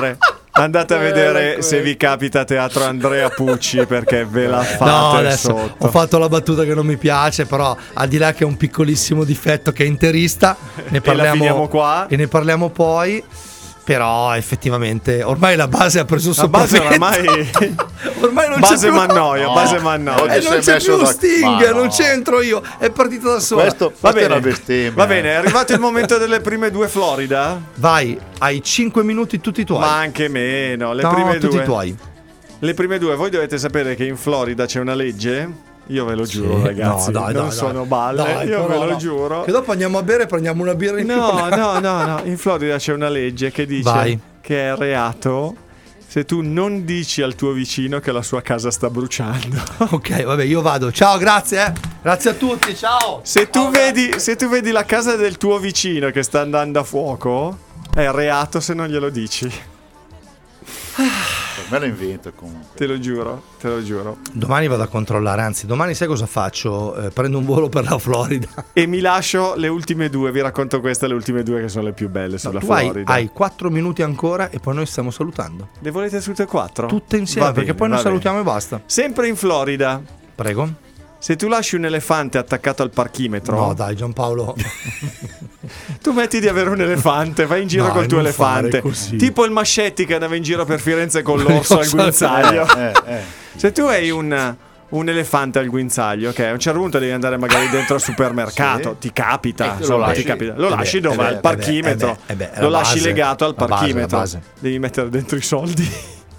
Speaker 7: a vedere se vi capita Teatro Andrea Pucci, perché ve la fate.
Speaker 6: No, adesso
Speaker 7: sotto.
Speaker 6: ho fatto la battuta che non mi piace, però al di là che è un piccolissimo difetto che è interista, ne parliamo,
Speaker 7: e la finiamo qua.
Speaker 6: E ne parliamo poi. Però effettivamente ormai la base ha preso
Speaker 7: sopravvento.
Speaker 6: Ormai non
Speaker 7: base
Speaker 6: c'è più
Speaker 7: Mannoia, base Mannoia.
Speaker 6: E non c'è più Sting, non c'entro io, è partito da sola.
Speaker 7: Va bene, è arrivato il momento delle prime due Florida.
Speaker 6: Vai, hai 5 minuti tutti tuoi.
Speaker 7: Ma anche meno,
Speaker 6: tutti tuoi.
Speaker 7: Le prime due, voi dovete sapere che in Florida c'è una legge. Io ve lo giuro, ragazzi, non sono balle, io ve lo giuro.
Speaker 6: Che dopo andiamo a bere e prendiamo una birra in più.
Speaker 7: No, in Florida c'è una legge che dice che è reato se tu non dici al tuo vicino che la sua casa sta bruciando.
Speaker 6: Ok, vabbè, io vado. Ciao, grazie. Grazie a tutti, ciao.
Speaker 7: Se tu vedi la casa del tuo vicino che sta andando a fuoco, è reato se non glielo dici.
Speaker 8: me lo invento comunque.
Speaker 7: Te lo giuro.
Speaker 6: Domani vado a controllare, anzi domani sai cosa faccio? Prendo un volo per la Florida.
Speaker 7: E mi lascio le ultime due, vi racconto queste, le ultime due che sono le più belle sulla Florida.
Speaker 6: Hai 4 minuti ancora e poi noi stiamo salutando.
Speaker 7: Le volete tutte e 4?
Speaker 6: Tutte insieme,
Speaker 7: Va bene,
Speaker 6: perché poi noi
Speaker 7: va bene.
Speaker 6: salutiamo e basta.
Speaker 7: Sempre in Florida.
Speaker 6: Prego.
Speaker 7: Se tu lasci un elefante attaccato al parchimetro,
Speaker 6: No dai Giampaolo.
Speaker 7: tu metti di avere un elefante, vai in giro
Speaker 6: No,
Speaker 7: col tuo
Speaker 6: non fare
Speaker 7: elefante,
Speaker 6: così.
Speaker 7: tipo il Mascetti che andava in giro per Firenze con l'orso al guinzaglio. Se tu hai un elefante al guinzaglio, ok, a un certo punto devi andare magari dentro al supermercato,
Speaker 8: Sì.
Speaker 7: ti capita,
Speaker 8: Lo
Speaker 7: insomma,
Speaker 8: lasci.
Speaker 7: ti capita. Lo lasci dove? Al parchimetro.
Speaker 6: è
Speaker 7: Lo
Speaker 6: la
Speaker 7: lasci
Speaker 6: base,
Speaker 7: legato al
Speaker 6: la base,
Speaker 7: parchimetro.
Speaker 6: la base.
Speaker 7: Devi mettere dentro i soldi.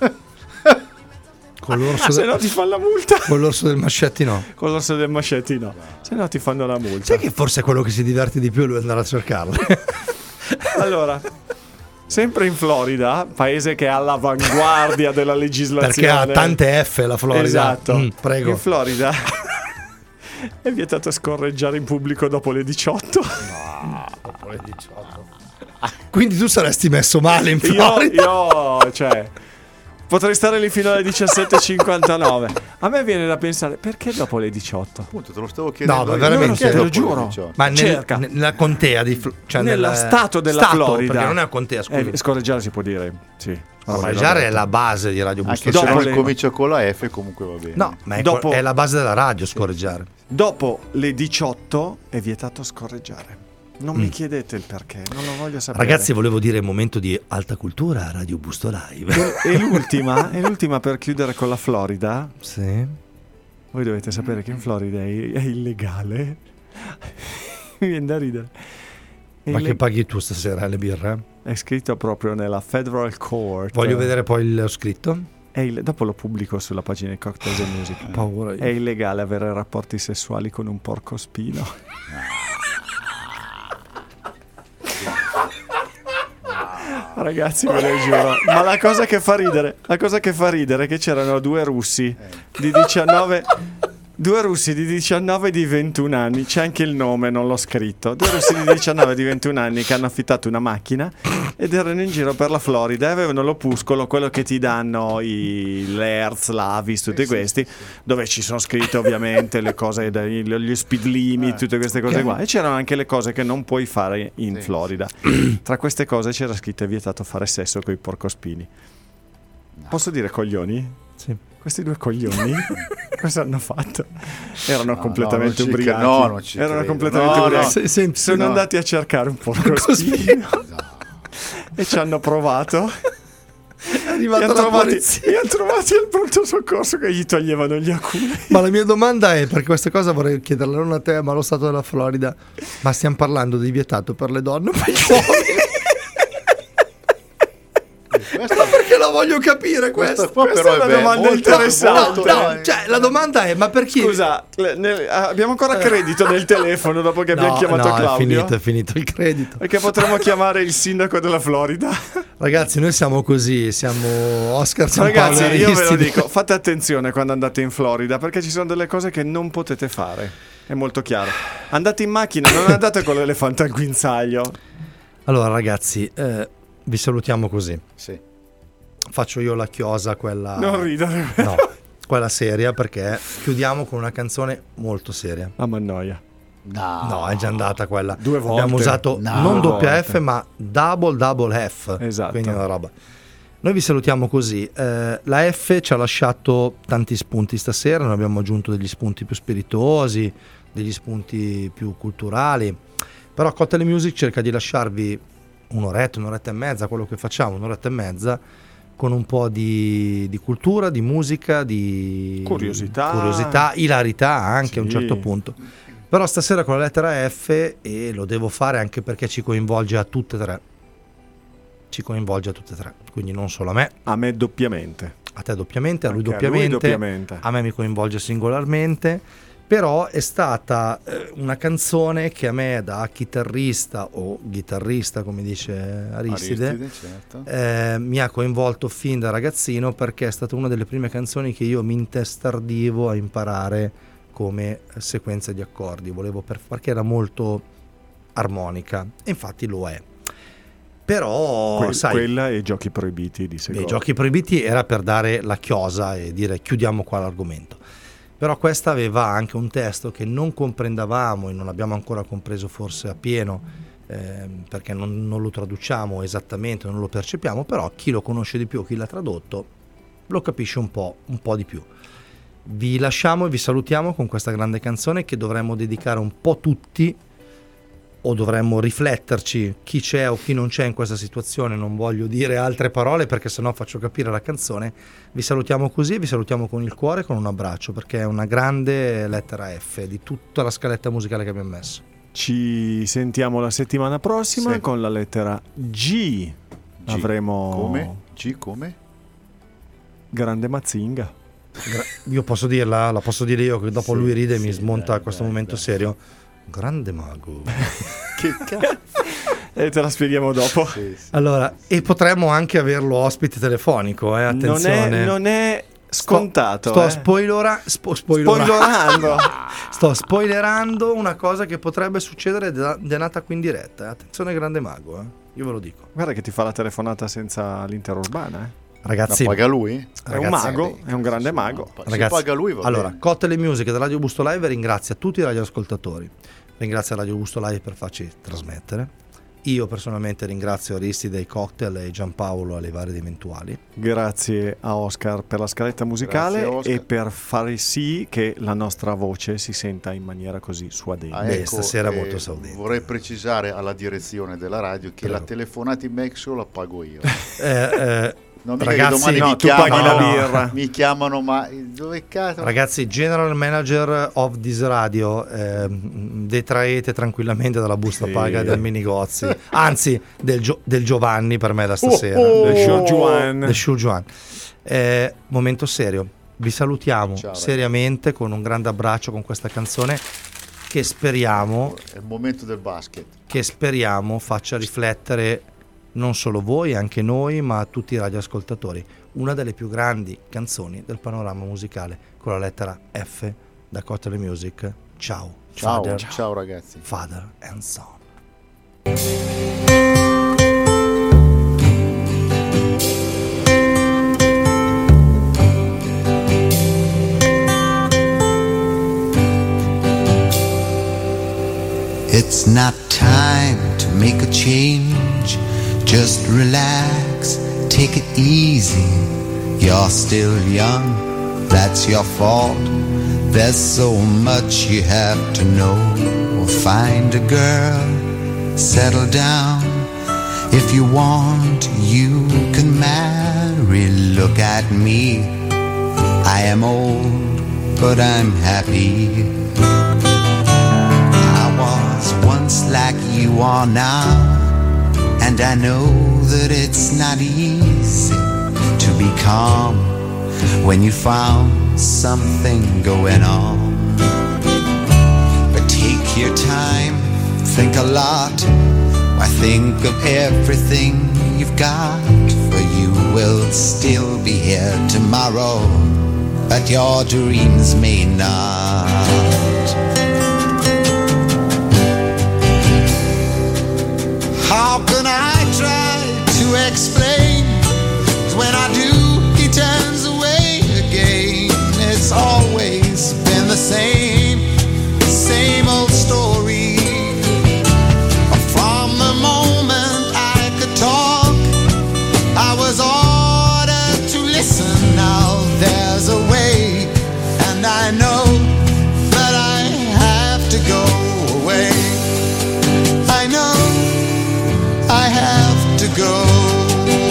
Speaker 6: Con l'orso,
Speaker 7: Se no ti fanno la multa.
Speaker 6: con l'orso del Mascetti no.
Speaker 7: Con l'orso del Mascetti no. Se no ti fanno la multa.
Speaker 6: Sai che forse è quello che si diverte di più è lui andare a cercarlo.
Speaker 7: Allora, sempre in Florida, paese che è all'avanguardia della legislazione.
Speaker 6: Perché ha tante F la Florida.
Speaker 7: Esatto.
Speaker 6: Prego.
Speaker 7: In Florida è vietato scorreggiare in pubblico dopo le 18.
Speaker 6: Dopo le 18. Quindi tu saresti messo male in Florida.
Speaker 7: Io, cioè, potrei stare lì fino alle 17:59. A me viene da pensare, perché dopo le 18?
Speaker 8: Appunto, te lo stavo chiedendo.
Speaker 6: No, ma
Speaker 8: io.
Speaker 6: veramente,
Speaker 8: Perché
Speaker 7: te lo
Speaker 8: dopo le
Speaker 7: giuro.
Speaker 8: 18?
Speaker 6: Ma
Speaker 7: Cerca.
Speaker 6: nella contea di cioè
Speaker 7: Nello
Speaker 6: nel
Speaker 7: stato della Florida.
Speaker 6: perché non è una contea, scusi.
Speaker 7: Scorreggiare si può dire, sì.
Speaker 6: Scorreggiare è la base di Radio
Speaker 8: Anche
Speaker 6: Busto.
Speaker 8: se
Speaker 7: Dopo
Speaker 8: non
Speaker 7: le-
Speaker 8: comincia con la F, comunque va bene.
Speaker 6: No, ma è,
Speaker 7: Dopo-
Speaker 6: è la base della radio scorreggiare.
Speaker 7: Dopo le 18 è vietato scorreggiare. Non mi chiedete il perché, non lo voglio sapere.
Speaker 6: Ragazzi, volevo dire momento di alta cultura a Radio Busto Live.
Speaker 7: E l'ultima per chiudere con la Florida.
Speaker 6: Sì.
Speaker 7: Voi dovete sapere che in Florida è illegale. Mi viene da ridere. È
Speaker 6: Ma
Speaker 7: illeg-
Speaker 6: che paghi tu stasera le birre?
Speaker 7: È scritto proprio nella Federal Court.
Speaker 6: Voglio vedere poi il scritto.
Speaker 7: Dopo lo pubblico sulla pagina di Cocktails and Music.
Speaker 6: Paura io.
Speaker 7: È illegale avere rapporti sessuali con un porcospino. Ragazzi, ve lo giuro. Ma la cosa che fa ridere è che c'erano due russi di 19 e di 21 anni, c'è anche il nome, non l'ho scritto. Due russi di 19 e di 21 anni che hanno affittato una macchina ed erano in giro per la Florida e avevano l'opuscolo, quello che ti danno l'Hertz, l'Avis, tutti questi, dove ci sono scritte ovviamente le cose, gli speed limit, tutte queste cose qua. E c'erano anche le cose che non puoi fare in Florida. Tra queste cose c'era scritto è vietato fare sesso con i porcospini. Posso dire coglioni?
Speaker 6: Sì.
Speaker 7: Questi due coglioni cosa hanno fatto? Erano
Speaker 8: No,
Speaker 7: completamente
Speaker 8: no, non ci
Speaker 7: ubriachi.
Speaker 8: cre- no, non ci
Speaker 7: Erano
Speaker 8: credo.
Speaker 7: completamente
Speaker 8: No,
Speaker 7: ubriachi.
Speaker 6: no. Senti,
Speaker 7: Sono
Speaker 6: no.
Speaker 7: andati a cercare un porcospino e ci hanno provato.
Speaker 6: È arrivata la polizia.
Speaker 7: E hanno trovati al pronto soccorso che gli toglievano gli aculi.
Speaker 6: Ma la mia domanda è, perché questa cosa vorrei chiederla non a te ma allo stato della Florida, ma stiamo parlando di vietato per le donne o per gli uomini? Ma perché la voglio capire questa?
Speaker 8: qua
Speaker 7: Questa
Speaker 8: però
Speaker 7: è una
Speaker 8: bello,
Speaker 7: domanda
Speaker 8: molto-
Speaker 7: interessante.
Speaker 8: molto-
Speaker 6: Cioè la domanda è, ma per chi?
Speaker 7: Scusa, abbiamo ancora credito nel telefono dopo che abbiamo chiamato Claudio?
Speaker 6: È finito il credito.
Speaker 7: Perché potremmo chiamare il sindaco della Florida.
Speaker 6: Ragazzi, noi siamo così, siamo Oscar Giampaolo
Speaker 7: Ragazzi, io ve lo
Speaker 6: Aristide.
Speaker 7: dico, fate attenzione quando andate in Florida perché ci sono delle cose che non potete fare. È molto chiaro. Andate in macchina, non andate con l'elefante al guinzaglio.
Speaker 6: Allora ragazzi, vi salutiamo così.
Speaker 8: Sì.
Speaker 6: Faccio io la chiosa, quella...
Speaker 7: Non ridere.
Speaker 6: No, quella seria, perché chiudiamo con una canzone molto seria.
Speaker 7: Ah, ma noia.
Speaker 6: No, è già andata quella.
Speaker 7: 2 volte.
Speaker 6: Abbiamo usato
Speaker 8: No.
Speaker 6: non
Speaker 7: Due
Speaker 6: doppia
Speaker 7: volte.
Speaker 6: F ma double F.
Speaker 7: Esatto.
Speaker 6: Quindi una roba. Noi vi salutiamo così. La F ci ha lasciato tanti spunti stasera, noi abbiamo aggiunto degli spunti più spiritosi, degli spunti più culturali. Però Cocktail Music cerca di lasciarvi un'oretta e mezza, quello che facciamo, un'oretta e mezza, con un po' di cultura, di musica, di curiosità, ilarità anche a un certo punto. Però stasera con la lettera F, e lo devo fare anche perché ci coinvolge a tutte e tre. Quindi non solo a me.
Speaker 7: A me doppiamente.
Speaker 6: A te doppiamente, a lui
Speaker 7: Anche a
Speaker 6: doppiamente,
Speaker 7: lui doppiamente.
Speaker 6: a me mi coinvolge singolarmente. Però è stata una canzone che a me da chitarrista o chitarrista, come dice Aristide,
Speaker 8: certo.
Speaker 6: mi ha coinvolto fin da ragazzino, perché è stata una delle prime canzoni che io mi intestardivo a imparare come sequenza di accordi. Volevo perché era molto armonica, e infatti lo è. Però sai,
Speaker 7: quella e Giochi Proibiti di Segov.
Speaker 6: Giochi Proibiti era per dare la chiosa e dire chiudiamo qua l'argomento. Però questa aveva anche un testo che non comprendavamo e non abbiamo ancora compreso forse appieno, perché non lo traduciamo esattamente, non lo percepiamo, però chi lo conosce di più, chi l'ha tradotto, lo capisce un po' di più. Vi lasciamo e vi salutiamo con questa grande canzone che dovremmo dedicare un po' tutti, o dovremmo rifletterci chi c'è o chi non c'è in questa situazione. Non voglio dire altre parole perché sennò faccio capire la canzone. Vi salutiamo così, vi salutiamo con il cuore, con un abbraccio, perché è una grande lettera F di tutta la scaletta musicale che abbiamo messo.
Speaker 7: Ci sentiamo la settimana prossima con la lettera G. Avremo
Speaker 8: come? G come?
Speaker 7: Grande Mazinga.
Speaker 6: Io posso dirla? La posso dire io, che dopo lui ride e mi smonta questo momento serio. Grande mago.
Speaker 7: Che cazzo? E te la spieghiamo dopo.
Speaker 6: Allora, e potremmo anche averlo ospite telefonico, attenzione.
Speaker 7: Non è scontato.
Speaker 6: Sto spoilerando. Sto spoilerando una cosa che potrebbe succedere ed è nata qui in diretta. Attenzione grande mago, io ve lo dico.
Speaker 7: Guarda che ti fa la telefonata senza l'interurbana,
Speaker 6: Ragazzi,
Speaker 8: la paga lui?
Speaker 7: È un mago, è un grande mago.
Speaker 6: Ragazzi,
Speaker 8: paga lui, va
Speaker 6: allora,
Speaker 8: bene.
Speaker 6: Cocktail e Music da Radio Busto Live ringrazia tutti i radioascoltatori. Ringrazia Radio Busto Live per farci trasmettere. Io personalmente ringrazio Aristide, Cocktail e Giampaolo alle varie ed eventuali.
Speaker 7: Grazie a Oscar per la scaletta musicale e per fare sì che la nostra voce si senta in maniera così suadente.
Speaker 6: Stasera molto saudente.
Speaker 8: Vorrei precisare alla direzione della radio che la telefonata in Mexo la pago io. Non
Speaker 6: Ragazzi,
Speaker 7: tu paghi la birra.
Speaker 8: Mi chiamano, ma dove cazzo?
Speaker 6: Ragazzi, general manager of this radio, detraete tranquillamente dalla busta paga del Minigozzi, anzi del Giovanni per me da stasera, del Shujuan. Momento serio, vi salutiamo seriamente con un grande abbraccio con questa canzone che speriamo
Speaker 8: è il momento del basket,
Speaker 6: che speriamo faccia riflettere non solo voi, anche noi, ma tutti i radioascoltatori. Una delle più grandi canzoni del panorama musicale, con la lettera F da Cocktail e Music. Ciao.
Speaker 8: Ciao ragazzi.
Speaker 6: Father and Son.
Speaker 14: It's not time to make a change. Just relax, take it easy. You're still young, that's your fault. There's so much you have to know. Find a girl, settle down. If you want, you can marry. Look at me, I am old, but I'm happy. I was once like you are now, and I know that it's not easy to be calm when you found something going on. But take your time, think a lot. Why, think of everything you've got, for you will still be here tomorrow, but your dreams may not. How can I try to explain? 'Cause when I do, he turns away again. It's always been the same old story. From the moment I could talk, I was ordered to listen. Now there's a way, and I know that I have to go away. I know I have to go.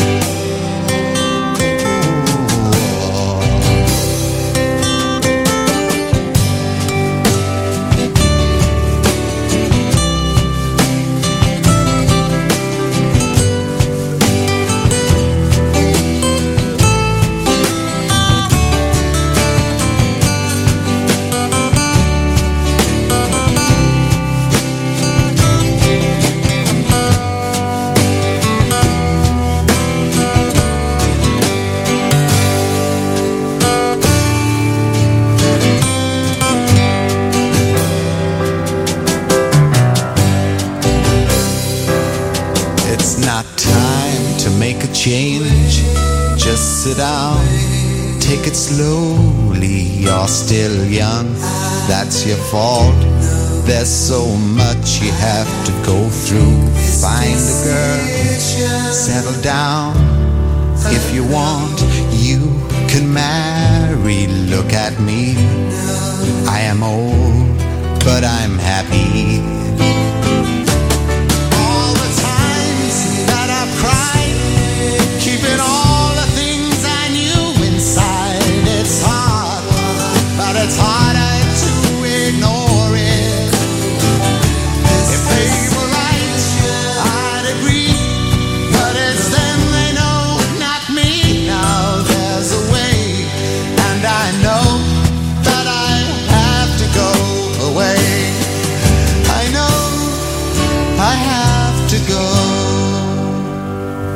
Speaker 14: Time to make a change. Just sit down, take it slowly. You're still young, that's your fault. There's so much you have to go through. Find a girl, settle down. If you want, you can marry. Look at me, I am old, but I'm happy.